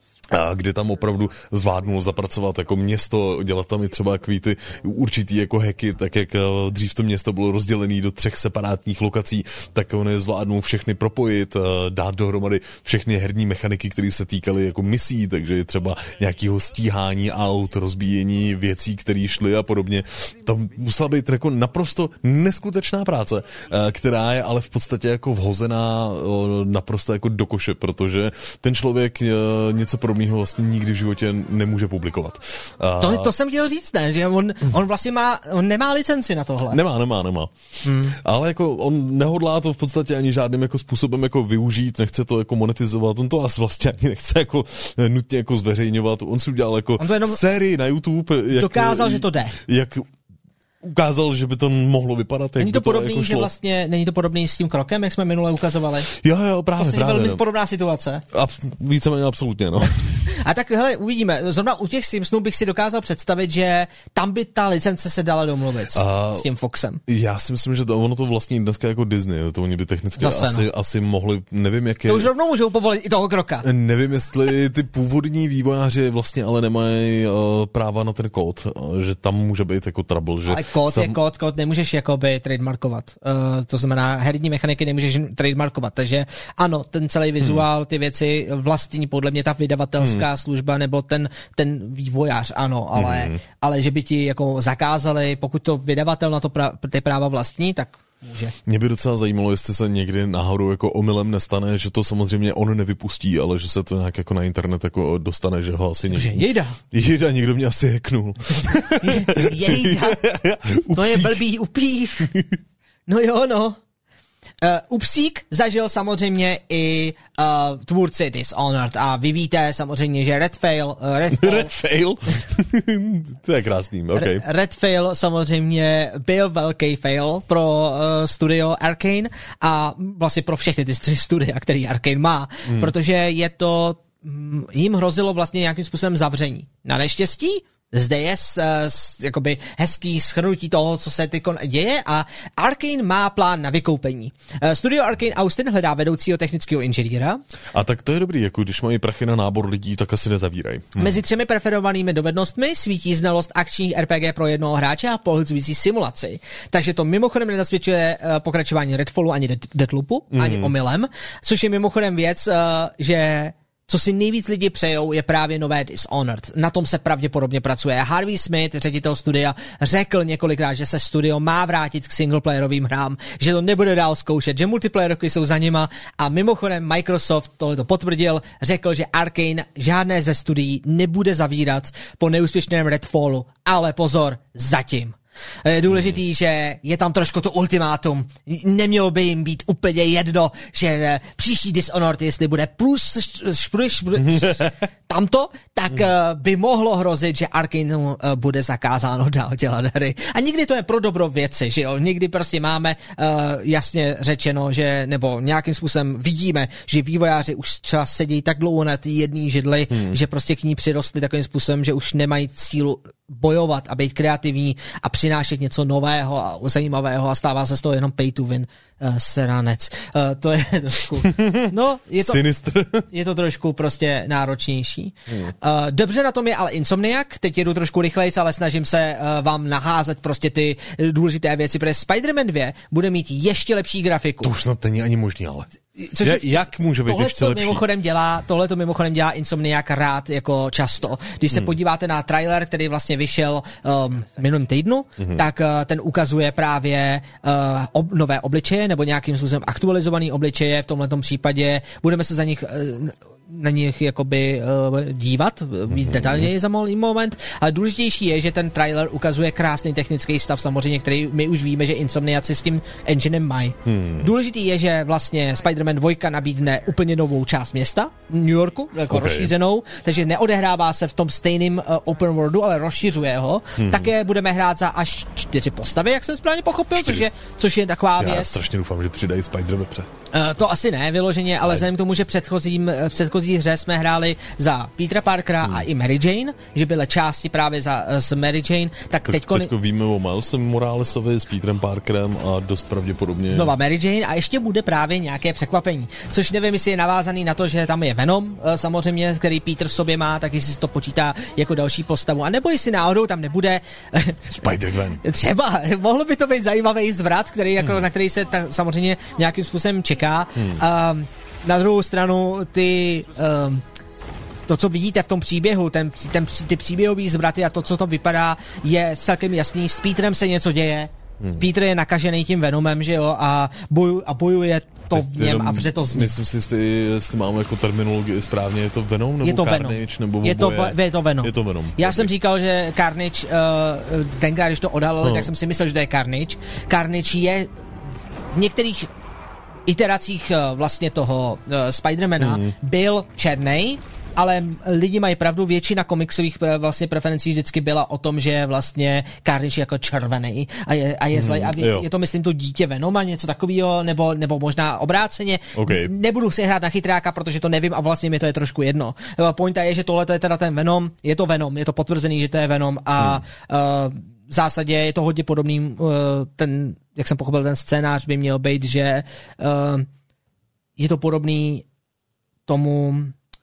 Kde tam opravdu zvládnul zapracovat jako město, dělat tam i třeba takový ty určitý jako hacky, tak jak dřív to město bylo rozdělené do 3 separátních lokací, tak on je zvládnul všechny propojit, dát dohromady všechny herní mechaniky, které se týkaly jako misí, takže je třeba nějakého stíhání aut, rozbíjení věcí, které šly a podobně. Tam musela být jako naprosto neskutečná práce, která je ale v podstatě jako vhozená naprosto jako do koše, protože ten člověk něco podobného vlastně nikdy v životě nemůže publikovat. To jsem chtěl říct, ne? Že on vlastně nemá licenci na tohle. Nemá. Ale jako on nehodlá to v podstatě ani žádným jako způsobem jako využít, nechce to jako monetizovat, on to asi vlastně ani nechce jako nutně jako zveřejňovat. On si udělal jako sérii na YouTube. Dokázal, že to jde. Jak ukázal, že by to mohlo vypadat. Není to podobný, jako že vlastně není to podobný s tím Krokem, jak jsme minule ukazovali? Jo, právě. Velmi podobná situace. A víceméně absolutně, no. A tak hele, uvidíme. Zrovna u těch Simpsonů bych si dokázal představit, že tam by ta licence se dala domluvit s tím Foxem. Já si myslím, že ono to vlastně dneska jako Disney, to oni by technicky asi mohli, nevím jak je. To už rovnou můžou povolit i toho Kroka. Nevím, jestli ty původní vývojáři vlastně ale nemají práva na ten kód, že tam může být jako trouble, že ale kód nemůžeš jakoby trademarkovat. To znamená, herní mechaniky nemůžeš trademarkovat, takže ano, ten celý vizuál, ty věci vlastní podle mě ta vydavatelská služba nebo ten vývojář, ano, ale že by ti jako zakázali, pokud to vydavatel na to ty práva vlastní, tak může. Mě by docela zajímalo, jestli se někdy náhodou jako omylem nestane, že to samozřejmě on nevypustí, ale že se to nějak jako na internet jako dostane, že ho asi někdo... Jejda, někdo mě asi hacknul. Jejda, to je blbý upích. No jo, no. Upsík zažil samozřejmě i tvůrci Dishonored a vy víte samozřejmě, že Redfall? To je krásný, okay. Redfall samozřejmě byl velký fail pro studio Arkane a vlastně pro všechny ty 3 studia, který Arkane má, protože je to jim hrozilo vlastně nějakým způsobem zavření. Na neštěstí zde je jakoby hezký shrnutí toho, co se teď děje a Arkane má plán na vykoupení. Studio Arkane Austin hledá vedoucího technického inženýra. A tak to je dobrý, jako když mají prachy na nábor lidí, tak asi nezavírají. Mezi 3 preferovanými dovednostmi svítí znalost akčních RPG pro jednoho hráče a pohlcující simulaci. Takže to mimochodem nenasvědčuje pokračování Redfallu ani Deathloopu, ani omylem, což je mimochodem věc, že co si nejvíc lidi přejou, je právě nové Dishonored. Na tom se pravděpodobně pracuje. Harvey Smith, ředitel studia, řekl několikrát, že se studio má vrátit k singleplayerovým hrám, že to nebude dál zkoušet, že multiplayerovky jsou za nima a mimochodem Microsoft tohleto potvrdil, řekl, že Arkane žádné ze studií nebude zavírat po neúspěšném Redfallu, ale pozor, zatím. Je důležitý, že je tam trošku to ultimátum. Nemělo by jim být úplně jedno, že příští Dishonored, jestli bude tamto, tak by mohlo hrozit, že Arkaneu bude zakázáno dál dělat hry. A nikdy to je pro dobro věci, že jo? Nikdy prostě máme jasně řečeno, že nebo nějakým způsobem vidíme, že vývojáři už třeba sedí tak dlouho na té jedné židli, že prostě k ní přirostli takovým způsobem, že už nemají sílu bojovat a být kreativní a přinášet něco nového a zajímavého a stává se z toho jenom pay to win seranec. To je trošku... No, je to trošku prostě náročnější. Dobře na tom je ale Insomniac, teď jedu trošku rychlejc, ale snažím se vám naházet prostě ty důležité věci, protože Spider-Man 2 bude mít ještě lepší grafiku. To už snad není ani možný, ale... Jak může být ještě lepší? Tohle to mimochodem dělá Insomniac rád jako často. Když se podíváte na trailer, který vlastně vyšel minulým týdnu, tak ten ukazuje právě nové obličeje nebo nějakým způsobem aktualizovaný obličeje. V tomhletom případě budeme se na nich jakoby dívat víc detailněji za malý moment, ale důležitější je, že ten trailer ukazuje krásný technický stav samozřejmě, který my už víme, že Insomniaci s tím enginem mají. Důležitý je, že vlastně Spider-Man 2 nabídne úplně novou část města, New Yorku, jako rozšířenou, takže neodehrává se v tom stejném open worldu, ale rozšiřuje ho. Také budeme hrát za až 4 postavy, jak jsem správně pochopil, což je taková věc. Já strašně doufám, že přidají Spider-Webře. To asi ne, vyloženě, ale vzhledem k tomu, že předchozí hře jsme hráli za Petera Parkera a i Mary Jane, že byly části právě z Mary Jane, tak teďko víme o Milesem Moralesovi s Peterem Parkerem a dost pravděpodobně znova Mary Jane a ještě bude právě nějaké překvapení, což nevím, jestli je navázaný na to, že tam je Venom samozřejmě, který Peter v sobě má, tak jestli si to počítá jako další postavu, a nebo jestli náhodou tam nebude Spider-Man. Třeba, mohlo by to být zajímavý zvrat, který jako, na který se samozřejmě nějakým způsobem čeká. Na druhou stranu to, co vidíte v tom příběhu, ty příběhový zvraty a to, co to vypadá, je celkem jasný. S Peterem se něco děje. Peter je nakažený tím Venomem, že jo, a bojuje to v něm a vře to z něj. Myslím si, jestli máme jako terminologii správně, je to Venom nebo je to Carnage? Venom. Nebo je to Venom. Je to Venom. Já jsem říkal, že Carnage, tenkrát, když to odhalili, tak jsem si myslel, že to je Carnage. Carnage je v některých iteracích vlastně toho Spidermana byl černej, ale lidi mají pravdu, většina komiksových vlastně preferencí vždycky byla o tom, že vlastně Carnage jako červený a je zlej. A je to, myslím, to dítě Venoma, něco takového, nebo možná obráceně. Okay. Nebudu si hrát na chytráka, protože to nevím a vlastně mi to je trošku jedno. Pointa je, že tohle je teda ten Venom, je to potvrzený, že to je Venom a v zásadě je to hodně podobný, jak jsem pochopil, ten scénář by měl být, že je to podobný tomu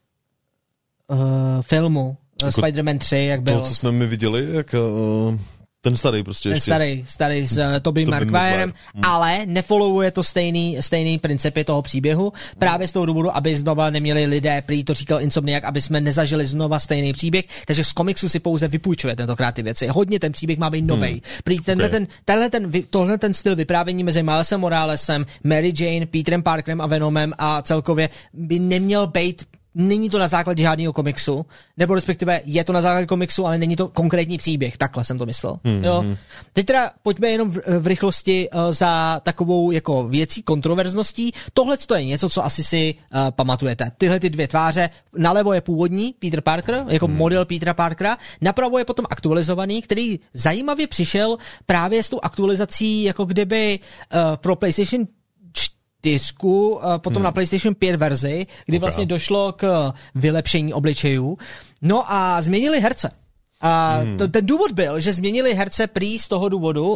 filmu jako Spider-Man 3, jak byl. To, co jsme my viděli, jak ten starý prostě ještě. Starý s Tobey Maguirem, ale nefollowuje to stejný principy toho příběhu, právě z toho důvodu, aby znova neměli lidé, prý to říkal Insomniac, aby jsme nezažili znova stejný příběh, takže z komiksu si pouze vypůjčuje tentokrát ty věci. Hodně ten příběh má být novej. Prý tohle ten styl vyprávění mezi Milesem Moralesem, Mary Jane, Peterem Parkerem a Venomem a celkově by neměl být. Není to na základě žádného komiksu, nebo respektive je to na základě komiksu, ale není to konkrétní příběh, takhle jsem to myslel. Jo. Teď teda pojďme jenom v rychlosti za takovou jako věcí, kontroverzností. Tohle je něco, co asi si pamatujete. Tyhle ty dvě tváře, nalevo je původní Peter Parker, jako model Petera Parkera, napravo je potom aktualizovaný, který zajímavě přišel právě s tou aktualizací, jako kdyby pro PlayStation 4, potom na PlayStation 5 verzi, kdy vlastně došlo k vylepšení obličejů. No a změnili herce. A ten důvod byl, že změnili herce prý z toho důvodu,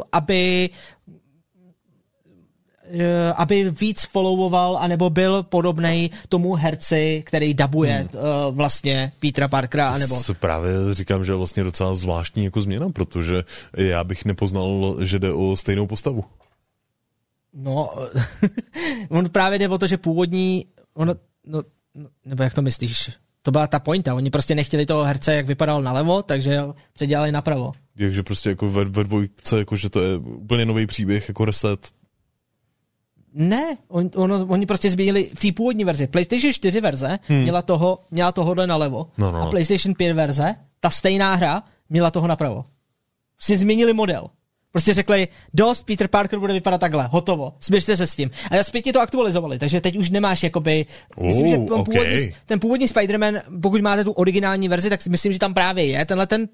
aby víc followoval, anebo byl podobnej tomu herci, který dabuje vlastně Petera Parkera. Anebo... Právě říkám, že je vlastně docela zvláštní jako změna, protože já bych nepoznal, že jde o stejnou postavu. No, on právě jde o to, že původní, nebo jak to myslíš? To byla ta pointa, oni prostě nechtěli toho herce, jak vypadal nalevo, takže předělali napravo. Takže prostě jako ve dvojce, jako že to je úplně nový příběh, jako reset. Ne, oni prostě změnili v té původní verzi. PlayStation 4 verze měla tohohle nalevo a PlayStation 5 verze, ta stejná hra, měla toho napravo. Si změnili model. Prostě řekli, dost, Peter Parker bude vypadat takhle, hotovo, sběřte se s tím. A zpětně to aktualizovali, takže teď už nemáš jakoby, myslím, že ten původní Spider-Man, pokud máte tu originální verzi, tak myslím, že tam právě je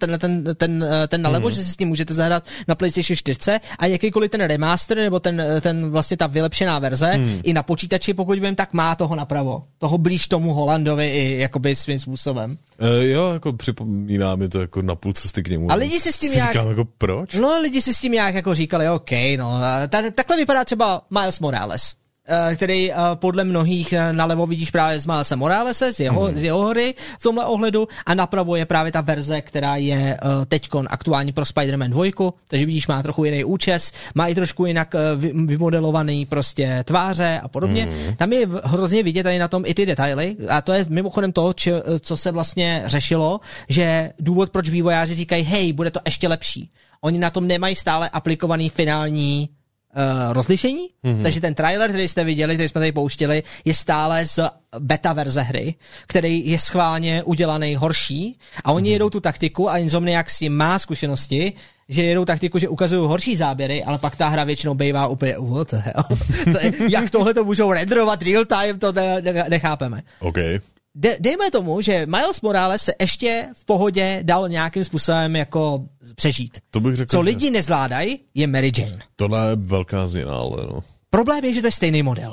ten nalevo, že si s ním můžete zahrát na PlayStation 4 a jakýkoliv ten remaster, nebo ten vlastně ta vylepšená verze, i na počítači, pokud vím, tak má toho napravo. Toho blíž tomu Holandovi i jakoby svým způsobem. Jo, jako připomíná mi to jako na půl cesty k němu. A lidi si s tím říkám, jako proč? No, lidi si s tím nějak jako říkali, OK, no. Takhle vypadá třeba Miles Morales, který podle mnohých nalevo vidíš právě z Milesa Moralese, z jeho hry v tomhle ohledu a napravo je právě ta verze, která je teďkon aktuální pro Spider-Man 2, takže vidíš, má trochu jiný účes, má i trošku jinak vymodelovaný prostě tváře a podobně. Tam je hrozně vidět tady na tom i ty detaily a to je mimochodem to, co se vlastně řešilo, že důvod, proč vývojáři říkají, hej, bude to ještě lepší. Oni na tom nemají stále aplikovaný finální rozlišení, takže ten trailer, který jste viděli, který jsme tady pouštěli, je stále z beta verze hry, který je schválně udělaný horší a oni jedou tu taktiku a Insomniac s tím má zkušenosti, že jedou taktiku, že ukazují horší záběry, ale pak ta hra většinou bývá úplně what the hell. Jak tohle to můžou renderovat real time, to nechápeme. Okay. Dejme tomu, že Miles Morales se ještě v pohodě dal nějakým způsobem jako přežít. To bych řekl, co lidi nezvládají, je Mary Jane. Tohle je velká změna, ale no. Problém je, že to je stejný model.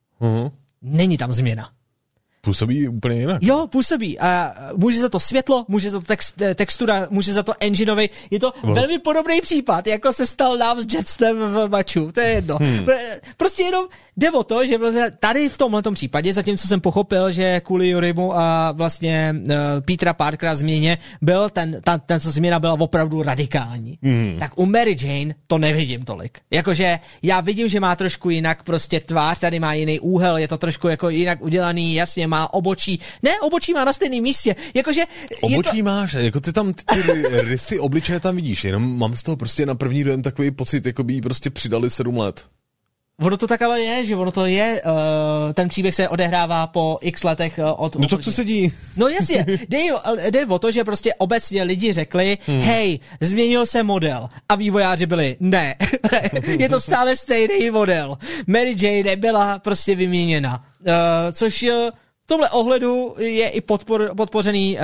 Není tam změna. Působí úplně jinak. Jo, působí. A může za to světlo, může za to textura, může za to engineový. Je to velmi podobný případ, jako se stal nám s Jetstem v maču. To je jedno. Prostě jenom jde o to, že tady v tomhletom případě, zatímco jsem pochopil, že kvůli Jurimu a vlastně Petera Parkera změně byl ten změna byla opravdu radikální. Tak u Mary Jane to nevidím tolik. Jakože já vidím, že má trošku jinak prostě tvář, tady má jiný úhel, je to trošku jako jinak udělaný, jasně má obočí. Ne, obočí má na stejném místě. Jakože obočí máš, jako ty tam ty rysy obličeje tam vidíš, jenom mám z toho prostě na první dojem takový pocit, jako by jí prostě přidali 7 let. Ono to tak ale je, že ono to je, ten příběh se odehrává po x letech od... No to tu sedí. No jasně, jde o to, že prostě obecně lidi řekli, hej, změnil se model. A vývojáři byli, ne, je to stále stejný model. Mary Jane nebyla prostě vyměněna. Což v tomhle ohledu je i podpořený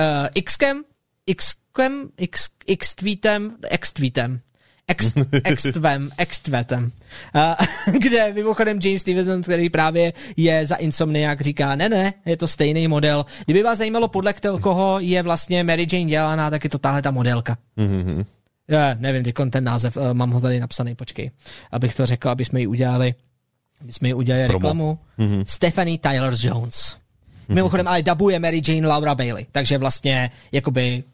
X-tweetem, kde mimochodem James Stevenson, který právě je za Insomniac, říká, ne, je to stejný model. Kdyby vás zajímalo, podle koho je vlastně Mary Jane dělaná, tak je to tahle ta modelka. Já nevím, ten název, mám ho tady napsaný, počkej, abych to řekl, aby jsme ji udělali reklamu. Stephanie Tyler-Jones. Mimochodem, ale dabuje Mary Jane Laura Bailey, takže vlastně jakoby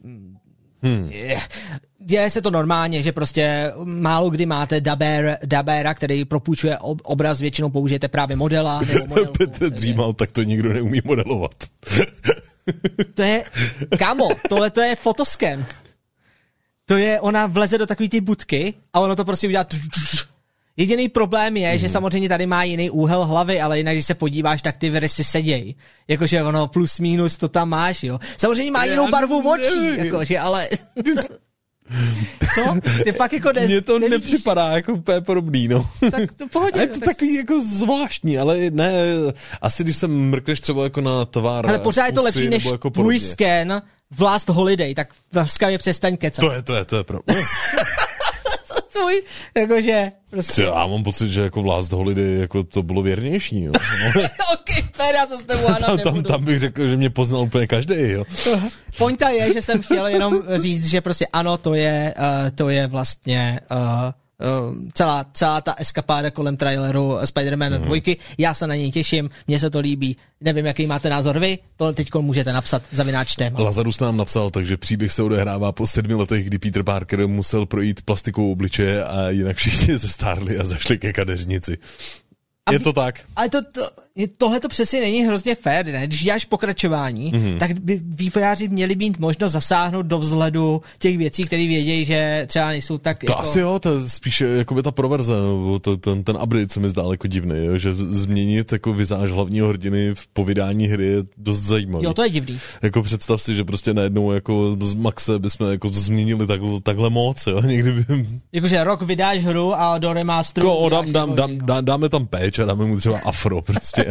děje se to normálně, že prostě málo kdy máte dabéra, který propůjčuje obraz, většinou použijete právě modela nebo modelku. Petr Dřímal, tak to nikdo neumí modelovat. To je, kámo, tohle to je fotoscan. To je, ona vleze do takový ty budky a ono to prostě udělá. Jediný problém je, že samozřejmě tady má jiný úhel hlavy, ale jinak, když se podíváš, tak ty rysy sedějí. Jakože ono plus minus to tam máš, jo. Samozřejmě má jinou barvu očí, jakože, ale... Co? Ty fakt jako mně to nepřipadá jako úplně podobný, no. Tak to pohodě. Je to takový jako zvláštní, ale ne, asi když se mrkneš třeba jako na tvar. Ale pořád je to lepší než jako tvůj scan v Last Holiday, tak laskavě přestaň kecat. To je pravda. Svůj, jakože prostě. Já mám pocit, že jako v Last Holiday jako to bylo věrnější, jo. Ok, fér, já se s tebou hádám nebudu. Tam bych řekl, že mě poznal úplně každý, jo. Pointa je, že jsem chtěl jenom říct, že prostě ano, to je vlastně celá ta eskapáda kolem traileru Spider-Man 2. Já se na něj těším, mně se to líbí. Nevím, jaký máte názor vy, to teďko můžete napsat @ téma. Lazarus nám napsal, takže příběh se odehrává po 7 letech, kdy Peter Parker musel projít plastikovou obličeje a jinak všichni zestárli a zašli ke kadeřnici. Je to tak? Ale tohle to přesně není hrozně fér, ne? Když děláš pokračování, tak by vývojáři měli mít možnost zasáhnout do vzhledu těch věcí, které vědějí, že třeba nejsou tak... To asi jo, to je spíše jakoby ta proverze, nebo ten update se mi zdál jako divný, jo? Že změnit jako vizáž hlavního hrdiny v povídání hry je dost zajímavý. Jo, to je divný. Jako představ si, že prostě najednou jako z Maxe bychom jako změnili takhle moc, jo? Někdy by... Jakože rok vydáš hru a do remasteru... Dáme tam péč a dáme mu třeba afro, prostě.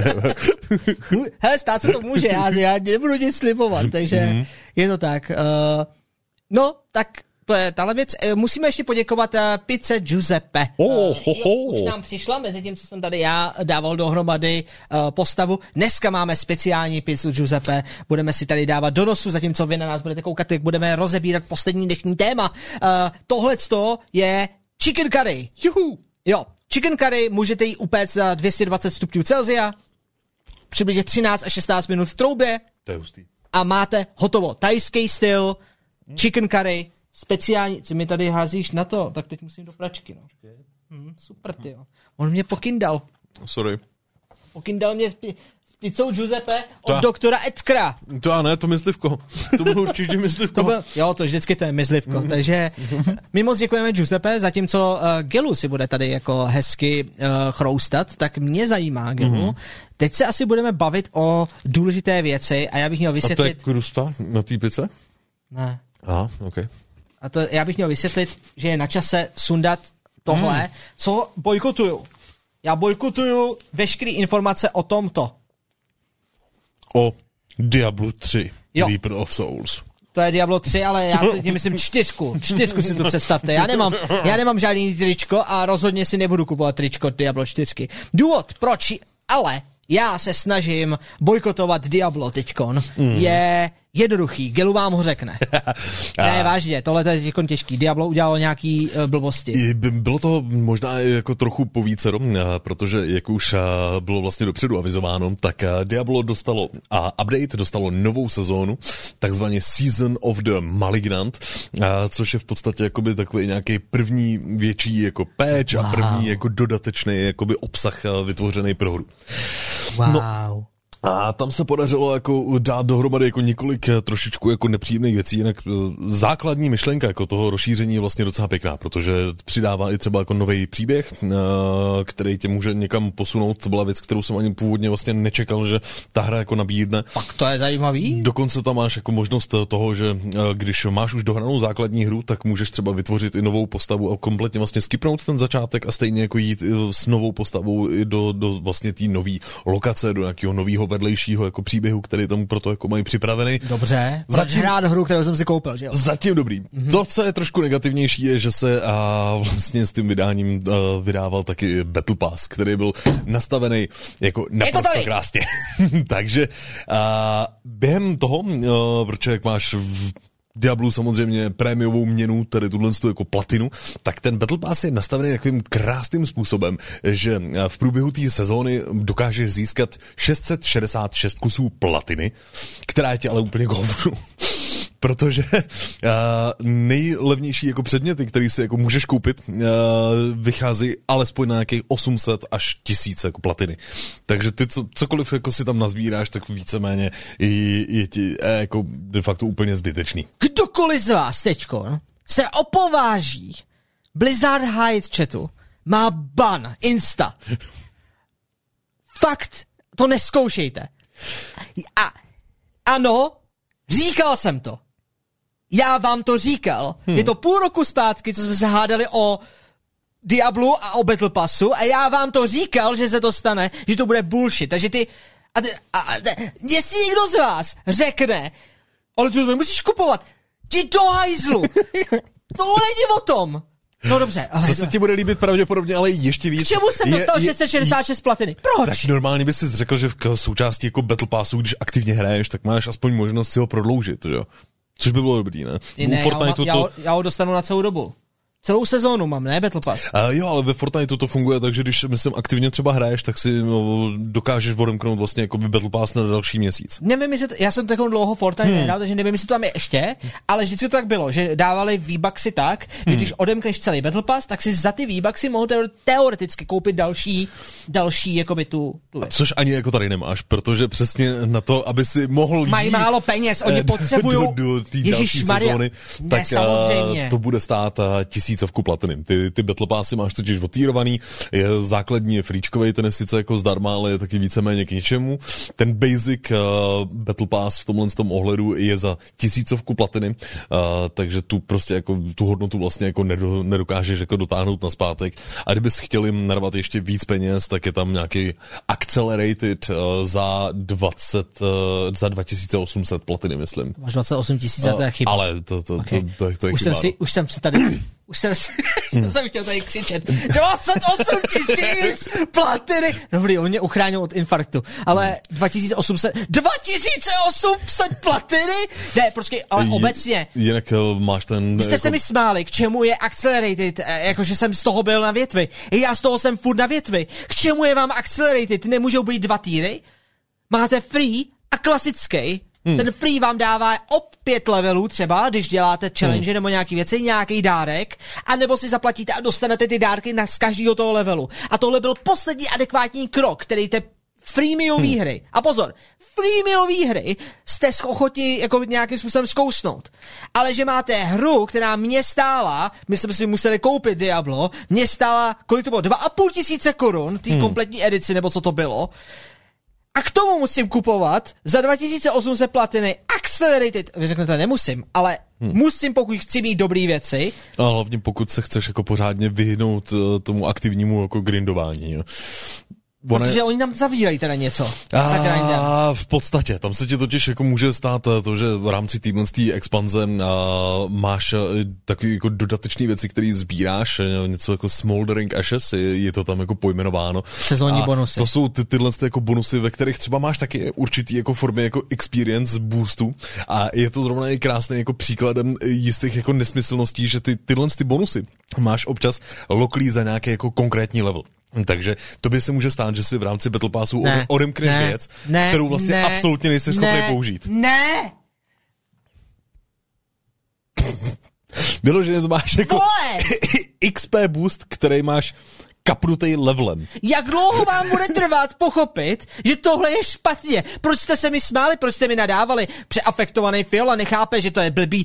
Hele, stát se to může, já nebudu nic slibovat, takže je to tak. No, tak to je tahle věc. Musíme ještě poděkovat pizze Giuseppe. Už nám přišla, mezi tím, co jsem tady já dával dohromady postavu. Dneska máme speciální pizzu Giuseppe. Budeme si tady dávat do nosu, zatímco vy na nás budete koukat, jak budeme rozebírat poslední dnešní téma. Tohleto je chicken curry. Juhu. Jo, chicken curry můžete jí upéct za 220 stupňů Celsia, přibližně 13 až 16 minut v troubě. To je hustý. A máte hotovo. Thajský styl, chicken curry, speciální. Co mi tady házíš na to? Tak teď musím do pračky. No. Super, tyjo. On mě pokindal. Sorry. Pokindal mě s pizzou Giuseppe od doktora Edkra. To a ne, to myslivko. To bylo určitě myslivko. To vždycky to je myslivko. Takže my moc děkujeme Giuseppe, zatímco Gelu si bude tady jako hezky chroustat, tak mě zajímá, Gelu. Teď se asi budeme bavit o důležité věci a já bych měl vysvětlit... A to je krusta na té pice? Ne. Aha, ok. A to já bych měl vysvětlit, že je na čase sundat tohle, co bojkotuju. Já bojkotuju veškeré informace o tomto. O Diablo 3, jo. Reaper of Souls. To je Diablo 3, ale já teď myslím 4 si to představte. Já nemám žádný tričko a rozhodně si nebudu kupovat tričko Diablo 4. Důvod, proč, ale já se snažím bojkotovat Diablo teďkon, je jednoduchý, Gelu vám ho řekne. Ne, vážně, tohle je teďkon těžký. Diablo udělalo nějaký blbosti. Bylo to možná jako trochu povícero, protože jak už bylo vlastně dopředu avizováno, tak Diablo dostalo update, dostalo novou sezónu, takzvaně Season of the Malignant, což je v podstatě jakoby takový nějaký první větší jako patch a první jako dodatečný jakoby obsah vytvořený pro hru. Wow. No, a tam se podařilo jako dát dohromady jako několik trošičku jako nepříjemných věcí, jinak základní myšlenka jako toho rozšíření je vlastně docela pěkná, protože přidává i třeba jako nový příběh, který tě může někam posunout. To byla věc, kterou jsem ani původně vlastně nečekal, že ta hra jako nabídne. Tak to je zajímavý. Dokonce tam máš jako možnost toho, že když máš už dohranou základní hru, tak můžeš třeba vytvořit i novou postavu a kompletně vlastně skipnout ten začátek a stejně jako jít s novou postavou i do vlastně té nové lokace, do nějakého nového vedlejšího jako příběhu, který tam proto jako mají připravený. Dobře, zatím hrát hru, kterou jsem si koupil, že jo? Zatím dobrý. To, co je trošku negativnější, je, že se vlastně s tím vydáním vydával taky Battle Pass, který byl nastavený jako naprosto krásně. Takže během toho, protože jak máš v Diablu samozřejmě prémiovou měnu, tedy tuhle jako platinu, tak ten Battle Pass je nastavený takovým krásným způsobem, že v průběhu té sezóny dokážeš získat 666 kusů platiny, která je ti ale úplně hovnu. Protože nejlevnější jako předměty, které si jako můžeš koupit, vychází alespoň na nějakých 800 až 1000 jako platiny. Takže ty cokoliv jako si tam nazbíráš, tak víceméně je ti jako de facto úplně zbytečný. Kdokoliv z vás teďko se opováží Blizzard Hide chatu, má ban, insta. Fakt, to neskoušejte. Ano, říkal jsem to. Já vám to říkal. Je to půl roku zpátky, co jsme se hádali o Diablu a o Battle Passu a já vám to říkal, že se to stane, že to bude bullshit. Takže jestli někdo z vás řekne, ale tu musíš kupovat, ti do hajzlu. To není o tom. No dobře. Ale co se ti bude líbit pravděpodobně, ale ještě víc. K čemu jsem dostal 666 platiny? Proč? Tak normálně bys si řekl, že v součástí jako Battle Passu, když aktivně hraješ, tak máš aspoň možnost si ho prodloužit, jo? Což by bylo dobrý, ne? Já ho dostanu na celou dobu. Celou sezónu mám, ne? Battle Pass. Jo, ale ve Fortniteu to funguje tak, že když, myslím, aktivně třeba hraješ, tak si dokážeš odemknout vlastně jakoby Battle Pass na další měsíc. Nevím, jestli já jsem takovou dlouho Fortnite nehrál, takže nevím, jestli to tam je ještě, ale vždycky to tak bylo, že dávali V-Bucksy tak, že když odemkneš celý Battle Pass, tak si za ty V-Bucksy mohl teoreticky koupit další jakoby tu věc. Což ani jako tady nemáš, protože přesně na to, aby si mohl mají málo peněz, oni potřebují do té další sezóny, tak samozřejmě. To bude stát 1000 platiny. Ty Battle Passy máš totiž otýrovaný, je základní, je fríčkovej, ten je sice jako zdarma, ale je taky víceméně k ničemu. Ten basic Battle Pass v tomhle tom ohledu je za 1000 platiny, takže tu prostě jako tu hodnotu vlastně jako nedokážeš jako dotáhnout nazpátek. A kdybys chtěl jim narvat ještě víc peněz, tak je tam nějaký accelerated za 2800 platiny, myslím. Máš 28 000, to je chyba. Ale to je chyba. Už jsem chtěl tady křičet. 28 000 platiny! Dobrý, on mě uchránil od infarktu. Ale 2800 platiny? Ne, prostě, ale obecně. Jinak máš ten... Vy jste se mi smáli, k čemu je accelerated, jakože jsem z toho byl na větvi. Já z toho jsem furt na větvi. K čemu je vám accelerated? Nemůžou být 2 týry? Máte free a klasický. Ten free vám dává o 5 levelů třeba, když děláte challenge nebo nějaký věci, nějaký dárek, anebo si zaplatíte a dostanete ty dárky z každého toho levelu. A tohle byl poslední adekvátní krok, který te freemiový hry. A pozor, freemiový hry jste ochotni jako nějakým způsobem zkousnout. Ale že máte hru, která mě stála, my jsme si museli koupit Diablo, mě stála, kolik to bylo, 2500 korun, tý kompletní edici, nebo co to bylo. A k tomu musím kupovat za 2800 platiny Accelerated. Vy řeknete, nemusím, ale musím, pokud chci mít dobrý věci. A hlavně pokud se chceš jako pořádně vyhnout tomu aktivnímu jako grindování. Jo. Protože oni tam zavírají teda něco. V podstatě, tam se ti totiž jako může stát to, že v rámci týdlenství expanze máš takový jako dodatečné věci, které sbíráš, něco jako Smoldering Ashes, je to tam jako pojmenováno. Sezónní bonusy. To jsou tyhle jako bonusy, ve kterých třeba máš taky určitý jako formy jako experience boostu a je to zrovna i krásný jako příkladem jistých jako nesmyslností, že tyhle bonusy máš občas loklí za nějaký jako konkrétní level. Takže tobě se může stát, že si v rámci Battle Passu odemkneš věc, kterou vlastně absolutně nejsi schopný použít. Ne! Vyloženě to máš jako XP boost, který máš kapnutej levelem. Jak dlouho vám bude trvat pochopit, že tohle je špatně? Proč jste se mi smáli? Proč jste mi nadávali? Přeafektovaný Fiola nechápe, že to je blbý.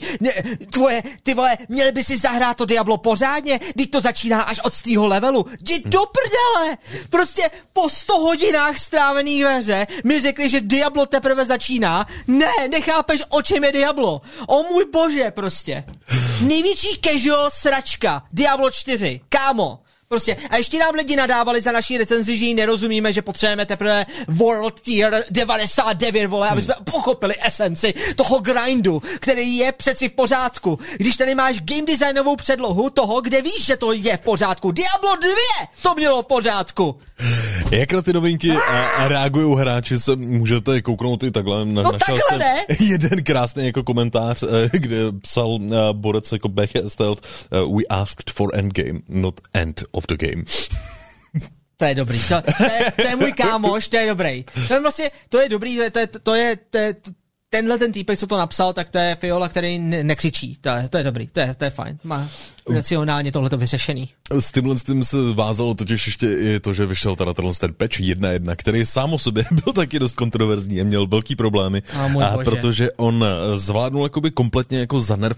Ty vole, měli by si zahrát to Diablo pořádně, když to začíná až od stýho levelu. Jdi do prdele! Prostě po 100 hodinách strávených ve hře mi řekli, že Diablo teprve začíná. Ne, nechápeš, o čem je Diablo. O můj bože, prostě. Největší casual sračka. Diablo 4. Kámo. Prostě. A ještě nám lidi nadávali za naší recenzi, že ji nerozumíme, že potřebujeme teprve World Tier 99, vole, aby jsme pochopili esenci toho grindu, který je přeci v pořádku. Když tady máš game designovou předlohu toho, kde víš, že to je v pořádku. Diablo 2 to mělo v pořádku. Jak na ty novinky reagují hráči, se můžete kouknout i takhle. Našel jsem jeden krásný jako komentář, kde psal borec jako Stealth, we asked for endgame, not end of the game. To je dobrý, to je můj kámoš, to je dobrý. To je dobrý, to je tenhle ten týpek, co to napsal, tak to je Fiola, který nekřičí. To je dobrý, to je fajn. Má racionálně tohleto vyřešený. S tímhle se vázalo totiž ještě i to, že vyšel ten patch 1.1, který sám o sobě byl taky dost kontroverzní a měl velký problémy, protože on zvládnul jakoby kompletně jako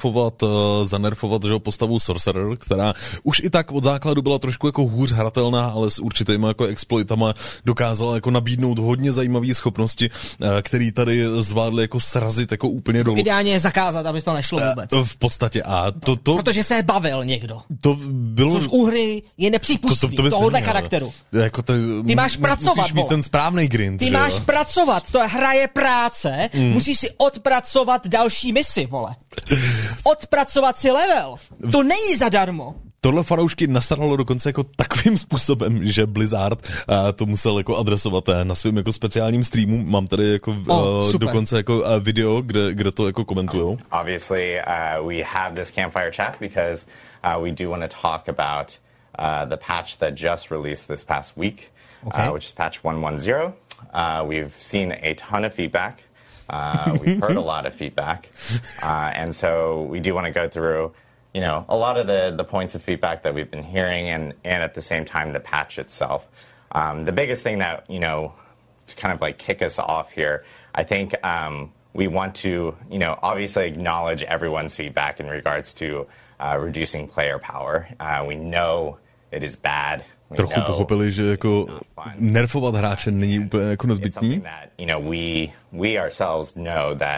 zanerfovat že, postavu Sorcerer, která už i tak od základu byla trošku jako hůř hratelná, ale s určitýma jako exploitama dokázala jako nabídnout hodně zajímavé schopnosti, který tady zvládli jako srazit jako úplně dolů. Ideálně je zakázat, aby to nešlo vůbec. V podstatě protože se bavil někdo. To bylo... Což u hry je nepřípustný tohohle charakteru. Jako ty máš pracovat, musíš mít ten správný grind. Ty máš pracovat, to hra je práce, musíš si odpracovat další misi, vole. Odpracovat si level. To není zadarmo. Tohle fanoušky nastaralo dokonce jako takovým způsobem, že Blizzard to musel jako adresovat na svém jako speciálním streamu. Mám tady jako dokonce jako video, kde to jako komentujou. Obviously, we have this campfire chat because we do want to talk about the patch that just released this past week, which is patch 110. We've seen a ton of feedback. We've heard a lot of feedback. And so we do want to go through, a lot of the points of feedback that we've been hearing and at the same time, the patch itself. The biggest thing that, to kind of like kick us off here, I think we want to, obviously acknowledge everyone's feedback in regards to reducing player power. We know it is bad. Trochu pochopili, že jako nerfovat hráče není úplně jako nezbytný. We ourselves know that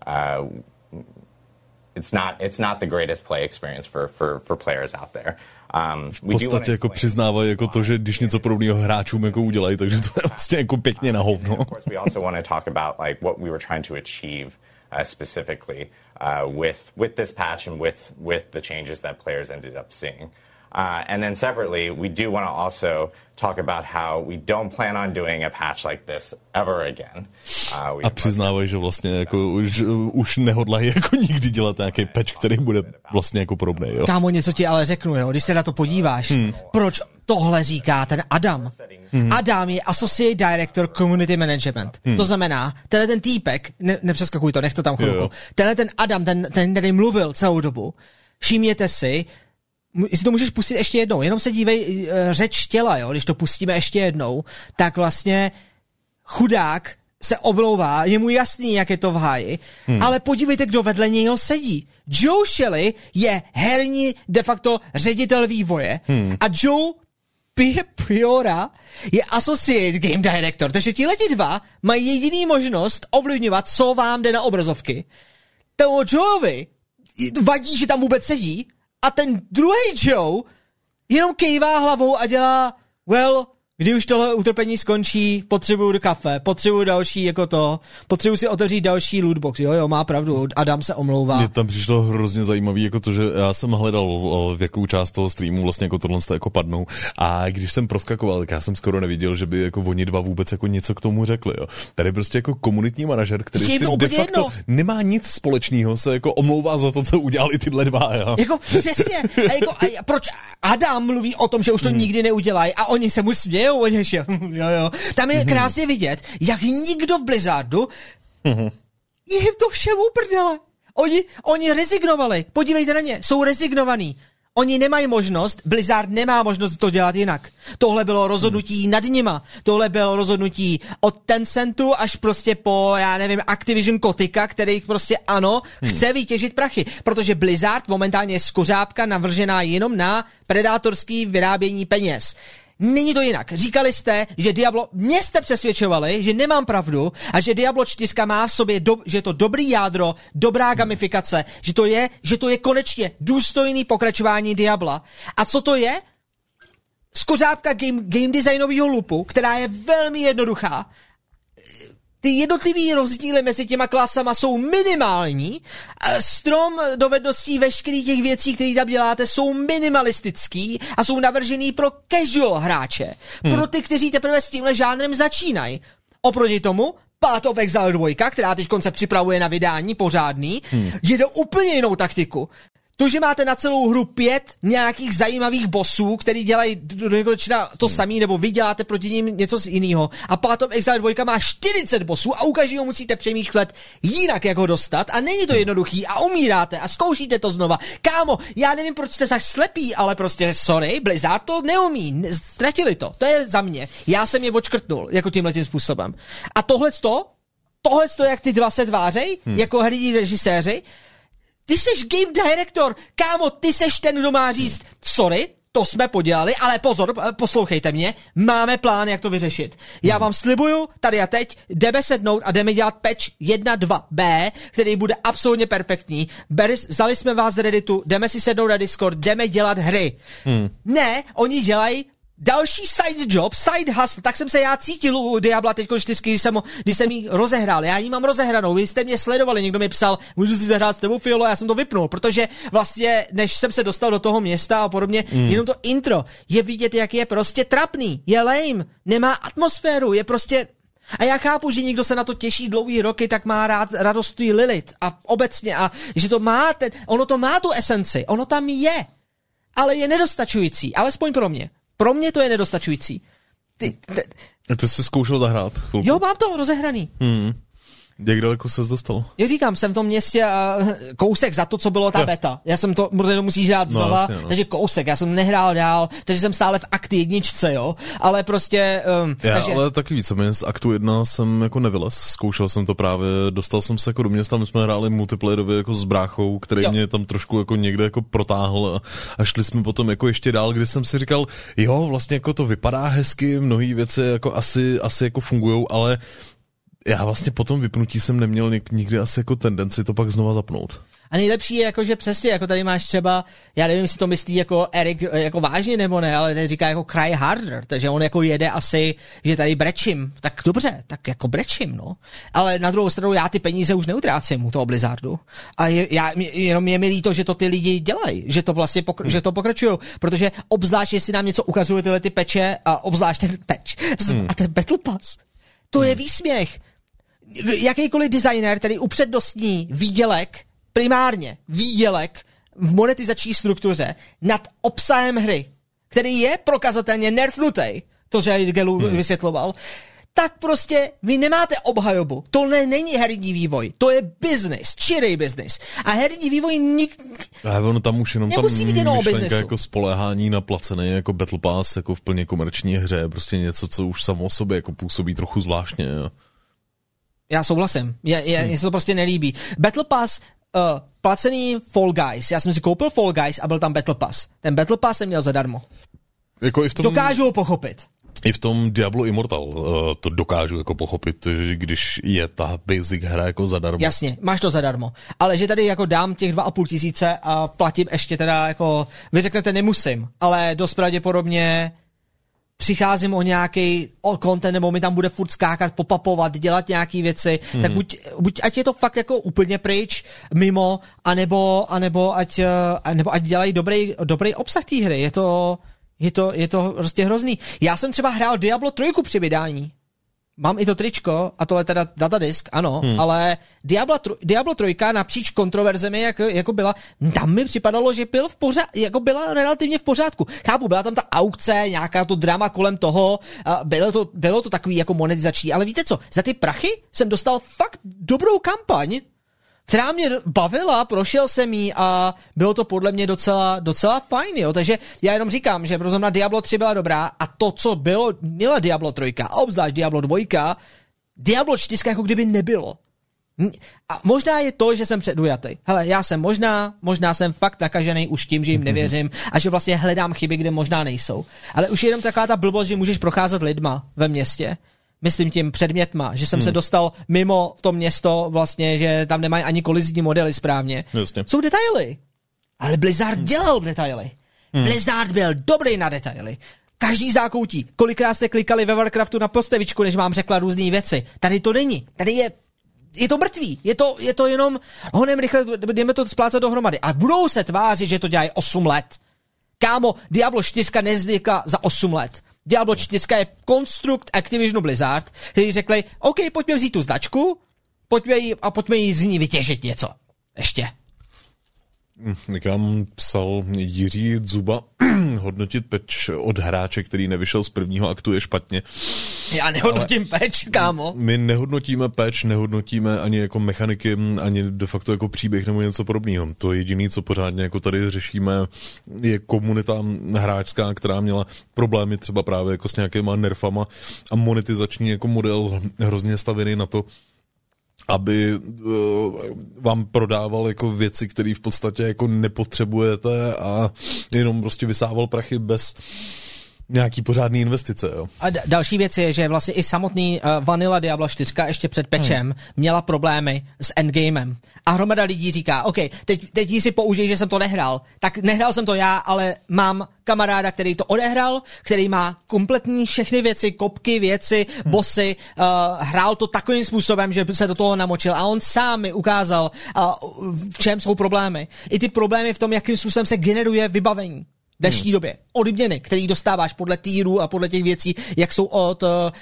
it's not the greatest play experience for players out there. V podstatě jako přiznávají jako to, že když něco podobného hráčům jako udělají, takže to je vlastně jako pěkně na hovno. Of course, we also want to talk about like what we were trying to achieve specifically with this patch and with the changes that players ended up seeing. And then separately, we do want to also talk about how we don't plan on doing a patch like this ever again. A přiznávají, že vlastně jako už nehodlají jako nikdy dělat nějaký patch, který bude vlastně jako podobný. Jo? Kámo, něco ti ale řeknu, jo, když se na to podíváš, proč tohle říká ten Adam? Adam je Associate Director Community Management. To znamená, tenhle ten týpek, nepřeskakuj to, nech to tam chvilku, tenhle ten Adam, ten tady mluvil celou dobu, všimněte si, jestli to můžeš pustit ještě jednou, jenom se dívej řeč těla, jo, když to pustíme ještě jednou, tak vlastně chudák se omlouvá, je mu jasný, jak je to v háji, ale podívejte, kdo vedle něho sedí. Joe Shelley je herní de facto ředitel vývoje a Joe Priora je Associate Game Director, takže tihleti dva mají jediný možnost ovlivňovat, co vám jde na obrazovky. Tomu Joeovi vadí, že tam vůbec sedí, a ten druhý Joe jenom kejvá hlavou a dělá, kdy už tohle utrpení skončí, potřebuju do kafe, potřebuju další jako to, potřebuju si otevřít další lootbox, jo, má pravdu, Adam se omlouvá. Mně tam přišlo hrozně zajímavý, jako to, že já jsem hledal, v jakou část toho streamu vlastně jako tohle jako padnou a když jsem proskakoval, tak já jsem skoro neviděl, že by jako oni dva vůbec jako něco k tomu řekli, jo. Tady prostě jako komunitní manažer, který de facto nemá nic společného, se jako omlouvá za to, co udělali tyhle dva, jo. Jako přesně, a proč Adam mluví o tom, že už to nikdy neudělají a oni se mu smějí, jo. Tam je krásně vidět, jak nikdo v Blizzardu je to všemu prdele. Oni rezignovali. Podívejte na ně, jsou rezignovaní. Oni nemají možnost, Blizzard nemá možnost to dělat jinak. Tohle bylo rozhodnutí nad nima. Tohle bylo rozhodnutí od Tencentu až prostě po, já nevím, Activision Kotika, který prostě chce vytěžit prachy. Protože Blizzard momentálně je skořápka navržená jenom na predátorský vyrábění peněz. Není to jinak. Říkali jste, že Diablo, mě jste přesvědčovali, že nemám pravdu a že Diablo 4 má v sobě, že je to dobrý jádro, dobrá gamifikace, že to je konečně důstojný pokračování Diabla. A co to je? Skořápka game designového loopu, která je velmi jednoduchá. Ty jednotlivý rozdíly mezi těma klasama jsou minimální. Strom dovedností veškerých těch věcí, které tam děláte, jsou minimalistický a jsou navržený pro casual hráče. Pro ty, kteří teprve s tímhle žánrem začínají. Oproti tomu Path of Exile 2, která teď se připravuje na vydání pořádný, jede úplně jinou taktiku. To, že máte na celou hru 5 nějakých zajímavých bossů, který dělají to samý, nebo vy děláte proti ním něco z jiného. A Path of Exile 2 má 40 bossů a u každého musíte přemýšlet jinak, jak ho dostat a není to jednoduchý a umíráte a zkoušíte to znova. Kámo, já nevím, proč jste tak slepí, ale prostě sorry, Blizzard to neumí, ztratili to. To je za mě. Já jsem je odškrtnul jako tímhletím způsobem. A tohleto, jak ty dva se tvářej, jako herní režiséři, ty seš game director, kámo, ty seš ten, kdo má říct, sorry, to jsme podělali, ale pozor, poslouchejte mě, máme plán, jak to vyřešit. Já vám slibuju, tady a teď, jdeme sednout a jdeme dělat patch 1.2b, který bude absolutně perfektní. Vzali jsme vás z Redditu, jdeme si sednout na Discord, jdeme dělat hry. Ne, oni dělají další side job, side hustle, tak jsem se já cítil u Diabla teď 4, když jsem ji rozehrál. Já ji mám rozehranou, vy jste mě sledovali, někdo mi psal, můžu si zahrát s tebou, Fiolo, já jsem to vypnul, protože vlastně, než jsem se dostal do toho města a podobně, jenom to intro je vidět, jak je prostě trapný, je lame, nemá atmosféru, je prostě... A já chápu, že někdo se na to těší dlouhý roky, tak má radost Lilith a obecně, a že to má ono to má tu esenci, ono tam je. ale je nedostačující, alespoň pro mě. Pro mě to je nedostačující. Ty jsi zkoušel zahrát chvilku? Jo, mám to rozehraný. Jak daleko ses dostal? Já říkám, jsem v tom městě a kousek za to, co bylo ta beta. Já jsem to, protože to musíš hrát znova, takže kousek, já jsem nehrál dál, takže jsem stále v akty 1, jo, ale prostě... takže... Ale taky víc, z aktu 1 jsem jako nevylez, zkoušel jsem to právě, dostal jsem se jako do města, my jsme hráli multiplayerově jako s bráchou, který mě tam trošku jako někde jako protáhl a šli jsme potom jako ještě dál, kdy jsem si říkal, jo, vlastně jako to vypadá hezky, mnohé věci jako asi jako fungujou, ale já vlastně po tom vypnutí jsem neměl nikdy asi jako tendenci to pak znova zapnout. A nejlepší je jako, že přesně, jako tady máš třeba, já nevím, jestli to myslí jako Erik jako vážně nebo ne, ale tady říká jako cry harder, takže on jako jede asi, že tady brečím. Tak dobře, tak jako brečím, no. Ale na druhou stranu já ty peníze už neutrácím u toho Blizzardu. A jenom je mi líto, že to ty lidi dělají, že to vlastně že to pokračují, protože obzvlášť, jestli nám něco ukazuje tyhle ty peče a obzvlášť ten patch a ten Battle Pass, to je výsměch. Jakýkoliv designer, který upřednostní primárně výdělek v monetizační struktuře nad obsahem hry, který je prokazatelně nerfnutý, to, že Gelu vysvětloval, tak prostě vy nemáte obhajobu. To není herní vývoj, to je business, čirý business. A herní vývoj ono tam už jenom nemusí být jenom o businessu. Jako spoléhání na placený jako Battle Pass jako v plně komerční hře, prostě něco, co už samo o sobě jako působí trochu zvláštně. Jo. Já souhlasím, mně se to prostě nelíbí. Battle Pass, placený Fall Guys, já jsem si koupil Fall Guys a byl tam Battle Pass. Ten Battle Pass jsem měl zadarmo. Jako i v tom... Dokážu ho pochopit. I v tom Diablo Immortal to dokážu jako pochopit, když je ta basic hra jako zadarmo. Jasně, máš to zadarmo. Ale že tady jako dám těch 2,5 000 a platím ještě teda jako, vy řeknete nemusím, ale dost pravděpodobně přicházím o nějaký content, nebo mi tam bude furt skákat, popapovat, dělat nějaký věci, tak buď ať je to fakt jako úplně pryč, mimo, anebo ať dělají dobrý obsah té hry. Je to prostě hrozný. Já jsem třeba hrál Diablo 3 při vydání. Mám i to tričko, a tohle teda datadisk, ano, ale Diablo 3 napříč kontroverzemi, jako byla, tam mi připadalo, že byla relativně v pořádku. Chápu, byla tam ta aukce, nějaká to drama kolem toho, bylo to takový jako monetizační, ale víte co, za ty prachy jsem dostal fakt dobrou kampaň, která mě bavila, prošel jsem jí a bylo to podle mě docela fajn, jo. Takže já jenom říkám, že pro mě Diablo 3 byla dobrá a to, co měla Diablo 3 a obzvlášť Diablo 2, Diablo 4 jako kdyby nebylo. A možná je to, že jsem předujatý. Hele, já jsem možná jsem fakt nakažený už tím, že jim nevěřím a že vlastně hledám chyby, kde možná nejsou. Ale už je jenom taková ta blbost, že můžeš procházet lidma ve městě. Myslím tím předmětma, že jsem se dostal mimo to město vlastně, že tam nemají ani kolizní modely správně. Jasně. Jsou detaily. Ale Blizzard dělal detaily. Blizzard byl dobrý na detaily. Každý zákoutí. Kolikrát jste klikali ve Warcraftu na postavičku, než vám řekla různé věci. Tady to není. Tady je to mrtvý. Je to jenom honem rychle, jdeme to splácat dohromady. A budou se tvářit, že to dělají 8 let. Kámo, Diablo 4 nevznikla za 8 let. Diablo 4 je konstrukt Activisionu Blizzard, který řekli, OK, pojďme vzít tu značku, pojďme jí z ní vytěžit něco. Ještě. Někam psal Jiří Dzuba, hodnotit patch od hráče, který nevyšel z prvního aktu, je špatně. Já nehodnotím patch, kámo. My nehodnotíme patch, nehodnotíme ani jako mechaniky, ani de facto jako příběh nebo něco podobného. To jediné, co pořádně jako tady řešíme, je komunita hráčská, která měla problémy třeba právě jako s nějakýma nerfama a monetizační jako model hrozně stavěný na to, aby vám prodával jako věci, které v podstatě jako nepotřebujete a jenom prostě vysával prachy bez nějaký pořádný investice, jo. A další věc je, že vlastně i samotný Vanilla Diablo 4 ještě před patchem měla problémy s endgamem. A hromada lidí říká, OK, teď si použij, že jsem to nehrál. Tak nehrál jsem to já, ale mám kamaráda, který to odehrál, který má kompletní všechny věci, kopky, věci, bossy, hrál to takovým způsobem, že se do toho namočil a on sám mi ukázal, v čem jsou problémy. I ty problémy v tom, jakým způsobem se generuje vybavení. V dnešní době. Odměny, který dostáváš podle týrů a podle těch věcí, jak jsou od...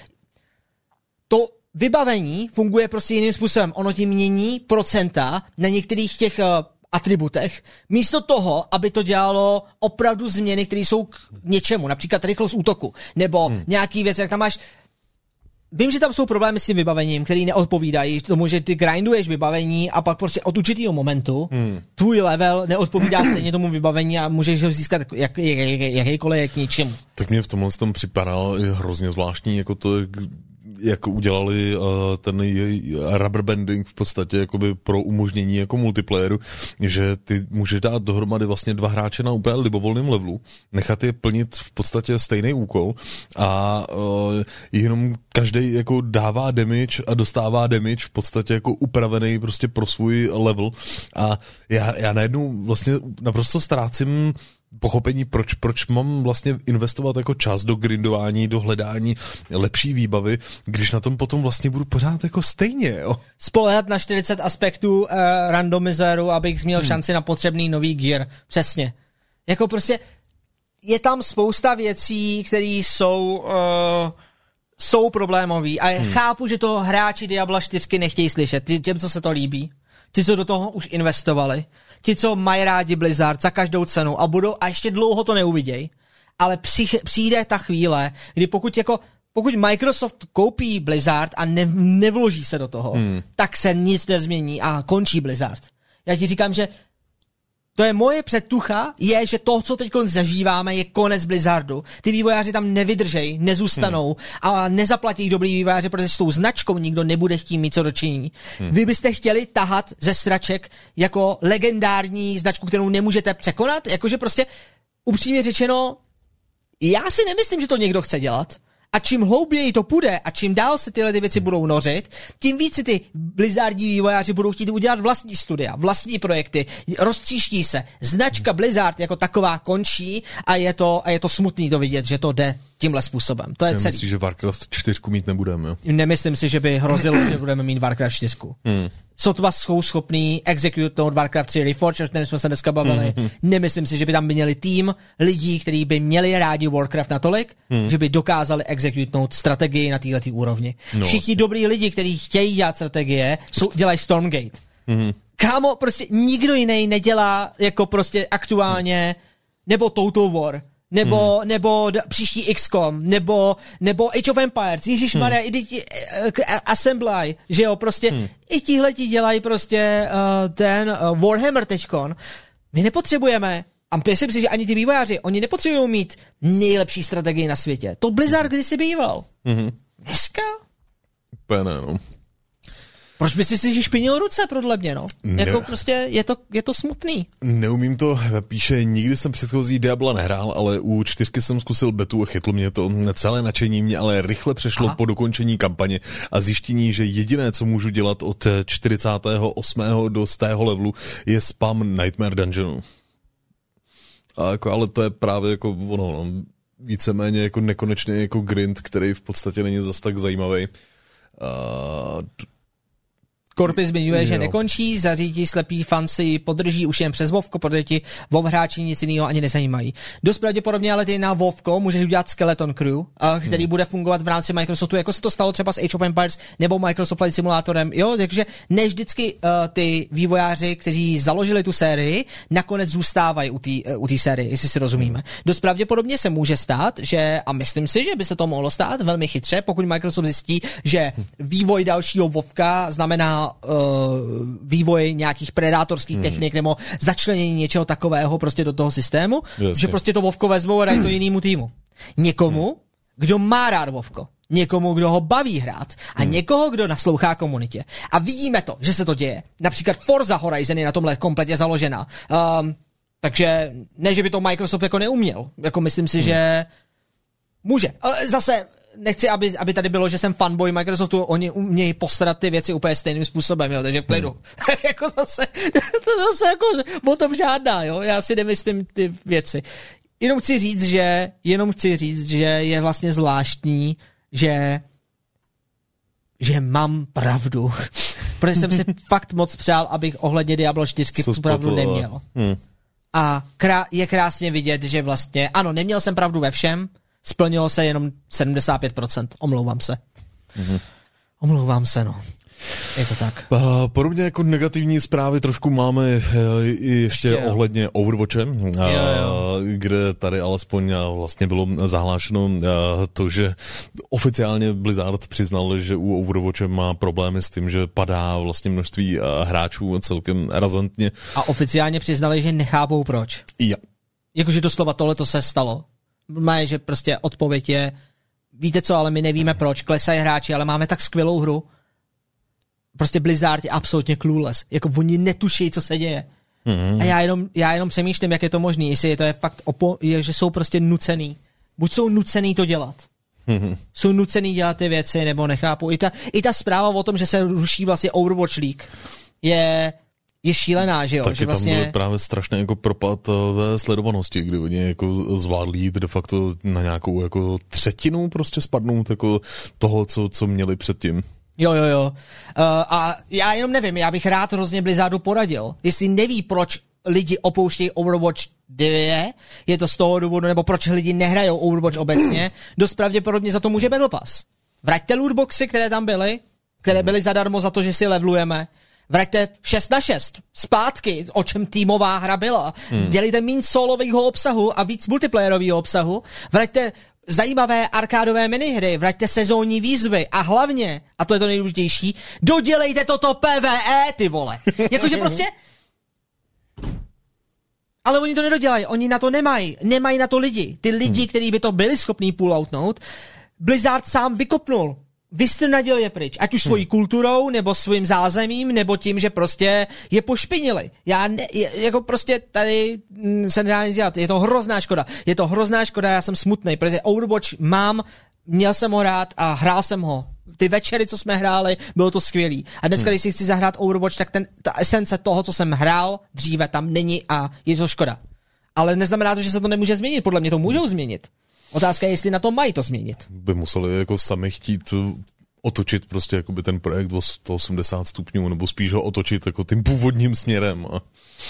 To vybavení funguje prostě jiným způsobem. Ono ti mění procenta na některých těch atributech, místo toho, aby to dělalo opravdu změny, které jsou k něčemu, například rychlost útoku, nebo nějaký věc, jak tam máš. Vím, že tam jsou problémy s tím vybavením, který neodpovídají tomu, že ty grinduješ vybavení a pak prostě od určitého momentu tvůj level neodpovídá stejně tomu vybavení a můžeš ho získat jakýkoliv k ničemu. Tak mě v tomhle tom připadalo hrozně zvláštní, jako to, jak udělali ten rubber banding v podstatě jakoby pro umožnění jako multiplayeru, že ty můžeš dát dohromady vlastně 2 hráče na úplně libovolném levelu, nechat je plnit v podstatě stejný úkol a jenom každý jako dává damage a dostává damage v podstatě jako upravený prostě pro svůj level a já najednou vlastně naprosto ztrácím pochopení, proč mám vlastně investovat jako čas do grindování, do hledání lepší výbavy, když na tom potom vlastně budu pořád jako stejně, jo. Spoléhat na 40 aspektů randomizeru, abych měl šanci na potřebný nový gear. Přesně. Jako prostě je tam spousta věcí, které jsou problémový a chápu, že to hráči Diabla 4 nechtějí slyšet. Těm, co se to líbí. Ti, co do toho už investovali. Ti, co mají rádi Blizzard za každou cenu a ještě dlouho to neuvidějí, ale přijde ta chvíle, kdy pokud Microsoft koupí Blizzard a nevloží se do toho, tak se nic nezmění a končí Blizzard. Já ti říkám, že to je moje předtucha, že to, co teď zažíváme, je konec Blizzardu. Ty vývojáři tam nevydržej, nezůstanou a nezaplatí dobrý vývojáři, protože s tou značkou nikdo nebude chtít mít co dočinění. Vy byste chtěli tahat ze straček jako legendární značku, kterou nemůžete překonat? Jakože prostě upřímně řečeno, já si nemyslím, že to někdo chce dělat. A čím hlouběji to půjde a čím dál se tyhle ty věci budou nořit, tím víc si ty Blizzardí vývojáři budou chtít udělat vlastní studia, vlastní projekty, roztříští se. Značka Blizzard jako taková končí a je to smutný to vidět, že to jde tímhle způsobem. To je celý. Myslíš, že Warcraft 4 mít nebudeme, jo? Nemyslím si, že by hrozilo, že budeme mít Warcraft 4. Sotva jsou schopný executnout Warcraft 3 Reforged, o kterém jsme se dneska bavili. Nemyslím si, že by tam měli tým lidí, kteří by měli rádi Warcraft natolik, že by dokázali executnout strategii na této úrovni. Všichni dobrý lidi, kteří chtějí dělat strategie, dělají Stormgate. Kámo, prostě nikdo jiný nedělá jako prostě aktuálně nebo Total War. Nebo příští XCOM, nebo Age of Empires, ježišmarja, Assembly, že jo, prostě i tihleti dělají prostě ten Warhammer teďkon. My nepotřebujeme, a myslím si, že ani ty vývojáři, oni nepotřebují mít nejlepší strategii na světě. To Blizzard kdysi býval. Dneska? Úplně ne, no. Proč bys si špinil ruce, podle mě, no? Jako prostě je to smutný. Neumím to, píše, nikdy jsem předchozí Diabla nehrál, ale u 4 jsem zkusil betu a chytlo mě to. Celé nadšení mě ale rychle přešlo po dokončení kampaně a zjištění, že jediné, co můžu dělat od 48. do 100. levelu, je spam Nightmare Dungeonu. A jako, ale to je právě jako ono, no, víceméně jako nekonečný jako grind, který v podstatě není zas tak zajímavý. Korpy zmiňuje, že nekončí, zařídí slepý fan si podrží už jen přes Vovko, protože ti WoW hráči nic jiného ani nezajímají. Dost pravděpodobně ale ty na Vovko můžeš udělat Skeleton Crew, který bude fungovat v rámci Microsoftu, jako se to stalo třeba s Age of Empires nebo Microsoft Flight Simulatorem, jo, takže ne vždycky ty vývojáři, kteří založili tu sérii, nakonec zůstávají u té série, jestli si rozumíme. Dost pravděpodobně se může stát, že, a myslím si, že by se to mohlo stát velmi chytře, pokud Microsoft zjistí, že vývoj dalšího Vovka znamená vývoj nějakých predátorských technik nebo začlenění něčeho takového prostě do toho systému, že prostě to Vovko vezmou a dají to jinému týmu. Někomu, kdo má rád Vovko, někomu, kdo ho baví hrát a někoho, kdo naslouchá komunitě. A vidíme to, že se to děje. Například Forza Horizon je na tomhle kompletně založena. Takže ne, že by to Microsoft jako neuměl. Jako myslím si, že může. Ale zase nechci, aby tady bylo, že jsem fanboy Microsoftu, oni umějí postarat ty věci úplně stejným způsobem, jo, takže v klidu. Jako zase jako o tom žádná, jo, já si nemyslím ty věci. Jenom chci říct, že je vlastně zvláštní, že mám pravdu. Protože jsem si fakt moc přál, abych ohledně Diablo 4 tu pravdu neměl. A je krásně vidět, že vlastně, ano, neměl jsem pravdu ve všem, splnilo se jenom 75%. Omlouvám se. Omlouvám se, no. Je to tak. Podobně jako negativní zprávy trošku máme i ještě ohledně Overwatche, kde tady alespoň vlastně bylo zahlášeno to, že oficiálně Blizzard přiznal, že u Overwatche má problémy s tím, že padá vlastně množství hráčů celkem razantně. A oficiálně přiznali, že nechápou proč. Ja. Jakože doslova tohleto se stalo. Má, že prostě odpověď je, víte co, ale my nevíme proč, klesají hráči, ale máme tak skvělou hru. Prostě Blizzard je absolutně clueless. Jako oni netuší, co se děje. A já jenom přemýšlím, jak je to možný, jestli to je fakt, že jsou prostě nucený. Buď jsou nucený to dělat. Jsou nucený dělat ty věci, nebo nechápu. I ta zpráva o tom, že se ruší vlastně Overwatch League, je šílená, že jo? Taky že vlastně... tam byl právě strašně jako propad ve sledovanosti, kdy oni jako zvládli jít de facto na nějakou jako třetinu prostě spadnout jako toho, co měli předtím. Jo. A já jenom nevím, já bych rád hrozně Blizzardu poradil. Jestli neví, proč lidi opouštějí Overwatch 2, je to z toho důvodu, nebo proč lidi nehrajou Overwatch obecně, dost pravděpodobně za to může Battle Pass. Vraťte lootboxy, které tam byly, které byly zadarmo za to, že si levelujeme. Vraťte 6x6 zpátky, o čem týmová hra byla. Dělejte méně solového obsahu a víc multiplayerového obsahu. Vraťte zajímavé arkádové minihry, vraťte sezónní výzvy a hlavně, a to je to nejdůležitější, dodělejte toto PvE, ty vole. Jakože prostě... Ale oni to nedodělají, oni na to nemají na to lidi. Ty lidi, kteří by to byli schopní pulloutnout, Blizzard sám vykopnul. Vystrnadil je pryč, ať už svojí kulturou, nebo svým zázemím, nebo tím, že prostě je pošpinili. Jako prostě tady se nedá nic dělat. Je to hrozná škoda, já jsem smutnej, protože Overwatch měl jsem ho rád a hrál jsem ho. Ty večery, co jsme hráli, bylo to skvělý. A dneska, když si chci zahrát Overwatch, tak ta esence toho, co jsem hrál dříve, tam není a je to škoda. Ale neznamená to, že se to nemůže změnit. Podle mě to můžou změnit. Otázka je, jestli na to mají to změnit. By museli jako sami chtít otočit prostě jakoby ten projekt o 180 stupňů, nebo spíš ho otočit jako tím původním směrem. A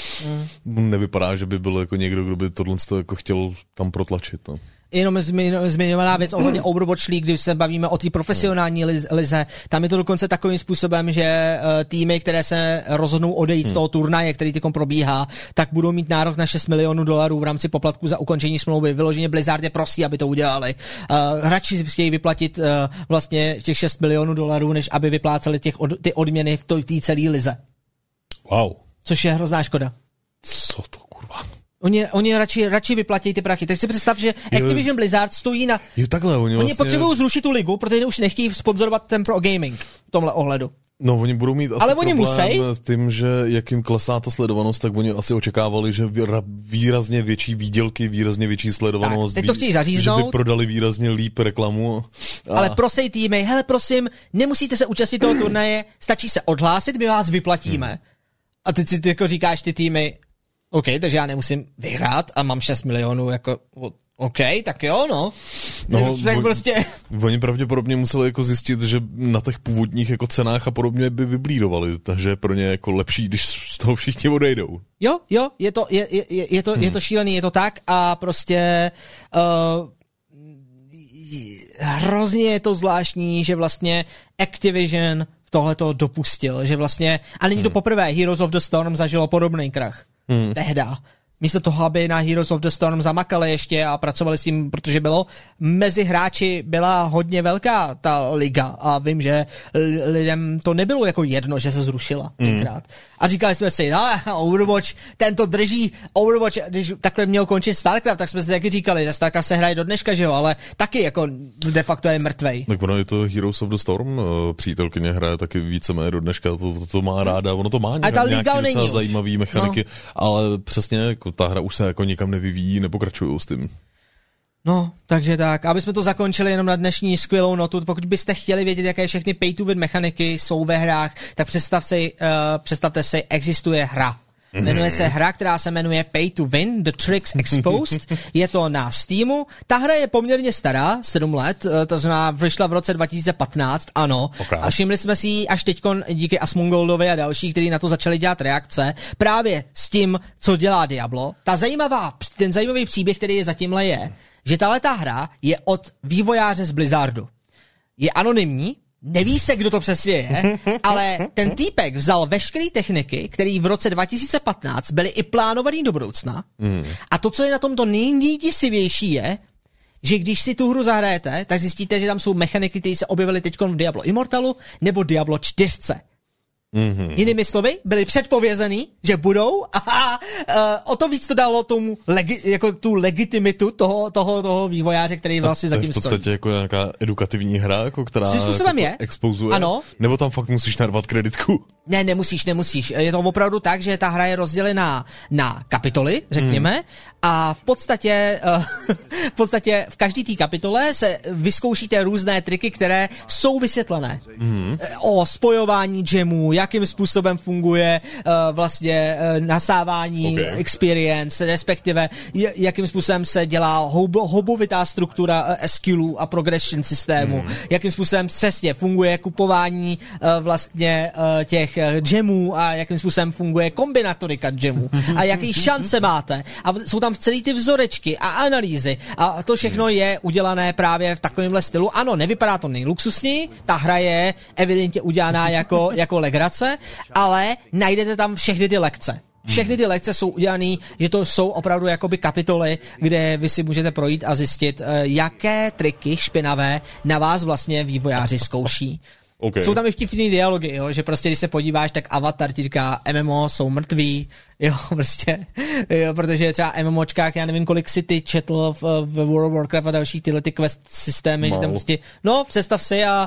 nevypadá, že by byl jako někdo, kdo by tohle jako chtěl tam protlačit. No. Jenom zmiňovaná věc ohledně Overwatch League, když se bavíme o té profesionální lize, tam je to dokonce takovým způsobem, že týmy, které se rozhodnou odejít z toho turnaje, který tykom probíhá, tak budou mít nárok na $6 milionů v rámci poplatku za ukončení smlouvy. Vyloženě Blizzard je prosí, aby to udělali. Hráči chtějí vyplatit vlastně těch $6 milionů, než aby vypláceli ty odměny v té celé lize. Wow. Což je hrozná škoda. Co to kurva? Oni radši vyplatí ty prachy. Tak si představ, že Activision Blizzard stojí na... Takhle, oni vlastně... potřebují zrušit tu ligu, protože už nechtějí sponzorovat ten pro gaming v tomhle ohledu. No, oni budou mít asi ale oni musí s tím, že jak jim klesá ta sledovanost, tak oni asi očekávali, že výrazně větší výdělky, výrazně větší sledovanost. Tak, teď to chtějí zaříznout. Že by prodali výrazně líp reklamu. Ale prosej týmy, hele prosím, nemusíte se účastnit toho turnaje, stačí se odhlásit, my vás vyplatíme. A teď si jako říkáš ty týmy, OK, takže já nemusím vyhrát a mám 6 milionů, jako, OK, tak jo, no. Tak prostě... Oni pravděpodobně museli jako zjistit, že na těch původních jako cenách a podobně by vyblídovali, takže je pro ně jako lepší, když z toho všichni odejdou. Jo, je to šílený, je to tak a prostě hrozně je to zvláštní, že vlastně Activision tohleto dopustil, že vlastně, a není to poprvé, Heroes of the Storm zažilo podobný krach. Tehda. Místo toho, aby na Heroes of the Storm zamakali ještě a pracovali s tím, protože mezi hráči byla hodně velká ta liga a vím, že lidem to nebylo jako jedno, že se zrušila tenkrát. A říkali jsme si, Overwatch, ten to drží, Overwatch, když takhle měl končit StarCraft, tak jsme si taky říkali, že StarCraft se hraje do dneška, že jo, ale taky jako de facto je mrtvej. Tak ono je to Heroes of the Storm, přítelkyně hraje taky víceméně do dneška, to má ráda, ono to má nějaký docela zajímavý mechaniky, ale přesně jako ta hra už se jako nikam nevyvíjí, nepokračují s tím. No, takže tak. Aby jsme to zakončili jenom na dnešní skvělou notu, pokud byste chtěli vědět, jaké všechny pay-to-win mechaniky jsou ve hrách, tak představte si, existuje hra. Jmenuje se hra, která se jmenuje Pay to Win, The Tricks Exposed. Je to na Steamu. Ta hra je poměrně stará, 7 let, to znamená vyšla v roce 2015, ano. Okay. A všimli jsme si ji až teďkon díky Asmongoldovi a další, kteří na to začali dělat reakce, právě s tím, co dělá Diablo. Ten zajímavý příběh, který je zatímhle je, že tahleta hra je od vývojáře z Blizzardu. Je anonymní, neví se, kdo to přesně je, ale ten týpek vzal veškeré techniky, které v roce 2015 byly i plánované do budoucna. A to, co je na tom to nejděsivější je, že když si tu hru zahrajete, tak zjistíte, že tam jsou mechaniky, které se objevily teď v Diablo Immortalu nebo Diablo 4. Jinými slovy, byli předpovězený, že budou a o to víc to dalo tomu jako tu legitimitu toho vývojáře, který vlastně zatím stojí. To je v podstatě jako nějaká edukativní hra, jako, která jako expozuje, ano. Nebo tam fakt musíš narvat kreditku? Ne, nemusíš. Je to opravdu tak, že ta hra je rozdělená na kapitoly, řekněme, a v podstatě v každé té kapitole se vyzkoušíte různé triky, které jsou vysvětlené. O spojování gemů, jakým způsobem funguje vlastně nasávání experience, respektive jakým způsobem se dělá houbovitá struktura skillů a progression systému, jakým způsobem přesně funguje kupování vlastně těch gemů a jakým způsobem funguje kombinatorika gemů a jaký šance máte. A jsou tam celý ty vzorečky a analýzy a to všechno je udělané právě v takovémhle stylu. Ano, nevypadá to nejluxusněji, ta hra je evidentně udělaná jako legrace, ale najdete tam všechny ty lekce. Všechny ty lekce jsou udělané, že to jsou opravdu jakoby kapitoly, kde vy si můžete projít a zjistit, jaké triky špinavé na vás vlastně vývojáři zkouší. Okay. Jsou tam i vtipný dialogy, jo? Že prostě když se podíváš, tak Avatar ti říká MMO jsou mrtví, jo, prostě, jo, protože třeba MMOčkách, já nevím, kolik si ty četl v World of Warcraft a další tyhle ty quest systémy, že tam prostě, no, představ si a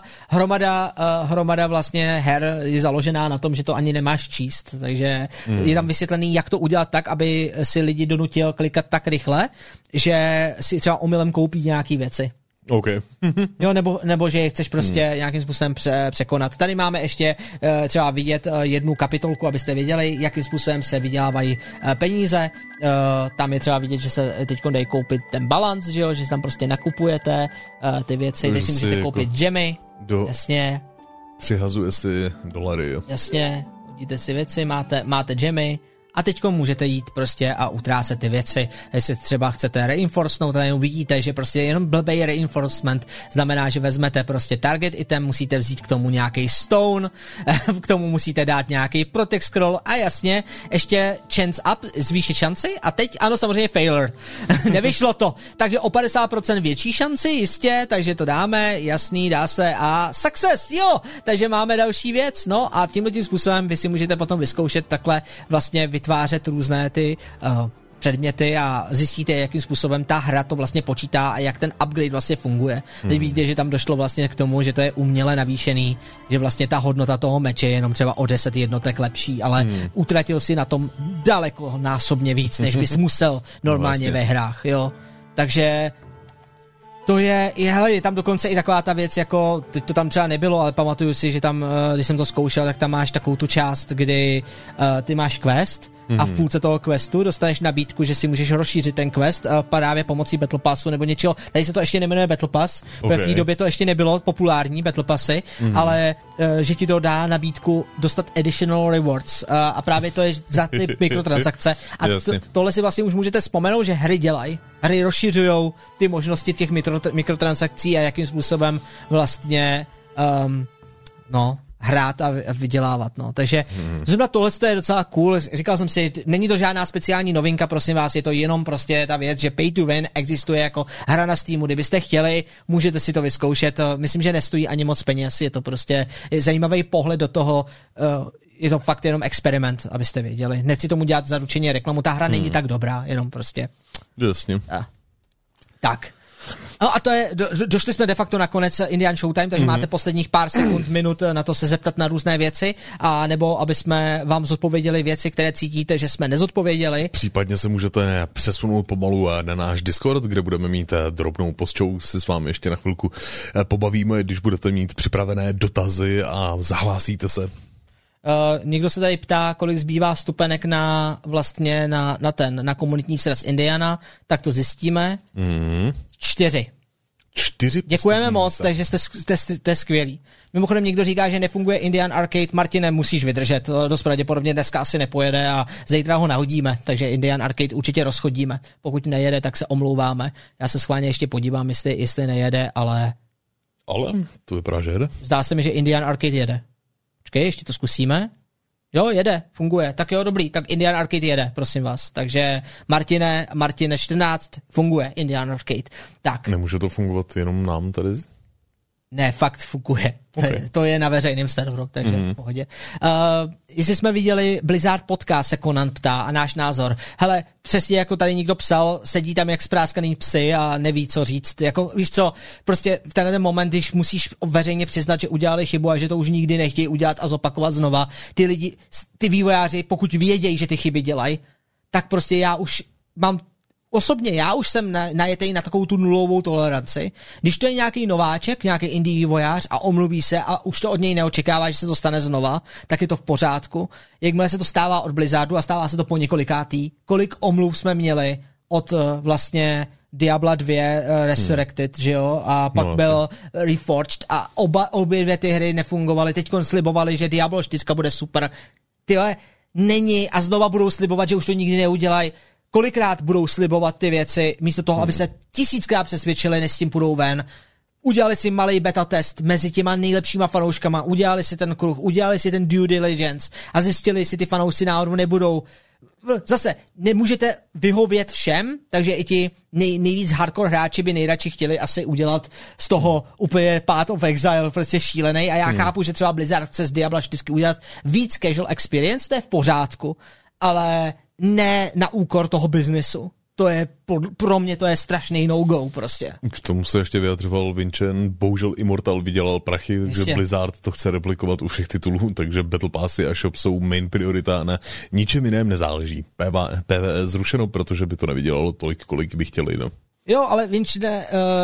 hromada vlastně her je založená na tom, že to ani nemáš číst, takže je tam vysvětlený, jak to udělat tak, aby si lidi donutil klikat tak rychle, že si třeba omylem koupí nějaký věci. Okay. Jo, nebo že je chceš prostě nějakým způsobem překonat. Tady máme ještě třeba vidět jednu kapitolku, abyste věděli, jakým způsobem se vydělávají peníze. Tam je třeba vidět, že se teď dají koupit ten balans, že jo, že si tam prostě nakupujete ty věci, teď si můžete koupit gemy. Jasně. Přihazuje si dolary, jo. Jasně, vidíte si věci, máte gemy. A teďko můžete jít prostě a utrácet ty věci. Jestli třeba chcete reinforcenout, a jenom vidíte, že prostě jenom blbej reinforcement znamená, že vezmete prostě target item, musíte vzít k tomu nějaký stone, k tomu musíte dát nějaký protect scroll a jasně, ještě chance up, zvýšit šanci a teď ano, samozřejmě failure. Nevyšlo to. Takže o 50% větší šanci, jistě, takže to dáme, jasný, dá se a success, jo, takže máme další věc, no a tímhle tím způsobem vy si můžete potom vyzkoušet takhle vlastně vytvářet různé ty předměty a zjistíte, jakým způsobem ta hra to vlastně počítá a jak ten upgrade vlastně funguje. Teď vidíte, že tam došlo vlastně k tomu, že to je uměle navýšený, že vlastně ta hodnota toho meče je jenom třeba o 10 jednotek lepší, ale utratil si na tom daleko násobně víc, než bys musel normálně ve hrách, jo. Takže to hele, je tam dokonce i taková ta věc, jako, teď to tam třeba nebylo, ale pamatuju si, že tam, když jsem to zkoušel, tak tam máš takovou tu část, kdy ty máš quest a v půlce toho questu dostaneš nabídku, že si můžeš rozšířit ten quest právě pomocí Battle Passu nebo něčeho. Tady se to ještě nejmenuje Battle Pass, protože v té době to ještě nebylo populární Battle Passy, ale že ti to dá nabídku dostat additional rewards a právě to je za ty mikrotransakce a tohle si vlastně už můžete vzpomenout, že hry dělají. Hry rozšiřujou ty možnosti těch mikrotransakcí a jakým způsobem vlastně hrát a vydělávat, no. Takže zrovna tohle je docela cool. Říkal jsem si, není to žádná speciální novinka, prosím vás, je to jenom prostě ta věc, že pay to win existuje jako hra na Steamu. Kdybyste chtěli, můžete si to vyzkoušet. Myslím, že nestojí ani moc peněz, je to prostě zajímavý pohled do toho, je to fakt jenom experiment, abyste věděli. Nechci tomu dělat zaručeně reklamu, ta hra není tak dobrá, jenom prostě. Jasně. Tak. No a to je, došli jsme de facto na konec Indian Showtime, takže máte posledních pár sekund, minut na to se zeptat na různé věci, a nebo aby jsme vám zodpověděli věci, které cítíte, že jsme nezodpověděli. Případně se můžete přesunout pomalu na náš Discord, kde budeme mít drobnou postou, si s vámi ještě na chvilku pobavíme, když budete mít připravené dotazy a zahlásíte se. Někdo se tady ptá, kolik zbývá stupenek na komunitní sraz Indiana, tak to zjistíme. 4. 4? Děkujeme moc, takže jste skvělí. Mimochodem někdo říká, že nefunguje Indian Arcade. Martine, musíš vydržet, dost pravděpodobně dneska asi nepojede a zítra ho nahodíme, takže Indian Arcade určitě rozchodíme. Pokud nejede, tak se omlouváme. Já se schválně ještě podívám, jestli nejede, ale Ale to vypadá, že jede. Zdá se mi, že Indian Arcade jede. Počkej, ještě to zkusíme. Jo, jede, funguje. Tak jo, dobrý, tak Indian Arcade jede, prosím vás. Takže Martine 14, funguje Indian Arcade. Tak. Nemůže to fungovat jenom nám tady? Ne, fakt funguje. Okay. To je na veřejném serveru, takže v pohodě. Jestli jsme viděli Blizzard podcast, se Conan ptá a náš názor. Hele, přesně jako tady někdo psal, sedí tam jak spráskaný psy a neví, co říct. Jako, víš co, prostě v tenhle moment, když musíš veřejně přiznat, že udělali chybu a že to už nikdy nechtějí udělat a zopakovat znova, ty lidi, ty vývojáři, pokud vědějí, že ty chyby dělají, tak prostě já už jsem najetej na takovou tu nulovou toleranci. Když to je nějaký nováček, nějaký indie vývojář a omluví se a už to od něj neočekává, že se to stane znova, tak je to v pořádku. Jakmile se to stává od Blizzardu a stává se to po několikátý, kolik omluv jsme měli od vlastně Diabla 2 Resurrected, že jo, a pak byl Reforged a obě dvě ty hry nefungovaly. Teďkon slibovali, že Diablo 4 bude super. Tyhle není a znova budou slibovat, že už to nikdy neudělají. Kolikrát budou slibovat ty věci, místo toho, aby se 1000krát přesvědčili, než s tím půjdou ven. Udělali si malý beta test mezi těma nejlepšíma fanouškama, udělali si ten kruh, udělali si ten due diligence a zjistili si, ty fanoušci náhodou nebudou. Zase, nemůžete vyhovět všem, takže i ti nejvíc hardcore hráči by nejradši chtěli asi udělat z toho úplně Path of Exile, prostě šílený. A já chápu, že třeba Blizzard chce z Diabla 4 udělat víc casual experience, to je v pořádku, ale ne na úkor toho biznesu. To je, pro mě to je strašný no-go prostě. K tomu se ještě vyjadřoval Vincent, bohužel Immortal vydělal prachy, že Blizzard to chce replikovat u všech titulů, takže Battle Passy a shop jsou main priorita, na ničem jiném nezáleží. PvE zrušeno, protože by to nevydělalo tolik, kolik by chtěli, no. Jo, ale Vincent,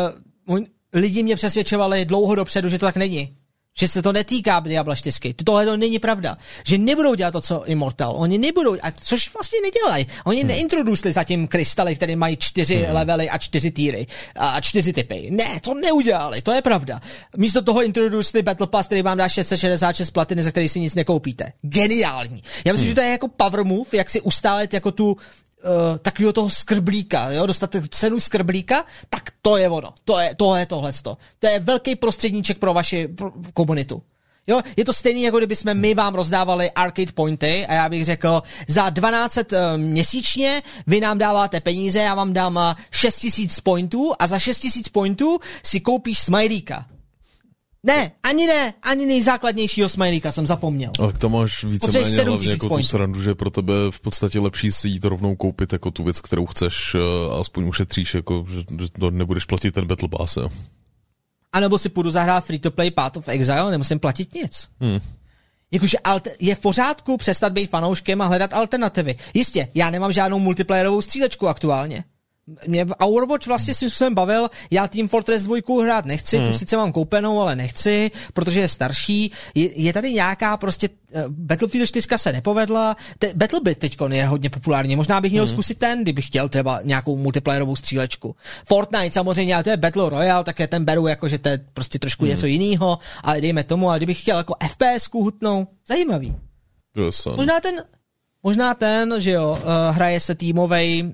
lidi mě přesvědčovali dlouho dopředu, že to tak není. Že se to netýká Diabla 4. Tohle to není pravda. Že nebudou dělat to, co Immortal. Oni nebudou, a což vlastně nedělají. Oni neintrodusli zatím krystaly, které mají 4 levely a 4 týry a 4 typy. Ne, to neudělali, to je pravda. Místo toho introdusli Battle Pass, který vám dá 666 platiny, za který si nic nekoupíte. Geniální. Já myslím, že to je jako power move, jak si ustálet jako tu takového toho skrblíka, jo, dostat cenu skrblíka, tak to je ono. To je tohleto. To je velký prostředníček pro vaši komunitu. Jo, je to stejný, jako kdybychom my vám rozdávali arcade pointy a já bych řekl, za 1200 měsíčně vy nám dáváte peníze, já vám dám 6000 pointů a za 6000 pointů si koupíš smajlíka. Ne, ani nejzákladnějšího smajlíka jsem zapomněl. Ale k tomu máš víceméně hlavně jako tu srandu, že pro tebe v podstatě lepší si jít rovnou koupit jako tu věc, kterou chceš a aspoň ušetříš, jako, že to nebudeš platit ten Battle Pass, jo. A nebo si půjdu zahrát free-to-play Path of Exile, nemusím platit nic. Jakože je v pořádku přestat být fanouškem a hledat alternativy. Jistě, já nemám žádnou multiplayerovou střílečku aktuálně. Mě Overwatch vlastně si jsem bavil, já Team Fortress 2 hrát nechci, tu sice mám koupenou, ale nechci, protože je starší. Je tady nějaká prostě, Battlefield 4 se nepovedla, Battlebit teďkon je hodně populární, možná bych měl zkusit ten, kdybych chtěl třeba nějakou multiplayerovou střílečku. Fortnite samozřejmě, ale to je Battle Royale, tak je ten beru jako, že to je prostě trošku něco jiného, ale dejme tomu, ale kdybych chtěl jako FPSku hutnou, zajímavý. Možná ten, že jo, hraje se týmovej,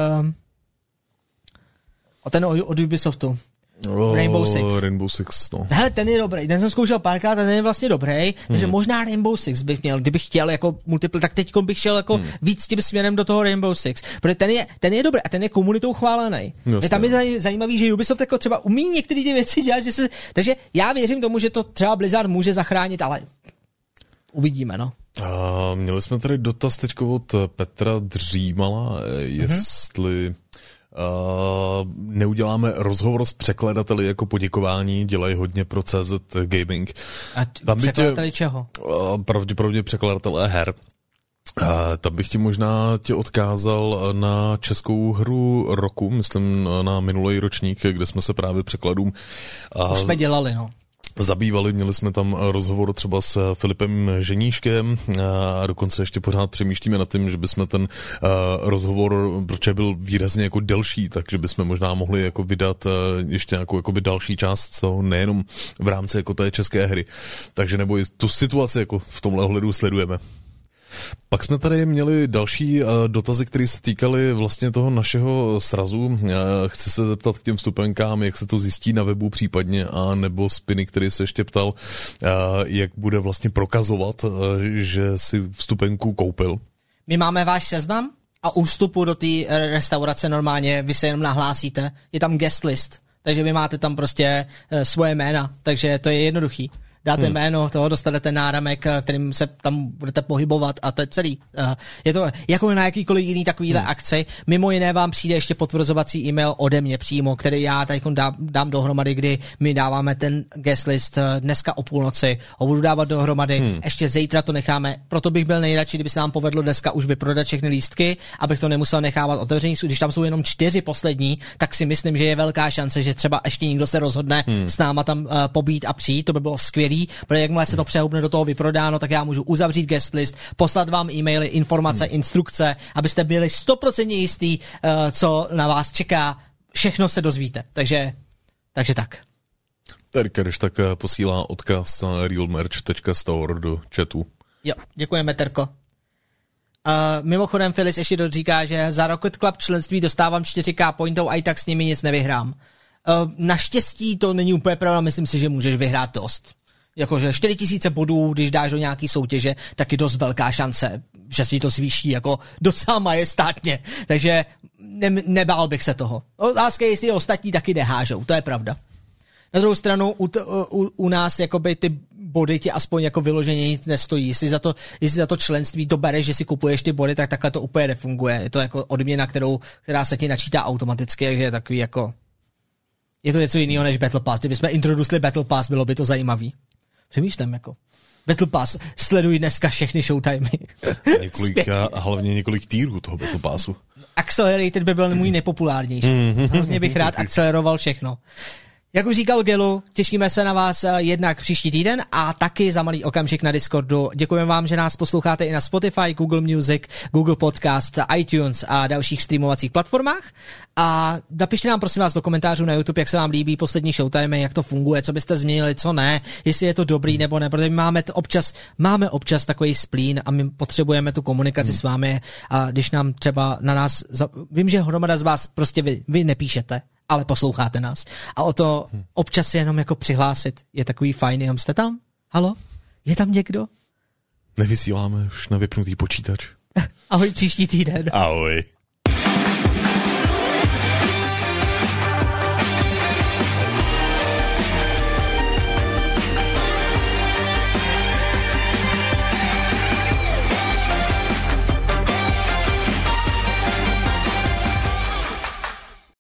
a ten od Ubisoftu. Rainbow Six, no. Hele, ten je dobrý. Ten jsem zkoušel párkrát a ten je vlastně dobrý. Takže možná Rainbow Six bych měl, kdybych chtěl jako multiple, tak teď bych šel jako víc tím směrem do toho Rainbow Six. Protože ten je dobrý a ten je komunitou chválený. Tam je zajímavý, že Ubisoft jako třeba umí některé ty věci dělat, že se... Takže já věřím tomu, že to třeba Blizzard může zachránit, ale uvidíme, no. Měli jsme tady dotaz teďko od Petra Dřímala, jestli... neuděláme rozhovor s překladateli jako poděkování, dělají hodně pro CZ Gaming. A překladateli čeho? Pravděpodobně překladatelé her. Tam bych ti možná odkázal na českou hru roku, myslím na minulý ročník, kde jsme se právě překladům... Už jsme dělali, no. Zabývali, měli jsme tam rozhovor třeba s Filipem Ženíškem a dokonce ještě pořád přemýšlíme nad tím, že bychom ten rozhovor, protože byl výrazně jako delší, takže bychom možná mohli jako vydat ještě nějakou jakoby další část z toho, nejenom v rámci jako té české hry. Takže nebo i tu situaci jako v tomhle ohledu sledujeme. Pak jsme tady měli další dotazy, které se týkaly vlastně toho našeho srazu. Chci se zeptat k těm vstupenkám, jak se to zjistí na webu případně, a nebo Spiny, který se ještě ptal, jak bude vlastně prokazovat, že si vstupenku koupil. My máme váš seznam a u vstupu do té restaurace normálně vy se jenom nahlásíte. Je tam guest list, takže vy máte tam prostě svoje jména, takže to je jednoduchý. Dáte jméno toho, dostanete náramek, kterým se tam budete pohybovat a to je celý. Je to jako na jakýkoliv jiný takovýhle akci. Mimo jiné vám přijde ještě potvrzovací e-mail ode mě přímo, který já tady dám dohromady, kdy my dáváme ten guest list dneska o půlnoci. Ho budu dávat dohromady, ještě zítra to necháme. Proto bych byl nejradši, kdyby se nám povedlo dneska už vyprodat všechny lístky, abych to nemusel nechávat otevřený. Když tam jsou jenom 4 poslední, tak si myslím, že je velká šance, že třeba ještě někdo se rozhodne s náma tam pobít a přijít. To by bylo skvělý. Protože jakmile se to přehoupne do toho vyprodáno, tak já můžu uzavřít guest list, poslat vám e-maily, informace, instrukce, abyste byli 100% jistý, co na vás čeká. Všechno se dozvíte. Takže tak. Terka, když tak posílá odkaz na realmerch.store do chatu. Jo, děkujeme, Terko. Mimochodem Filiz ještě říká, že za Rocket Club členství dostávám 4K pointů a i tak s nimi nic nevyhrám. Naštěstí to není úplně pravda, myslím si, že můžeš vyhrát dost. Jakože 4000 bodů, když dáš do nějaký soutěže, tak je dost velká šance, že si to zvýší jako docela majestátně. Takže nebál bych se toho. Otázka je, jestli ostatní taky nehážou, to je pravda. Na druhou stranu u nás jakoby ty body ti aspoň jako vyloženě nic nestojí. Jestli za to členství to bereš, že si kupuješ ty body, tak takhle to úplně nefunguje. Je to jako odměna, která se ti načítá automaticky, takže je takový jako... Je to něco jiného než Battle Pass. Kdybychom introdusli Battle Pass, bylo by to zajímavý. Přemýšlím jako. Battle Pass, sleduj dneska všechny showtimey. A hlavně několik týrů toho Battle Passu. Accelerated by byl můj nejpopulárnější. Hrozně bych rád akceleroval všechno. Jak už říkal Gelu, těšíme se na vás jednak příští týden a taky za malý okamžik na Discordu. Děkujeme vám, že nás posloucháte i na Spotify, Google Music, Google Podcast, iTunes a dalších streamovacích platformách. A napište nám prosím vás do komentářů na YouTube, jak se vám líbí poslední showtime, jak to funguje, co byste změnili, co ne, jestli je to dobrý nebo ne, protože my máme občas takový splín a my potřebujeme tu komunikaci s vámi a když nám třeba na nás, vím, že hromada z vás prostě vy nepíšete, ale posloucháte nás. A o to občas jenom jako přihlásit je takový fajn, jenom jste tam? Halo? Je tam někdo? Nevysíláme už na vypnutý počítač. Ahoj příští týden. Ahoj.